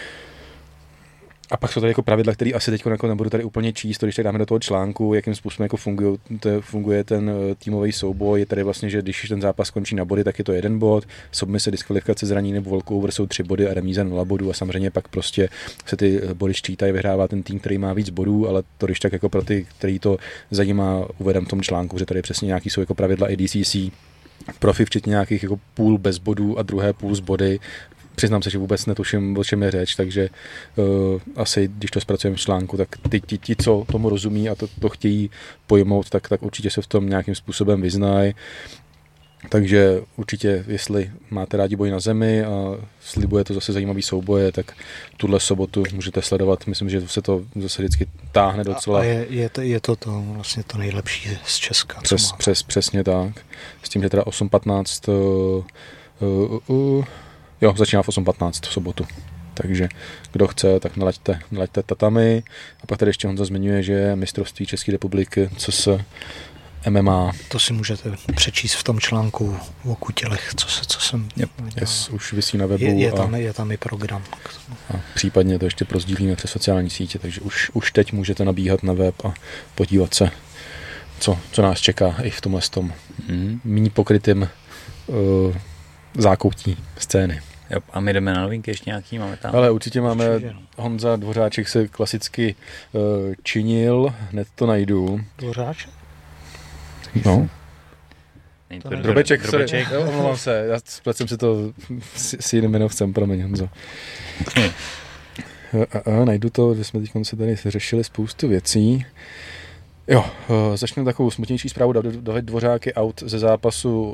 A pak jsou tady jako pravidla, které asi teď jako nebudu tady úplně číst, to když tak dáme do toho článku, jakým způsobem jako funguje, to funguje ten týmový souboj. Je tady vlastně, že když ten zápas skončí na body, tak je to jeden bod, submise, diskvalifikace, zranění nebo walkover jsou tři body a remíza nula bodů a samozřejmě pak prostě se ty body ščítají, vyhrává ten tým, který má víc bodů, ale to když tak jako pro ty, který to zajímá, uvedem v tom článku, že tady přesně nějaký jsou jako pravidla i D C C, profi včetně nějakých jako půl bez bodů a druhé půl z body. Přiznám se, že vůbec netuším, o čem je řeč, takže uh, asi, když to zpracujeme v článku, tak ty, ti, ti, co tomu rozumí a to, to chtějí pojmout, tak, tak určitě se v tom nějakým způsobem vyznají. Takže určitě, jestli máte rádi boj na zemi a slibuje to zase zajímavý souboje, tak tuhle sobotu můžete sledovat. Myslím, že se to zase vždycky táhne docela. A je, je, to, je to, to vlastně to nejlepší z Česka. Přes, přes, přesně tak. S tím, že teda osm patnáct uh, uh, uh, Jo, začíná v osm patnáct v sobotu. Takže kdo chce, tak nalaďte, nalaďte tatami. A pak tady ještě Honza zmiňuje, že mistrovství České republiky, co se M M A. To si můžete přečíst v tom článku o kutělech, co, se, co jsem yep. yes, už visí na webu. Je, je, tam, a, je tam i program. A případně to ještě prozdílíme přes sociální sítě, takže už, už teď můžete nabíhat na web a podívat se, co, co nás čeká i v tomhle tom mm. méně pokrytým uh, zákoutí scény. Jo, a my jdeme na novinky ještě nějaký, máme tam? Ale určitě máme, Honza Dvořáček se klasicky uh, činil, hned to najdu. Dvořáček? No. To to Drobeček, Drobeček. Sorry, omlouvám se, já splet jsem si to s, s jiným jmenovcem, promiň Honzo. a, a, najdu to, že jsme teď se tady řešili spoustu věcí. Jo, uh, začneme takovou smutnější zprávu. David Dvořák je out ze zápasu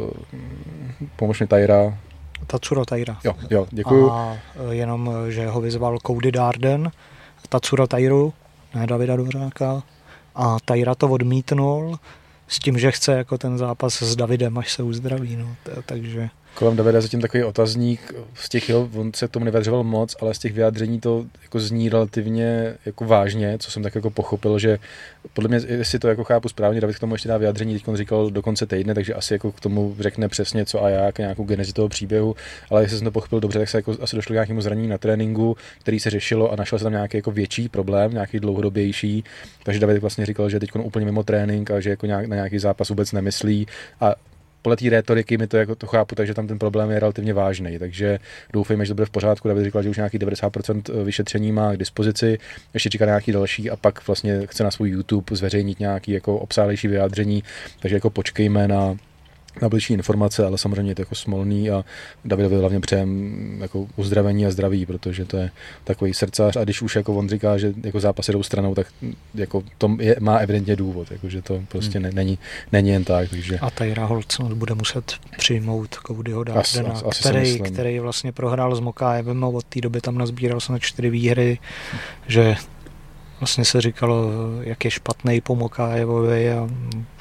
uh, pomožně Taira. Tatsuro Taira. Jo, jo, děkuju. A jenom, že ho vyzval Cody Darden, Tatsuro Tairu, ne Davida Dvořáka. A Taira to odmítnul s tím, že chce jako ten zápas s Davidem, až se uzdraví. No. Takže... Kolem Davida zatím takový otazník, z těch, jo, on se k tomu nevyjadřoval moc, ale z těch vyjádření to jako zní relativně jako vážně, co jsem tak jako pochopil, že podle mě, jestli to jako chápu správně, David k tomu ještě dá vyjádření, teď on říkal do konce týdne, takže asi jako k tomu řekne přesně co a jak, nějakou genezi toho příběhu, ale jestli jsem to pochopil dobře, tak se jako asi došlo k nějakému zranění na tréninku, který se řešilo a našel se tam nějaký jako větší problém, nějaký dlouhodobější, takže David vlastně říkal, že teď on úplně mimo trénink a že jako nějak, na nějaký zápas vůbec nemyslí a podle té rétoriky mi to jako to chápu, takže tam ten problém je relativně vážný, takže doufejme, že to bude v pořádku. David říkal, že už nějaký devadesát procent vyšetření má k dispozici, ještě čeká nějaký další a pak vlastně chce na svůj YouTube zveřejnit nějaký jako obsáhlejší vyjádření, takže jako počkejme na na bližší informace, ale samozřejmě je to jako smolný a Davidovi hlavně přejem jako uzdravení a zdraví, protože to je takový srdcař a když už jako on říká, že jako zápasy jdou stranou, tak jako to je, má evidentně důvod, jako, že to prostě hmm. ne, není, není jen tak. Takže... A Taira Holc bude muset přijmout Codyho Dardena, který, který vlastně prohrál s Mokájevem a od té doby tam nazbíral se na čtyři výhry, že vlastně se říkalo, jak je špatnej po Mokájevovi a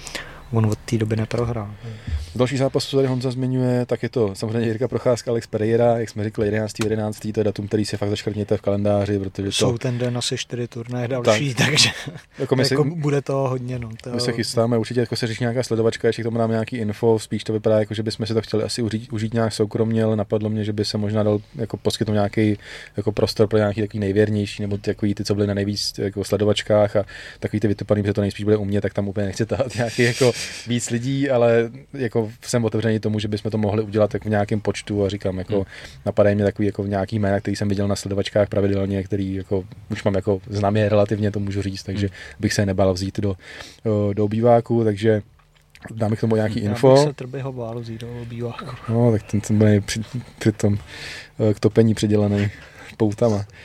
on od té doby neprohrál. Další zápas, co tady Honza zmiňuje, tak je to samozřejmě Jirka Procházka, Alex Pereira, jak jsme řekli, jedenáctého jedenáctého to je datum, který si fakt zaškrtněte v kalendáři, protože to... Jsou ten den asi čtyři turnaje další, tak, takže jako my si, jako bude to hodně. No, to... My se chystáme, určitě jako se řeší nějaká sledovačka, ještě k tomu dáme nějaký info, spíš to vypadá jako, že bychom si to chtěli asi užít, užít nějak soukromně, ale napadlo mě, že by se možná dal jako poskytnout nějaký jako prostor pro nějaký takový nejvěrnější, nebo takový ty, co byly na nejvíc jako sledovačkách a takový ty vytupaný, protože to nejspíš bude u mě, tak tam úplně nechci tahat nějaký jako víc lidí, ale jako jsem otevřený tomu, že bychom to mohli udělat tak v nějakém počtu a říkám, jako hmm. napadají mě takový jako nějaký jména, který jsem viděl na sledovačkách pravidelně, který jako už mám jako znám je relativně, to můžu říct, takže hmm. bych se nebál vzít do, do obýváku, takže dáme k tomu nějaký Já info. Já bych se Trbyho bál vzít do obýváku. No, tak ten, ten bude při, při tom k topení přidělený poutama.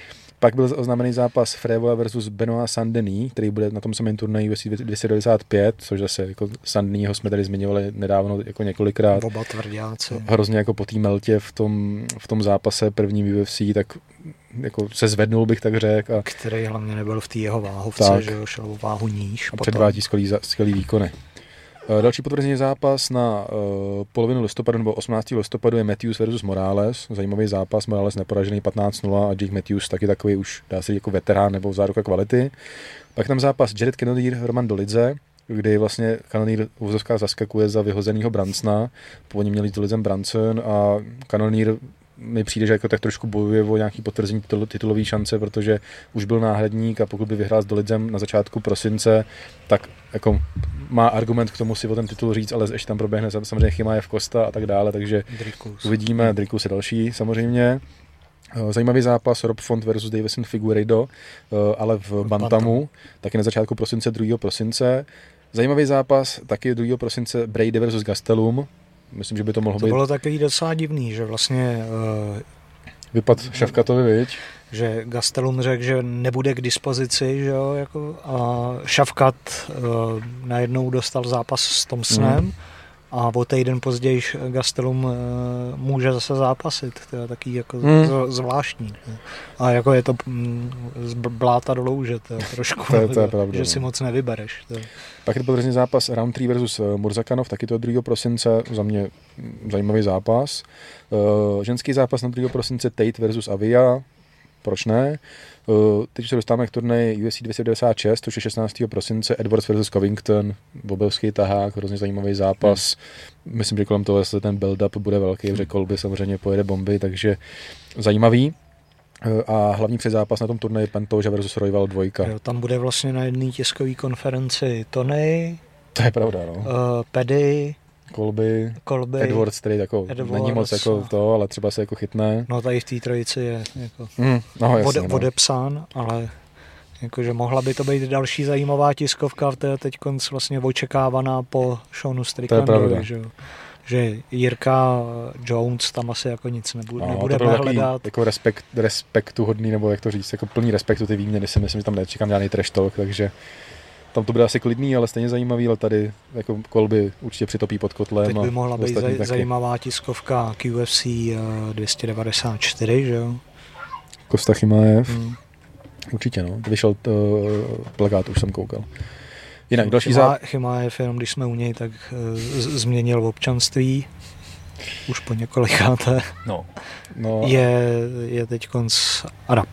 Pak byl oznámený zápas Frévola versus Benoit Saint-Denis, který bude na tom samém turnaji U F C dvě stě devadesát pět, což zase jako Saint-Denis jsme tady zmiňovali nedávno jako několikrát. Oba tvrďáci. Hrozně jako po té meltě v tom, v tom zápase prvním U F C, tak jako se zvednul bych tak řekl. A který hlavně nebyl v té jeho váhovce, tak. že jo, šel o váhu níž. A předvádí skvělý, skvělý výkony. Další potvrzený zápas na uh, polovinu listopadu nebo osmnáctého listopadu je Matthews versus Morales. Zajímavý zápas, Morales neporažený patnáct nula a Jake Matthews taky takový už dá se říct jako veterán nebo záruka kvality. Pak tam zápas Jared Cannonier, Roman Dolidze, kdy vlastně Cannonier uvozovka zaskakuje za vyhozenýho Bransona. Původně měli Dolidze Branson a Cannonier mi přijde, že jako tak trošku bojuje o nějaký potvrzení titul, titulové šance, protože už byl náhradník a pokud by vyhrál s Dolidzem na začátku prosince, tak jako má argument k tomu si o ten titul říct, ale ještě tam proběhne samozřejmě Chimaev, Costa a tak dále, takže Dricus. Uvidíme, Dricus je další samozřejmě. Zajímavý zápas Rob Font versus Davison Figueiredo, ale v Bantamu, Bantamu, taky na začátku prosince, druhého prosince. Zajímavý zápas, taky druhého prosince Brady versus Gastelum. Myslím, že by to mohlo to být... To bylo takový docela divný, že vlastně... Uh, Vypad Šavkatovi, viď? Že Gastelum řekl, že nebude k dispozici, že jo, jako, a Šavkat uh, najednou dostal zápas s Thompsonem, mm. a o týden později Gastelum uh, může zase zápasit. To je taky jako mm. z, zvláštní. Ne? A jako je to mm, z bláta do louže, to je trošku, to je, to je pravda, že si moc nevybereš. To. Pak je to podřezný zápas Roundtree versus Murzakanov, taky to druhého prosince, za mě zajímavý zápas. Uh, ženský zápas na druhého prosince Tate versus Avia, proč ne? Uh, teď se dostáváme k turnaji U F C dvě stě devadesát šest, což je šestnáctého prosince, Edwards versus Covington, bobelský tahák, hrozně zajímavý zápas. Hmm. Myslím, že kolem toho ten build-up bude velký, protože Colby samozřejmě pojede bomby, takže zajímavý. Uh, a hlavní předzápas na tom turnaji Pantoja versus Royval dva. Jo, tam bude vlastně na jedné tiskové konferenci Tony, to je pravda, no. Uh, Paddy, Colby, Colby, Edwards, který jako Edwards, není moc jako to, ale třeba se jako chytne. No tady v té trojici je jako mm, no, jasně, vode, odepsán, ale jakože mohla by to být další zajímavá tiskovka, to je teď vlastně očekávaná po Seanu Stricklandovi, že, že Jirka Jones tam asi jako nic nebude, no, nebudeme hledat. Jako respekt, respektu hodný, nebo jak to říct, jako plný respektu ty výměny, si myslím, že tam nečekám žádný trash talk, takže tam to bude asi klidný, ale stejně zajímavý, ale tady jako Colby určitě přitopí pod kotlem. Teď by mohla být zaj, zajímavá tiskovka k U F C dvě stě devadesát čtyři, že jo? Costa Chimaev. Hmm. Určitě, no. Vyšel to, plakát, už jsem koukal. Jinak, další zá... Chimaev, jenom když jsme u něj, tak z- změnil občanství. Už po několikáté. No. no. Je, je teď konc Arab.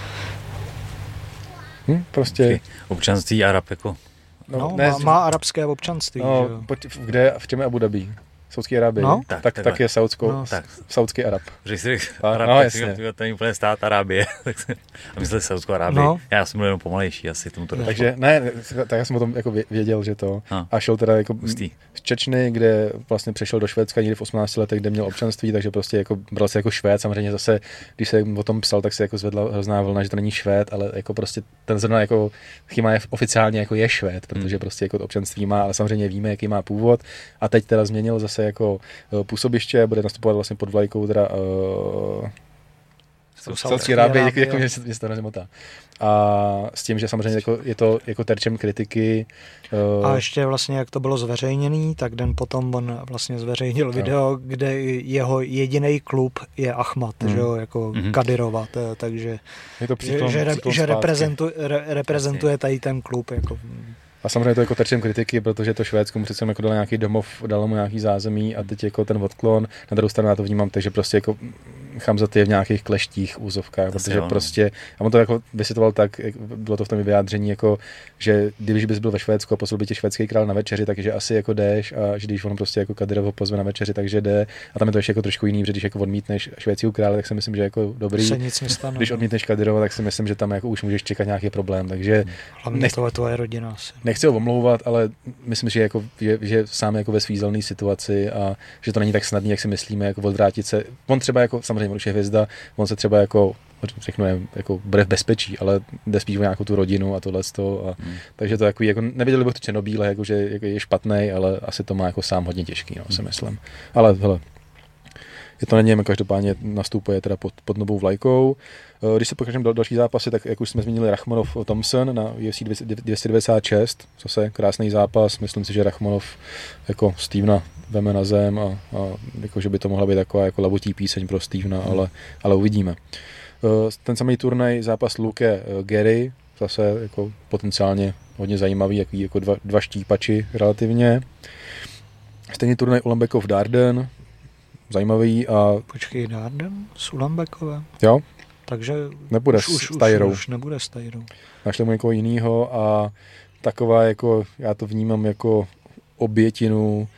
Hm, prostě. Občanství Arab jako. No, no ne, má, má arabské občanství. No, že? Pojď, kde, v čem je Abu Dhabi? Saudské Arábii? No? Tak, tak, tak je Saudsko, no, tak. Saudský Arab. Že jsi řekl Arab, no, tak jasně. si to je úplně stát Arábie. A myslel Saudskou Arábii. No. Já jsem byl jenom pomalejší asi tomu to došlo. Takže ne, tak já jsem o tom jako věděl, že to. A, a šel teda jako Pustý. z Čečny, kde vlastně přešel do Švédska někdy v osmnácti letech, kde měl občanství, takže prostě jako bral se jako Švéd. Samozřejmě zase, když se o tom psal, tak se jako zvedla hrozná vlna, že to není Švéd, ale jako prostě ten zrovna jako Chimaev oficiálně jako je Švéd, protože hmm. prostě jako občanství má, ale samozřejmě víme, jaký má původ. A teď teda změnil zase jako působiště, bude nastupovat vlastně pod vlajkou teda uh, Saudské Arábie, jako, jako mě, mě se to nezmotá. A s tím, že samozřejmě jako, je to jako terčem kritiky. Uh, a ještě vlastně, jak to bylo zveřejněný, tak den potom on vlastně zveřejnil video, no. kde jeho jediný klub je Ahmad, hmm. že jo, jako mm-hmm. Kadyrova, to, takže je to příklon, že, příklon že reprezentuje, re, reprezentuje tady ten klub, jako. A samozřejmě to jako terčem kritiky, protože to Švédsko mu přece jako dalo nějaký domov, dalo mu nějaký zázemí a teď jako ten odklon, na druhou stranu já to vnímám, takže prostě jako Chamzat je v nějakých kleštích úzovkách, protože jo. prostě, a on to jako vysvětloval tak, bylo to v tom vyjádření, jako, že když bys byl ve Švédsku a pozval by tě švédský král na večeři, takže asi jako jdeš a že když on prostě jako Kadyrov ho pozve na večeři, takže jde a tam je to ještě jako trošku jiný, protože když jako odmítneš švédského krále, tak si myslím, že jako dobrý. Se nic nestane. Když odmítneš Kadyrova, tak si myslím, že tam jako už můžeš čekat nějaký problém, takže hlavně nech... to tvoje rodina asi. Nechci ho omlouvat, ale myslím, že jako že, že sám jako ve svízelné situaci a že to není tak snadný, jak si myslíme, jako odvrátit se. On třeba jako samozřejmě už je hvězda, on se třeba jako řeknu, jako bude v bezpečí, ale jde spíš o nějakou tu rodinu a tohle a hmm. takže to jako, jako neviděli bych to černobíle, jako, že jako je špatný, ale asi to má jako sám hodně těžký, no, si myslím. Ale hele, je to na něm, každopádně nastupuje teda pod, pod novou vlajkou. Když se pokračujeme dal, další zápasy, tak jak už jsme zmínili Rachmanov Thompson na U F C dvě stě devadesát šest, zase krásný zápas, myslím si, že Rachmanov jako Stevena veme na zem a, a jako, že by to mohla být taková jako labutí píseň pro Stevena, hmm. ale, ale uvidíme. Ten samý turnaj zápas Luke Gary, zase jako potenciálně hodně zajímavý, jaký jako dva, dva štípači relativně. Stejný turnaj Ulambekov Darden, zajímavý a... Počkej, Darden s Ulambekovem? Jo. Takže nebude už, už, s Tyrou. Už, už nebude s Tyrou. Našli mu někoho jinýho a taková jako, já to vnímám jako obětinu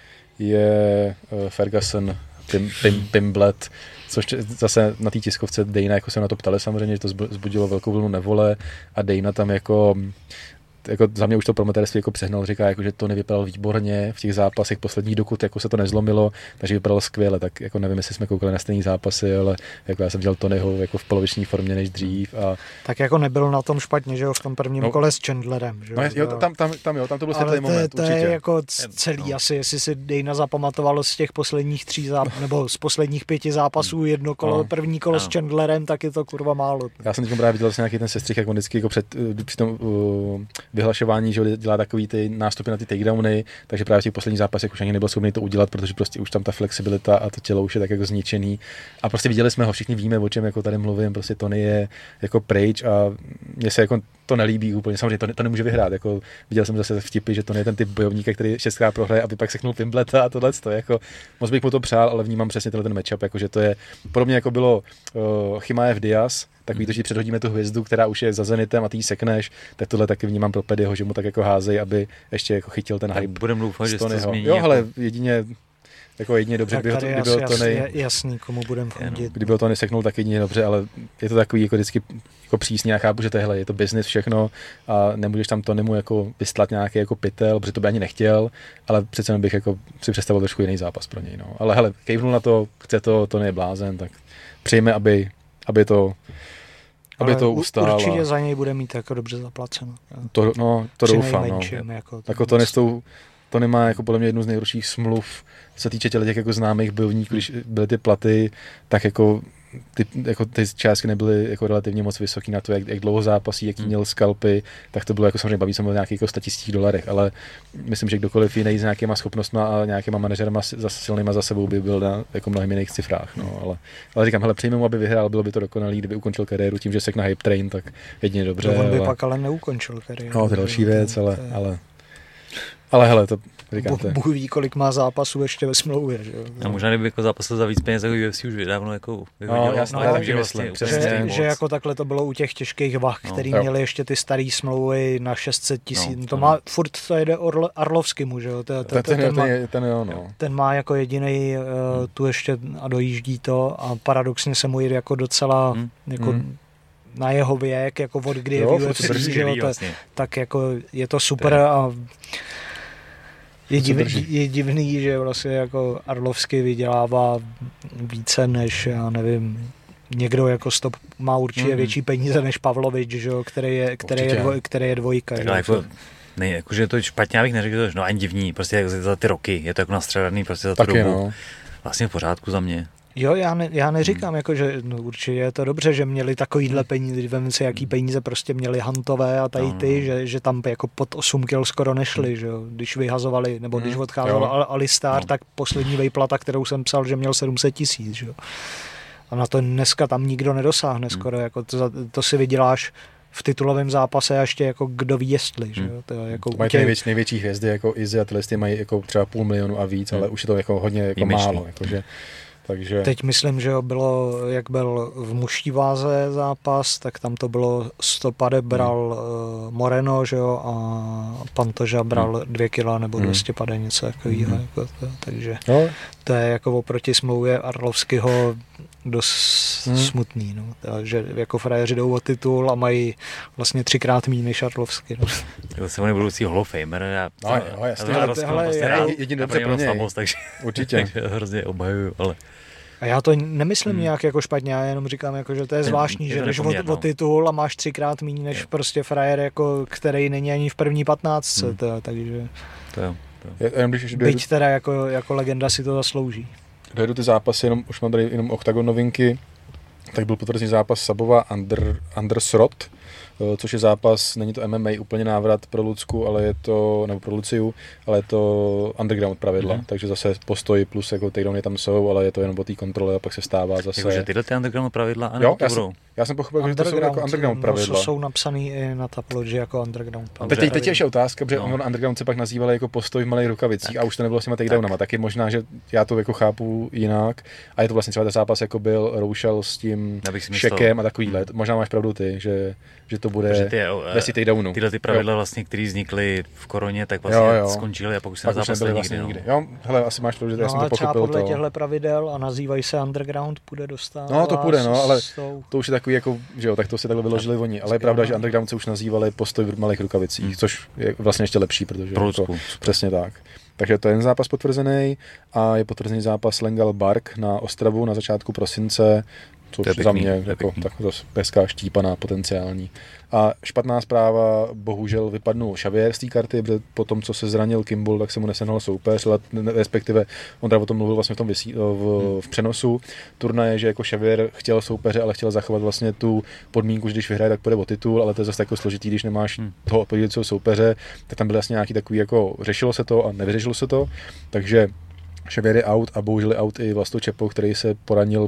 je Ferguson Pim, Pim, Pimblet, což zase na té tiskovce Dana jako se na to ptali samozřejmě, že to zbudilo velkou vlnu nevole a Dana tam jako jako za mě už to promotérství jako přehnal, říká, jako, že to nevypadalo výborně v těch zápasech posledních, dokud jako se to nezlomilo, takže vypadalo skvěle, tak jako nevím, jestli jsme koukali na stejné zápasy, ale jako já jsem dělal Tonyho jako v poloviční formě než dřív. A... Tak jako nebyl na tom špatně, že jo, v tom prvním no, kole s Chandlerem, že no, jo. Tam, tam, tam, jo, tam to byl světlý moment, to určitě. je jako celý, no. Asi, jestli si Dana zapamatovalo z těch posledních tří zápasů, nebo z posledních pěti zápasů jedno kolo, no. První kolo no. s Chandlerem, tak je to kurva málo. Já jsem teď právě viděl nějaký ten sestřih, jak on vždycky jako před, při tom uh, vyhlašování, že dělá takový ty nástupy na ty takedowny, takže právě v těch posledních zápasech už ani nebyl schopný to udělat, protože prostě už tam ta flexibilita a to tělo už je tak jako zničený. A prostě viděli jsme ho, všichni víme, o čem jako tady mluvím, prostě Tony je jako pryč a mně se jako to nelíbí úplně. Samozřejmě to, to nemůže vyhrát. Jako, viděl jsem zase vtipy, že to je ten typ bojovníka, který šestkrát prohraje, aby pak seknul Pimbleta a tohle. Jako, moc bych mu to přál, ale vnímám přesně tenhle ten matchup, jako, že to je podobně jako bylo uh, Chimaev Diaz, takový to, že předhodíme tu hvězdu, která už je za Zenitem a ty ji sekneš, tak tohle taky vnímám pro Pedyho, že mu tak jako házej, aby ještě jako chytil ten hype. Budeme doufat, že to změní. Jo, ale jako... jedině jako jedině dobře, tak kdyby ho to, kdyby ho to nej... jasný, komu budeme fandit. Kdyby ho to neseknul, tak jedině dobře, ale je to takový jako vždycky jako přísně. Já chápu, že tohle je to business všechno a nemůžeš tam to nemu jako vystlat nějaký jako pytel, protože to by ani nechtěl, ale přece bych jako si představil trošku jiný zápas pro něj. No. Ale hele, kejvnul na to, chce to, to je blázen, tak přejme, aby, aby to aby ale to ustál. Určitě a... za něj bude mít jako dobře zaplaceno. To, no, to doufám. No. Jako, jako to, nestou, to nemá jako podle mě jednu z nejhorších smluv, co se týče těch jako známých bojovníků, když byly ty platy, tak jako ty, jako ty částky nebyly jako relativně moc vysoký na to, jak, jak dlouho zápasí, jaký měl skalpy, tak to bylo jako samozřejmě baví se o nějakých jako statisících dolarech, ale myslím, že kdokoliv jiný s nějakýma schopnostmi a nějakýma manažerama za silnýma za sebou by byl na jako mnohem jiných cifrách. No, ale, ale říkám, hele, přijme mu, aby vyhrál, bylo by to dokonalý, kdyby ukončil kariéru tím, že sek na hype train, tak jedině dobře. No, on by ale... pak ale neukončil kariéru. No, to je další věc, ale, ale, ale hele, to říkáte. Bůh ví, kolik má zápasů ještě ve smlouvě. Že? A možná kdyby jako zápasil za víc peněz, jako U F C už dávno jako no, jasně, no, takže myslím, že, že jako takhle to bylo u těch těžkých vah, no, který jo. měli ještě ty starý smlouvy na šest set tisíc. No, to má, no. furt to jede Orl, Arlovskému, že jo? Ten, ten, ten, ten, má, ten, jo, no. ten má jako jedinej uh, hmm. tu ještě a dojíždí to a paradoxně se mu jde jako docela hmm. jako hmm. na jeho věk, jako od kdy jo, je v U F C, že jo? Vlastně. Tak jako je to super ten. A Je, div, je divný, že vlastně jako Arlovský vydělává více než, já nevím, někdo jako stop má určitě mm-hmm. větší peníze než Pavlovič, že jo, který je, který je, dvoj, který je dvojka. Tak jako, ne, jakože to je špatně, já bych neřekl, že no ani divný, prostě jak za ty roky, je to jako nastřadaný prostě za tu dobu. No. Vlastně v pořádku za mě. Jo, já, ne, já neříkám, hmm. jako, že no, určitě je to dobře, že měli takovýhle peníze, vem si, jaký peníze prostě měli Hantové a tady ty, no. že, že tam jako pod osm kil skoro nešli, že jo, když vyhazovali, nebo když odcházel Al- Alistar, no. tak poslední vejplata, kterou jsem psal, že měl sedm set tisíc, že jo. A na to dneska tam nikdo nedosáhne hmm. skoro, jako to, to si vyděláš v titulovém zápase a ještě jako kdo ví jestli, že jo. To je jako mají těch... největší, největší hvězdy, jako Izzy a tyhle mají jako třeba půl milionu a víc, hmm. ale už je to jako hodně jako málo, jakože takže... Teď myslím, že bylo, jak byl v mužší váze zápas, tak tam to bylo sto pade bral hmm. Moreno, že jo, a Pantoža bral hmm. dvě kila nebo hmm. dvě stě pade, něco takového. Hmm. Jako to, takže no. to je jako oproti smlouvě Arlovského dost hmm. smutný. No. Takže jako frajeři jdou o titul a mají vlastně třikrát méně než Arlovský. No. To se on je budoucí Hall of Famer. Já, no, no, jasně. Ale tohle prostě je jediný dobře pro něj. Slabost, takže, určitě. takže hrozně obhajuju, ale... A já to nemyslím hmm. nějak jako špatně, já jenom říkám, jako, že to je zvláštní, je, že jdeš o, o titul a máš třikrát méně než jo. prostě frajer, jako, který není ani v první patnáctce, hmm. to, takže... To jo. To jo. Byť teda jako, jako legenda si to zaslouží. dojedu ty zápasy, jenom, už mám tady jenom Octagon novinky, tak byl potvrzený zápas Sabova Under, Undersrot, což je zápas, není to M M A úplně návrat pro Lucku, ale je to, nebo pro Luciu, ale je to underground pravidla, mm. takže zase postoj plus jako takedowny tam jsou, ale je to jenom o té kontrole a pak se stává zase. Jakože tyhle ty underground pravidla, a jo, to já, budou? Jsem, já jsem pochopil, že to jsou jako underground pravidla. No, jsou napsaný i na tabloži jako underground pravidla. Teď, teď je ještě otázka, protože no. on underground se pak nazýval jako postoj v malých rukavicích tak. A už to nebylo s těma takedownama, tak. Taky možná, že já to jako chápu jinak a je to vlastně třeba ten zápas jako byl Roušel s tím Šekem a takový let. Možná máš pravdu ty, že, že to bude bez takedownu. Tyhle ty pravidla, vlastně, které vznikly v koroně, tak vlastně jo, jo. skončily a pak už se nezápasili vlastně nikdy. nikdy. Jo, hele, asi máš pravdu, že no, já jsem to pochopil. No podle to. těchto pravidel a nazývají se underground, půjde dostat. No to půjde, no, ale to už je takový jako, že jo, tak to si takhle vyložili tak, oni. Ale je pravda, že underground se už nazývali postoj v malých rukavicích, hmm. což je vlastně ještě lepší, protože to, přesně tak. Takže to je ten zápas potvrzený a je potvrzený zápas Lengal Bark na Ostravu na začátku prosince, což je za mě jako tak zase hezká štípaná potenciální. A špatná zpráva, bohužel vypadnul Xavier z té karty, protože po tom, co se zranil Kimball, tak se mu nesehnal soupeř, respektive on o tom mluvil vlastně v tom vysí, v, v přenosu turnaje, že jako Xavier chtěl soupeře, ale chtěl zachovat vlastně tu podmínku, že když vyhraje, tak půjde o titul, ale to je zase jako složitý, když nemáš hmm. toho odpovědícího soupeře, tak tam byly vlastně nějaký takový jako řešilo se to a nevyřešilo se to, takže Xavier je out a bohužel je out i Vlasto Čepo, který se poranil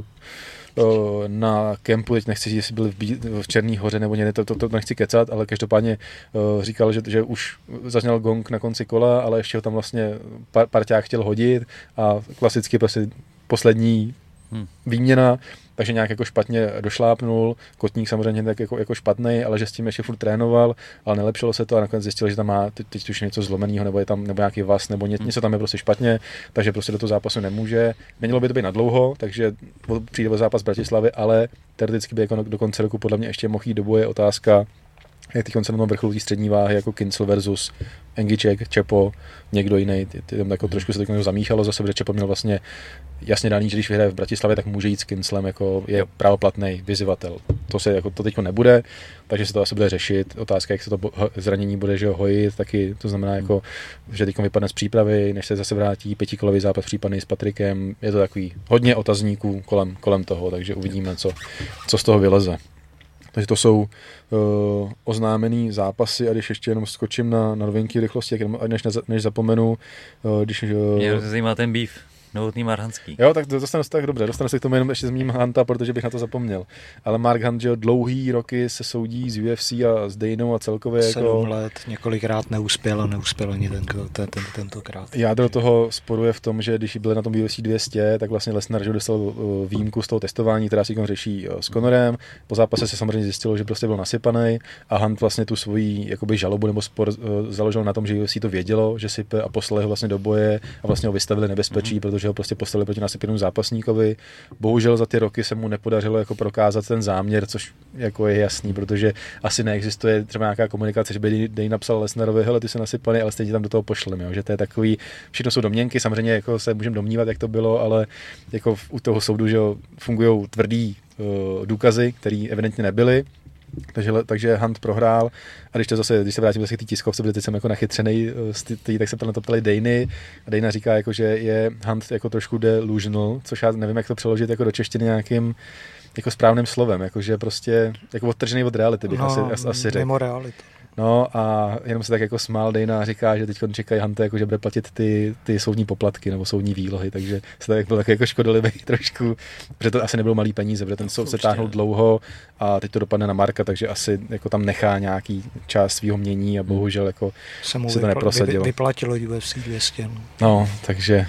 na kempu, teď nechci říct, jestli byli v, Bí- v Černý hoře nebo někde, to, to, to nechci kecat, ale každopádně uh, říkal, že, že už zazněl gong na konci kola, ale ještě ho tam vlastně par- parťák chtěl hodit a klasicky prostě poslední hmm. výměna, takže nějak jako špatně došlápnul, Kotník samozřejmě tak jako, jako špatnej, ale že s tím ještě furt trénoval, ale nelepšilo se to a nakonec zjistil, že tam má teď, teď už něco zlomeného, nebo je tam nebo nějaký vas, nebo ně, něco tam je prostě špatně, takže prostě do toho zápasu nemůže. Nemělo by to být na dlouho, takže přijde o zápas Bratislavy, ale teoreticky by jako do konce roku podle mě ještě mohl jít do boje. Otázka, jak teď se na tom vrcholu té střední váhy, jako Kincl versus Engiček, Čepo, někdo jiný, ty, ty tam jako trošku se to zamíchalo zase, protože Čepo měl vlastně jasně daný, že když vyhraje v Bratislavě, tak může jít s Kinclem, jako je právoplatný vyzývatel. To se jako to teďko nebude, takže se to asi bude řešit. Otázka, jak se to zranění bude, že ho hojit, taky to znamená jako, že teď vypadne z přípravy, než se zase vrátí pětikolový zápas případný s Patrikem. Je to takový hodně otazníků kolem, kolem toho, takže uvidíme, co, co z toho vyleze. Takže to jsou uh, oznámený zápasy a když ještě jenom skočím na, na novinky rychlosti, než, než zapomenu, uh, když... Uh, Mě zajímá ten býv. Novotný Marhanský. Jo, tak dostanu se tak dobře, dostanu se k tomu jenom ještě zmíním Hunta, protože bych na to zapomněl. Ale Mark Hunt, že dlouhý roky se soudí z U F C a s Danou a celkově Sedm jako... let, několikrát neuspěl a neuspěl ani ten, ten, ten, tentokrát. Jádro toho sporu je v tom, že když byli na tom U F C dvě stě, tak vlastně Lesnar že dostal výjimku z toho testování, která si řeší s Conorem. Po zápase se samozřejmě zjistilo, že prostě byl nasypaný a Hunt vlastně tu svoji jakoby žalobu nebo spor založil na tom, že U F C to vědělo, že sype a poslali ho vlastně do boje a vlastně ho vystavili nebezpečí, mm-hmm. protože ho prostě postavili proti nasypěnému zápasníkovi. Bohužel za ty roky se mu nepodařilo jako prokázat ten záměr, což jako je jasný, protože asi neexistuje třeba nějaká komunikace, že by Dej napsal Lesnarovi, hele, ty jsi nasypaný, ale stejně tam do toho pošleme, jo? Že to je takový, všechno jsou domněnky, samozřejmě jako se můžeme domnívat, jak to bylo, ale jako u toho soudu, že fungují tvrdý uh, důkazy, které evidentně nebyly. Takže, takže Hunt prohrál a když to zase, když se vrátím zase k té tiskovce, protože teď jsem jako nachytřenej, tý, tak se na to ptali Dany a Dana říká, jako, že je Hunt jako trošku delusional, což já nevím, jak to přeložit jako do češtiny nějakým jako správným slovem, jakože prostě jako odtržený od reality bych no, asi, asi řekl. Mimo realitu. No a jenom se tak jako smál Dana a říká, že teď čekají Hunta, jako, že bude platit ty, ty soudní poplatky nebo soudní výlohy, takže se tak byl tak jako škodolivý trošku, protože to asi nebylo malý peníze, protože ten soud se táhnul dlouho a teď to dopadne na Marka, takže asi jako tam nechá nějaký část svýho mění a bohužel jako se, mu se to neprosadilo. Vyplatilo U F C dvě stě. No, takže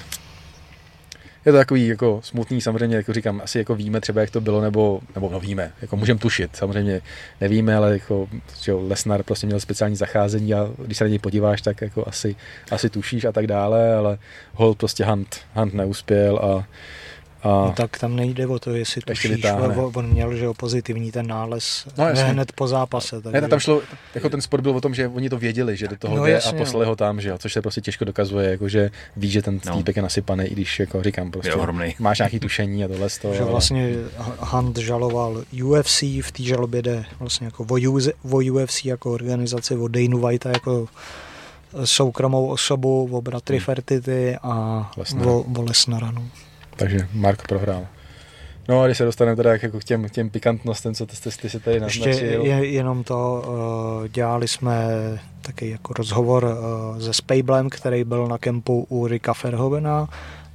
je to takový jako smutný, samozřejmě, jako říkám, asi jako víme třeba, jak to bylo, nebo, nebo no víme, jako můžeme tušit, samozřejmě nevíme, ale jako, že Lesnar prostě měl speciální zacházení a když se na něj podíváš, tak jako asi, asi tušíš a tak dále, ale hold prostě Hunt, Hunt neuspěl a A no tak tam nejde o to, jestli tušíš, on měl, že jo, pozitivní ten nález no, hned po zápase. Takže... Ne, tam šlo, jako ten sport byl o tom, že oni to věděli, že do toho no, jde jasně, a poslali ho tam, že jo, což se prostě těžko dokazuje, jako že ví, že ten no. týpek je nasypaný, i když, jako říkám, prostě jo, máš nějaký tušení a tohle z toho. Že vlastně Hunt žaloval U F C, v té žalobě jde vlastně jako o U F C jako organizaci, o Danu Whitea jako soukromou osobu, o bratry hmm. Fertitti a o, o Lesnara, no. Takže Mark prohrál. No a když se dostaneme teda jako k těm, těm pikantnostem, co ty, ty, ty si tady naznačil. Ještě je, jenom to, uh, dělali jsme taky jako rozhovor uh, se Spejblem, který byl na kempu u Ricka Verhoevena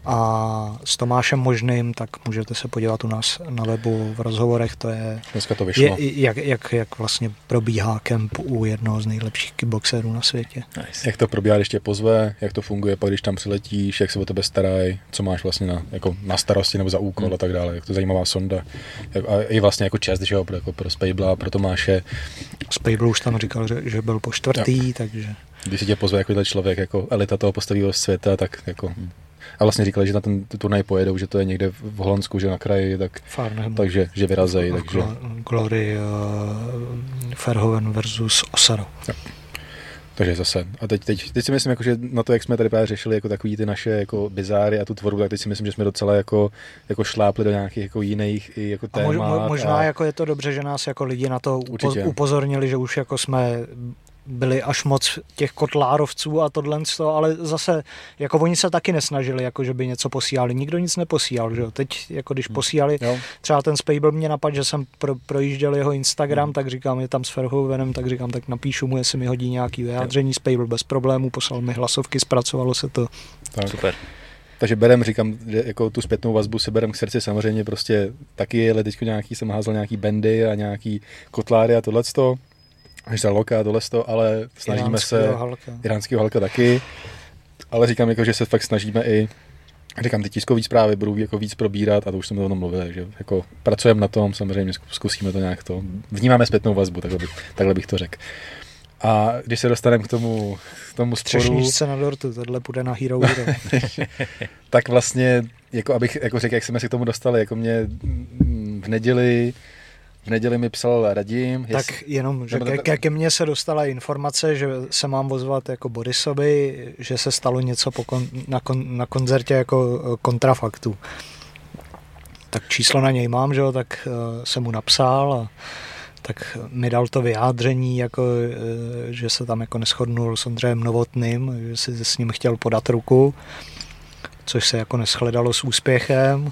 a s Tomášem Možným, tak můžete se podívat u nás na webu v rozhovorech, to je, dneska to vyšlo. Je, jak, jak, jak vlastně probíhá kemp u jednoho z nejlepších kickboxerů na světě. Nice. Jak to probíhá, když tě pozve, jak to funguje, pak když tam přiletíš, jak se o tebe starají, co máš vlastně na, jako na starosti nebo za úkol hmm. a tak dále, jak to zajímavá sonda. A i vlastně jako čest, že jo, pro, jako pro Spejbla, pro Tomáše. Spejbl už tam říkal, že, že byl po čtvrtý, jo. takže... Když si tě pozve takovýhle člověk, jako elita toho postavivého světa, tak jako... Hmm. A vlastně říkali, že na ten turnaj pojedou, že to je někde v Holandsku, že na kraji, tak, takže že vyrazejí. Takže... Glory uh, Verhoeven versus Osaro. Ja. Takže zase. A teď, teď, teď si myslím, jako, že na to, jak jsme tady právě řešili jako takový ty naše jako bizáry a tu tvorbu, tak teď si myslím, že jsme docela jako, jako šlápli do nějakých jako jiných i jako témat. A mož, možná a... jako je to dobře, že nás jako lidi na to Určitě. upozornili, že už jako jsme byli až moc těch kotlárovců a tohle, ale zase jako oni se taky nesnažili, jako že by něco posílali. Nikdo nic neposílal, že jo. Teď, jako když posílali, jo. třeba ten Spejbl mě napadl, že jsem pro, projížděl jeho Instagram, hmm. tak říkám, je tam s Verhoevenem, tak říkám, tak napíšu mu, jestli mi hodí nějaký vyjádření. Spejbl bez problémů, poslal mi hlasovky, zpracovalo se to. Tak. Super. Takže berem, říkám, že jako tu zpětnou vazbu si berem k srdci samozřejmě prostě taky, ale teď nějaký jsem házel nějaký bandy a nějaký kotláry a tohleto. Až za Loka, tohle to, ale snažíme iránskýho se... Halka. Iránskýho Halka taky. Ale říkám, jako, že se fakt snažíme i... Říkám, ty tiskové zprávy budou jako víc probírat a to už jsme o tom mluvili, že jako pracujeme na tom, samozřejmě zkusíme to nějak to... Vnímáme zpětnou vazbu, takhle bych, takhle bych to řekl. A když se dostaneme k tomu, k tomu sporu... Třešničce na dortu, tohle půjde na Hero Hero. Tak vlastně, jako abych jako řekl, jak jsme se k tomu dostali, jako mě v neděli... V neděli mi psal Radim. Tak jestli... jenom, že ke, ke mně se dostala informace, že se mám ozvat jako Borisovi, že se stalo něco po kon, na, kon, na koncertě jako kontrafaktu. Tak číslo na něj mám, že jo, tak uh, jsem mu napsal a tak mi dal to vyjádření, jako, uh, že se tam jako neshodnul s Ondřejem Novotným, že si s ním chtěl podat ruku, což se jako neschledalo s úspěchem.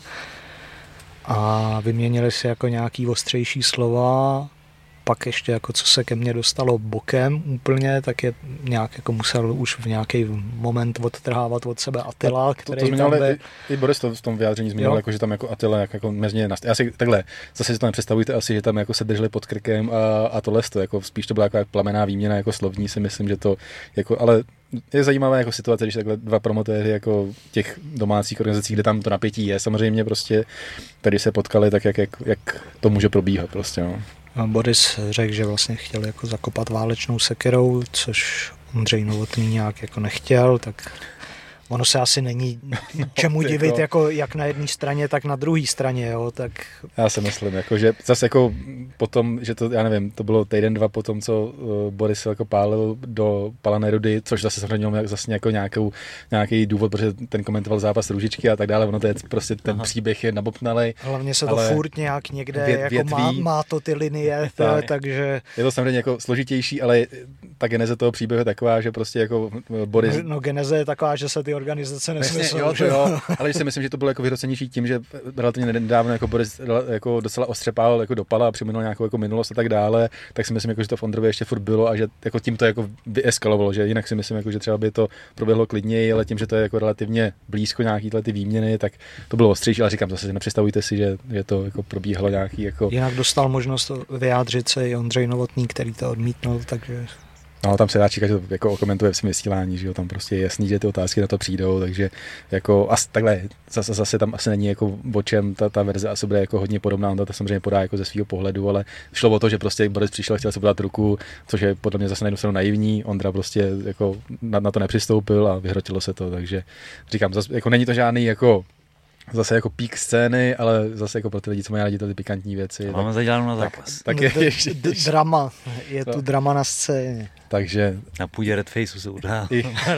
A vyměnili si jako nějaký ostřejší slova, pak ještě jako co se ke mně dostalo bokem úplně, tak je nějak jako musel už v nějaký moment odtrhávat od sebe Attila, který to, to tam byl. I, i Boris to v tom vyjádření zmiňoval, jako, že tam jako Attila jak, jako mezi ně nastavil. Já si takhle, zase si to nepředstavujte asi, že tam jako se drželi pod krkem a, a tohle to, jako spíš to byla jako plamená výměna jako slovní, si myslím, že to jako, ale je zajímavá jako situace, když takhle dva promotéři jako těch domácích organizací, kde tam to napětí je, samozřejmě prostě, tady se potkali, tak jak, jak, jak to může probíhat prostě, no. Boris řekl, že vlastně chtěl jako zakopat válečnou sekerou, což Ondřej Novotný nějak jako nechtěl, tak ono se asi není čemu divit, jako jak na jedné straně, tak na druhé straně, jo, tak... Já si myslím, jako, že zase jako potom, že to, já nevím, to bylo týden, dva potom, co uh, Boris jako pálil do Palané Rudy, což zase samozřejmě měl zase jako nějakou, nějaký důvod, protože ten komentoval zápas Růžičky a tak dále, ono to je prostě ten Aha. příběh je nabopnalej. Hlavně se to furt nějak někde vět, jako větví, má, má to ty linie, tak, takže... Je to samozřejmě jako složitější, ale ta geneze toho příběhu je taková, že prostě jako Boris... No, no geneze je taková, že se ty organizace nesmyslou. Jo, jo, ale když si myslím, že to bylo jako vyhrocenější tím, že relativně nedávno jako Boris jako docela ostřepál jako dopala a přiminul nějakou jako minulost a tak dále, tak si myslím, jako, že to v Ondrově ještě furt bylo a že jako tím to jako vyeskalovalo, že jinak si myslím, jako, že třeba by to proběhlo klidněji, ale tím, že to je jako relativně blízko nějaký ty výměny, tak to bylo ostřejší, ale říkám zase, nepředstavujte si, že, že to jako probíhalo nějaký jako... Jinak dostal možnost vyjádřit se i Ondřej Novotný, který to odmítnul, takže... No, tam se dá čekat, že to jako okomentuje v svém vysílání, že jo, tam prostě je jasný, že ty otázky na to přijdou, takže jako as, takhle, zase, zase tam asi není jako o čem, ta, ta verze asi bude jako hodně podobná, on to samozřejmě podá jako ze svého pohledu, ale šlo o to, že prostě Boris přišel a chtěl se podat ruku, což je podle mě zase na jednu stranu naivní, Ondra prostě jako na, na to nepřistoupil a vyhrotilo se to, takže říkám, zase, jako není to žádný jako zase jako pík scény, ale zase jako pro ty lidi, co mají rádi ty pikantní věci. Máme zaděláno na zápas. Tak, tak je, ještě, ještě. Drama, je tu drama na scéně. Takže... Na půdě Red Faceu se udá.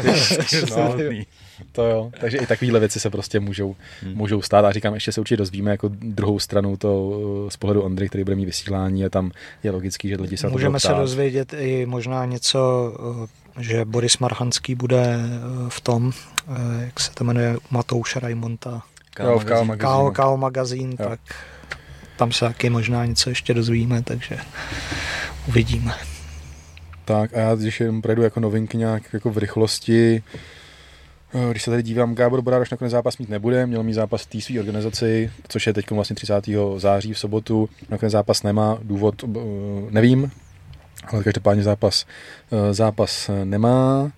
No, to jo, takže i takovéhle věci se prostě můžou, hmm. můžou stát a říkám, ještě se určitě dozvíme jako druhou stranu to z pohledu Ondry, který bude mít vysílání a tam je logický, že lidi se můžeme se dozvědět i možná něco, že Boris Marhanský bude v tom, jak se to jmenuje, Matouše Raimonta. K O magazín. K O magazín, jo. Tak tam se taky možná něco ještě dozvíme, takže uvidíme. Tak a já když jenom projdu jako novinky nějak jako v rychlosti, když se tady dívám, Gábor Borároš nakonec zápas mít nebude, měl mít zápas v té své organizaci, což je teď vlastně třicátého září v sobotu, nakonec zápas nemá, důvod nevím, ale každopádně zápas, zápas nemá.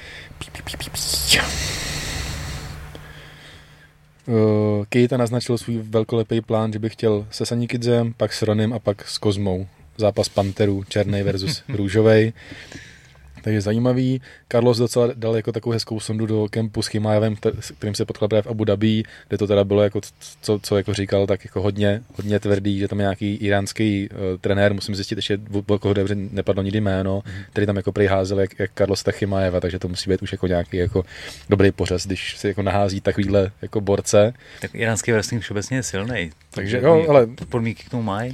Keita naznačil svůj velkolepý plán, že by chtěl se Sanikidzem, pak s Ronem a pak s Kozmou. Zápas Panterů, černej versus růžovej. Takže zajímavý. Carlos docela dal jako takovou hezkou sondu do kempu s Chimajevem, kterým se potkal právě v Abu Dhabi, kde to teda bylo jako, co, co jako říkal, tak jako hodně, hodně tvrdý, že tam je nějaký iránský uh, trenér, musím zjistit ještě, o koho dobře nepadlo nikdy jméno, mm. který tam jako prejházel jak, jak Carlos tak Chimajeva, takže to musí být už jako nějaký jako dobrý pořez, když se jako nahází takovýhle jako borce. Tak iránský wrestling všeobecně je silný. Takže jo, ale podmínky k tomu mají.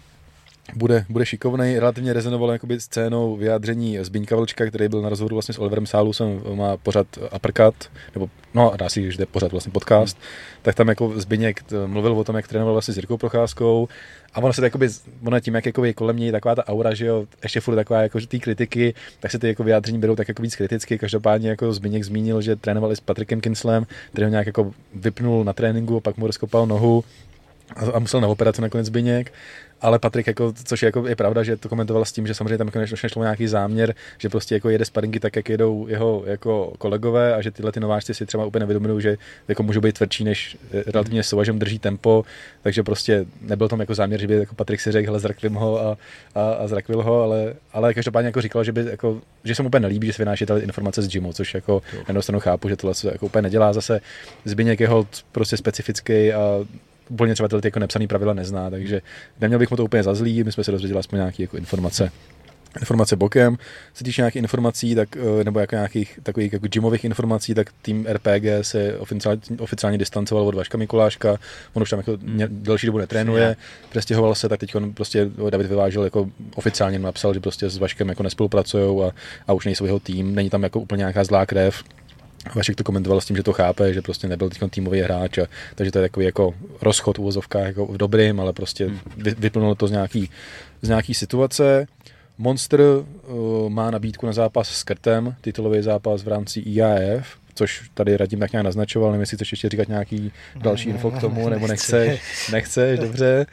Bude, bude šikovnej, relativně rezonovalo jakoby scénou vyjádření Zbyňka Vlčka, který byl na rozhovoru vlastně s Oliverem Sálusem, má pořad Uppercut, nebo no dá si, že jde pořad vlastně podcast, hmm. tak tam jako Zbyněk mluvil o tom, jak trénoval vlastně s Jirkou Procházkou a ono se to jakoby, ono tím, jak jakoby kolem něj taková ta aura, že jo, ještě furt taková jako ty kritiky, tak se ty jako vyjádření berou tak jako víc kriticky, každopádně jako Zbyněk zmínil, že trénovali s Patrickem Kinslem, který ho nějak jako vypnul na tréninku, pak mu rozkopal nohu a musel na operaci nakonec Zbyněk. Ale Patrik, jako, což je, jako, je pravda, že to komentoval s tím, že samozřejmě tam jako nešlo nějaký záměr, že prostě jako jede sparingy tak, jak jedou jeho jako kolegové a že tyhle ty nováčci si třeba úplně nevědomují, že jako můžou být tvrdší, než relativně souvažem drží tempo, takže prostě nebyl tam jako záměr, že by jako Patrik si řekl, hele, zrakvím ho a, a, a zrakvil ho, ale, ale každopádně jako říkal, že, by, jako, že se mu úplně nelíbí, že se vynáší tady informace z gymu, což jako na jednu stranu chápu, že tohle se jako úplně nedělá, zase Zbyněk je holt prostě specifický a úplně třeba tyhle ty jako nepsaný pravidla nezná, takže neměl bych mu to úplně za zlý, my jsme se dozvěděli aspoň nějaké jako informace. Informace bokem. Se týče nějakých informací, tak, nebo jako nějakých takových jako gymových informací, tak tým R P G se oficiálně, oficiálně distancoval od Vaška Mikuláška, on už tam jako hmm. delší dobu netrénuje, přestěhoval se, tak teď on prostě David Vyvážil jako oficiálně napsal, že prostě s Vaškem jako nespolupracujou a, a už nejsou jeho tým, není tam jako úplně nějaká zlá krev. Vašek to komentoval s tím, že to chápe, že prostě nebyl teď týmový hráč, a, takže to je takový jako rozchod v uvozovkách jako v dobrým, ale prostě vy, vyplnulo to z nějaký, z nějaký situace. Monster uh, má nabídku na zápas s Krtem, titulový zápas v rámci I A F, což tady Radim tak nějak naznačoval, nevím, jestli chceš ještě říkat nějaký další info k tomu, nebo nechceš, nechceš, dobře.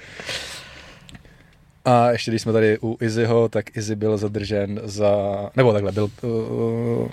A ještě když jsme tady u Izzyho, tak Izzy byl zadržen za, nebo takhle, byl... Uh,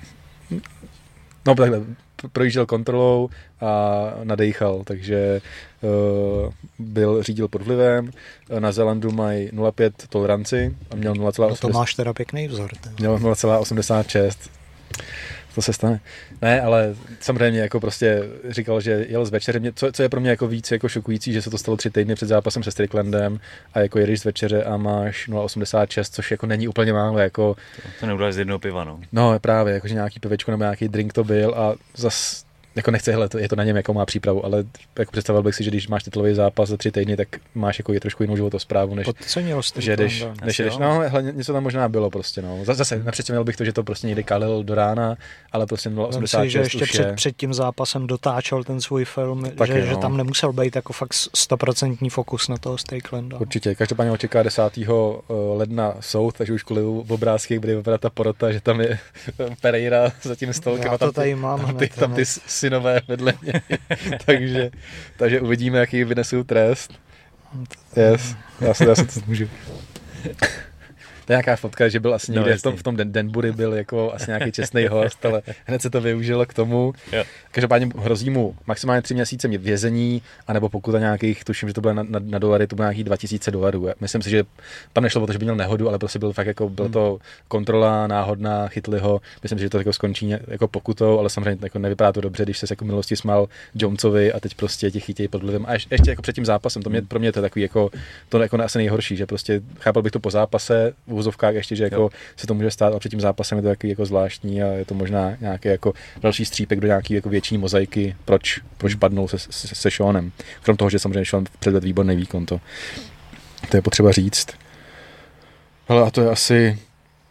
No takhle, projížděl kontrolou a nadejchal, takže uh, byl, řídil pod vlivem. Na Zélandu mají nula celá pět toleranci a měl nula celá osmdesát šest. No to máš teda pěkný vzor. Ten. Měl nula celá osmdesát šest. To se stane. Ne, ale samozřejmě jako prostě říkal, že jel z večeře. Mě, co, co je pro mě jako víc jako šokující, že se to stalo tři týdny před zápasem se Stricklandem a jako jedeš z večeře a máš nula celá osmdesát šest, což jako není úplně málo. Jako... To, to neuděláš z jednoho piva, no. No právě, jakože nějaký pivečko nebo nějaký drink to byl a zas jako nechce, hele, to, je to na něm, jakou má přípravu, ale jako představil bych si, že když máš titulový zápas za tři týdny, tak máš jako je trošku jinou životosprávu, než že jdeš, než jdeš, no, hele, něco tam možná bylo prostě, no. Zase nepředstavil bych to, že to prostě někdy kalil do rána, ale prostě nula celá osmdesát šest že ještě už před, je. před tím zápasem dotáčel ten svůj film, Taky, že, no. že tam nemusel být jako fakt stoprocentní fokus na toho Stricklanda. Určitě, každopádně ho čeká desátého ledna soud, takže už kvůli obrázky bude vypadat ta porota, že tam je Pereira za tím stolkem a tam, tady mám tam, ty, tam ty synové vedle mě. takže, takže uvidíme, jaký vynesou trest. Yes, já se, já se to můžu. To je nějaká fotka, že byl asi někde no, v tom, v tom Denbury byl jako asi nějaký čestný host, ale hned se to využilo k tomu. Jo. Každopádně hrozí mu maximálně tři měsíce vězení, anebo pokuta nějakých, tuším, že to bylo na, na, na dolary, to bylo nějakých dva tisíce dolarů. Myslím si, že tam nešlo o to, že by měl nehodu, ale prostě byl fakt jako, bylo to kontrola náhodná, chytli ho. Myslím si, že to jako skončí jako pokutou, ale samozřejmě jako nevypadá to dobře, když se jako v minulosti smál Jonesovi a teď prostě tě chytějí pod vlivem. A ještě jako před tím zápasem, to mě, pro mě to je takový jako, to jako asi nejhorší, že prostě chápal bych to po zápase, v uvozovkách ještě, že jako se to může stát, a před tím zápasem je to takový jako zvláštní a je to možná nějaký jako další střípek do nějaký jako větší mozaiky, proč, proč padnul se, se, se Seanem. Krom toho, že samozřejmě Sean předvedl výborný výkon, to, to je potřeba říct. Hele, a to je asi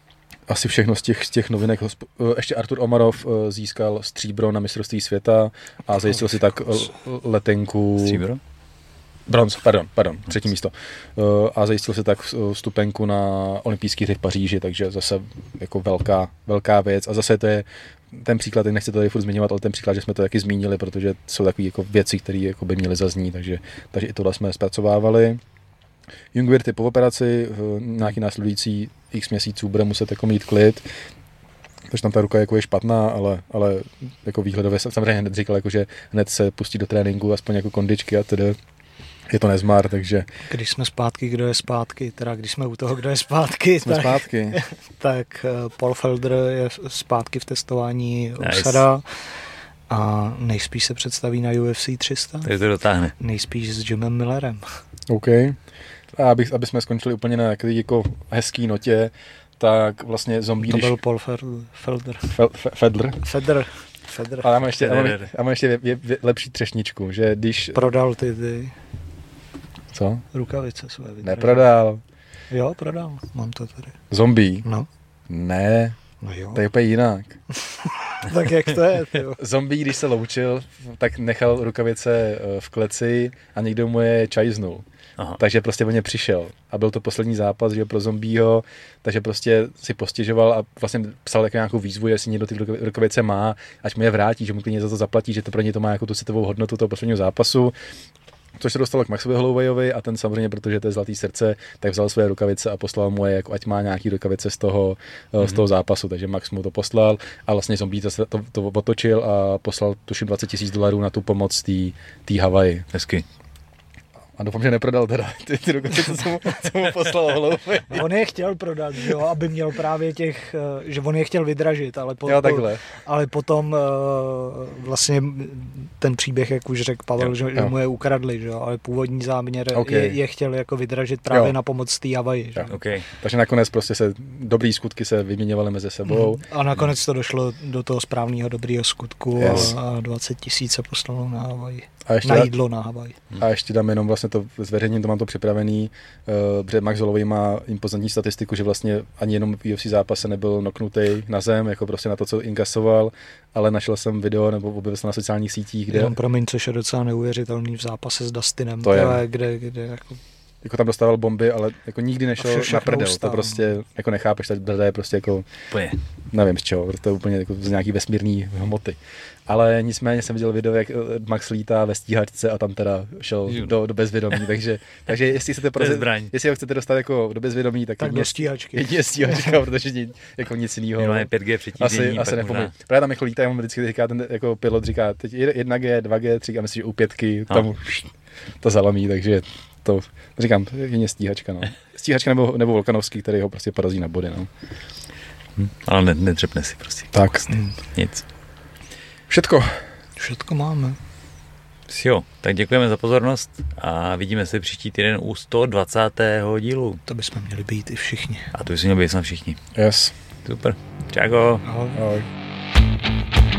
asi všechno z těch, z těch novinek. Ještě Artur Omarov získal stříbro na mistrovství světa a zajistil si tak letenku... Stříbro? Bronz, pardon, pardon, třetí místo. A zajistil si tak vstupenku na olympijský hry v Paříži, takže zase jako velká, velká věc. A zase to je ten příklad, nechci to tady furt zmiňovat, ale ten příklad, že jsme to taky zmínili, protože jsou takové jako věci, které jako by měly zaznít, takže, takže i tohle jsme zpracovávali. Jungwirth po operaci, nějaký následující x měsíců bude muset jako mít klid, protože tam ta ruka jako je špatná, ale, ale jako výhledově samozřejmě hned říkal, jako, že hned se pustí do tréninku, aspoň jako kondičky a tedy. Je to nezmar, takže... Když jsme zpátky, kdo je zpátky, teda když jsme u toho, kdo je zpátky, jsme tak, zpátky. tak Paul Felder je zpátky v testování u Nice. Sada a nejspíš se představí na U F C tři sta. Takže to dotáhne. Nejspíš s Jimem Millerem. OK. A aby, aby jsme skončili úplně na takový jako hezký notě, tak vlastně zombie... To když... byl Paul Felder. Fel, fe, Fedler. Federer. Federer. Ale já mám ještě, já mám, já mám ještě vě, vě, vě, lepší třešničku, že když... Prodal ty, ty Co? rukavice své. Vydržel. Neprodal. Jo, prodal. Mám to tady. Zombie? No. Ne, No jo. to je úplně jinak. Tak jak to je? Tyjo? Zombie, když se loučil, tak nechal rukavice v kleci a někdo mu je čajznul. Aha. Takže prostě o ně přišel. A byl to poslední zápas, že pro zombího, takže prostě si postěžoval a vlastně psal jako nějakou výzvu, jestli někdo ty rukavice má, ať mu je vrátí, že mu klidně za to zaplatí, že to pro ně to má jako tu citovou hodnotu toho posledního zápasu. Což se dostalo k Maxovi Holloway, a ten samozřejmě, protože to je zlatý srdce, tak vzal své rukavice a poslal mu je, jako ať má nějaký rukavice z toho, mm-hmm. z toho zápasu. Takže Max mu to poslal a vlastně zombie to, to, to otočil a poslal tuším dvacet tisíc dolarů na tu pomoc té Havaji. Hezky. A doufám, že neprodal teda ty, ty rukavice, co mu, co mu poslal Holloway. On je chtěl prodat, že jo, aby měl právě těch, že on je chtěl vydražit, ale, po, jo, takhle. ale potom vlastně ten příběh, jak už řekl Pavel, jo, že, že mu je ukradli, že jo, ale původní záměr okay. je, je chtěl jako vydražit právě jo. na pomoc té Havaji. Okay. Takže nakonec prostě se dobrý skutky se vyměňovaly mezi sebou. Mm. A nakonec to došlo do toho správného dobrého skutku yes. a dvacet tisíc se poslalo na Havaji. Na jídlo na Havaji. A ještě dám jenom vlastně to zveřejnění, to mám to připravený, uh, protože Max Holloway má impozantní statistiku, že vlastně ani jenom v U F C zápase nebyl noknutý na zem, jako prostě na to, co inkasoval, ale našel jsem video, nebo objevil jsem na sociálních sítích, kde... Jenom promiň, což je docela neuvěřitelný v zápase s Dustinem, to je. Kde, kde jako... jako tam dostával bomby, ale jako nikdy nešel na prdel, ustál. To prostě jako nechápeš, ta je prostě jako... Úplně. Nevím z čeho, to je úplně jako z nějaký vesmírný hmoty. Ale nicméně jsem viděl video, jak Max lítá ve stíhačce a tam teda šel do, do bezvědomí, takže, takže jestli chcete prostě, jestli ho chcete dostat jako do bezvědomí, tak, tak do stíhačky. Jedině stíhačka, protože nic, jako nic jiného. Jenom je pět G přetížení. Asi, asi nepomůže. Právě tam jako lítá, on vždycky říká, ten jako pilot říká, teď jedna G, dva G, tři G a myslím, že u pětky tam no. to zalomí, takže to říkám, jedině stíhačka, no. Stíhačka nebo, nebo Volkanovský, který ho prostě porazí na body, no. Hm, ale ne, nedřepne si prostě. Tak. Prostě. Nic. Všetko. Všetko máme. Jo, tak děkujeme za pozornost a vidíme se příští týden u sto dvacátého dílu. To bychom měli být i všichni. A to bychom měli být snad všichni. Yes. Super. Čau. Ahoj. Ahoj.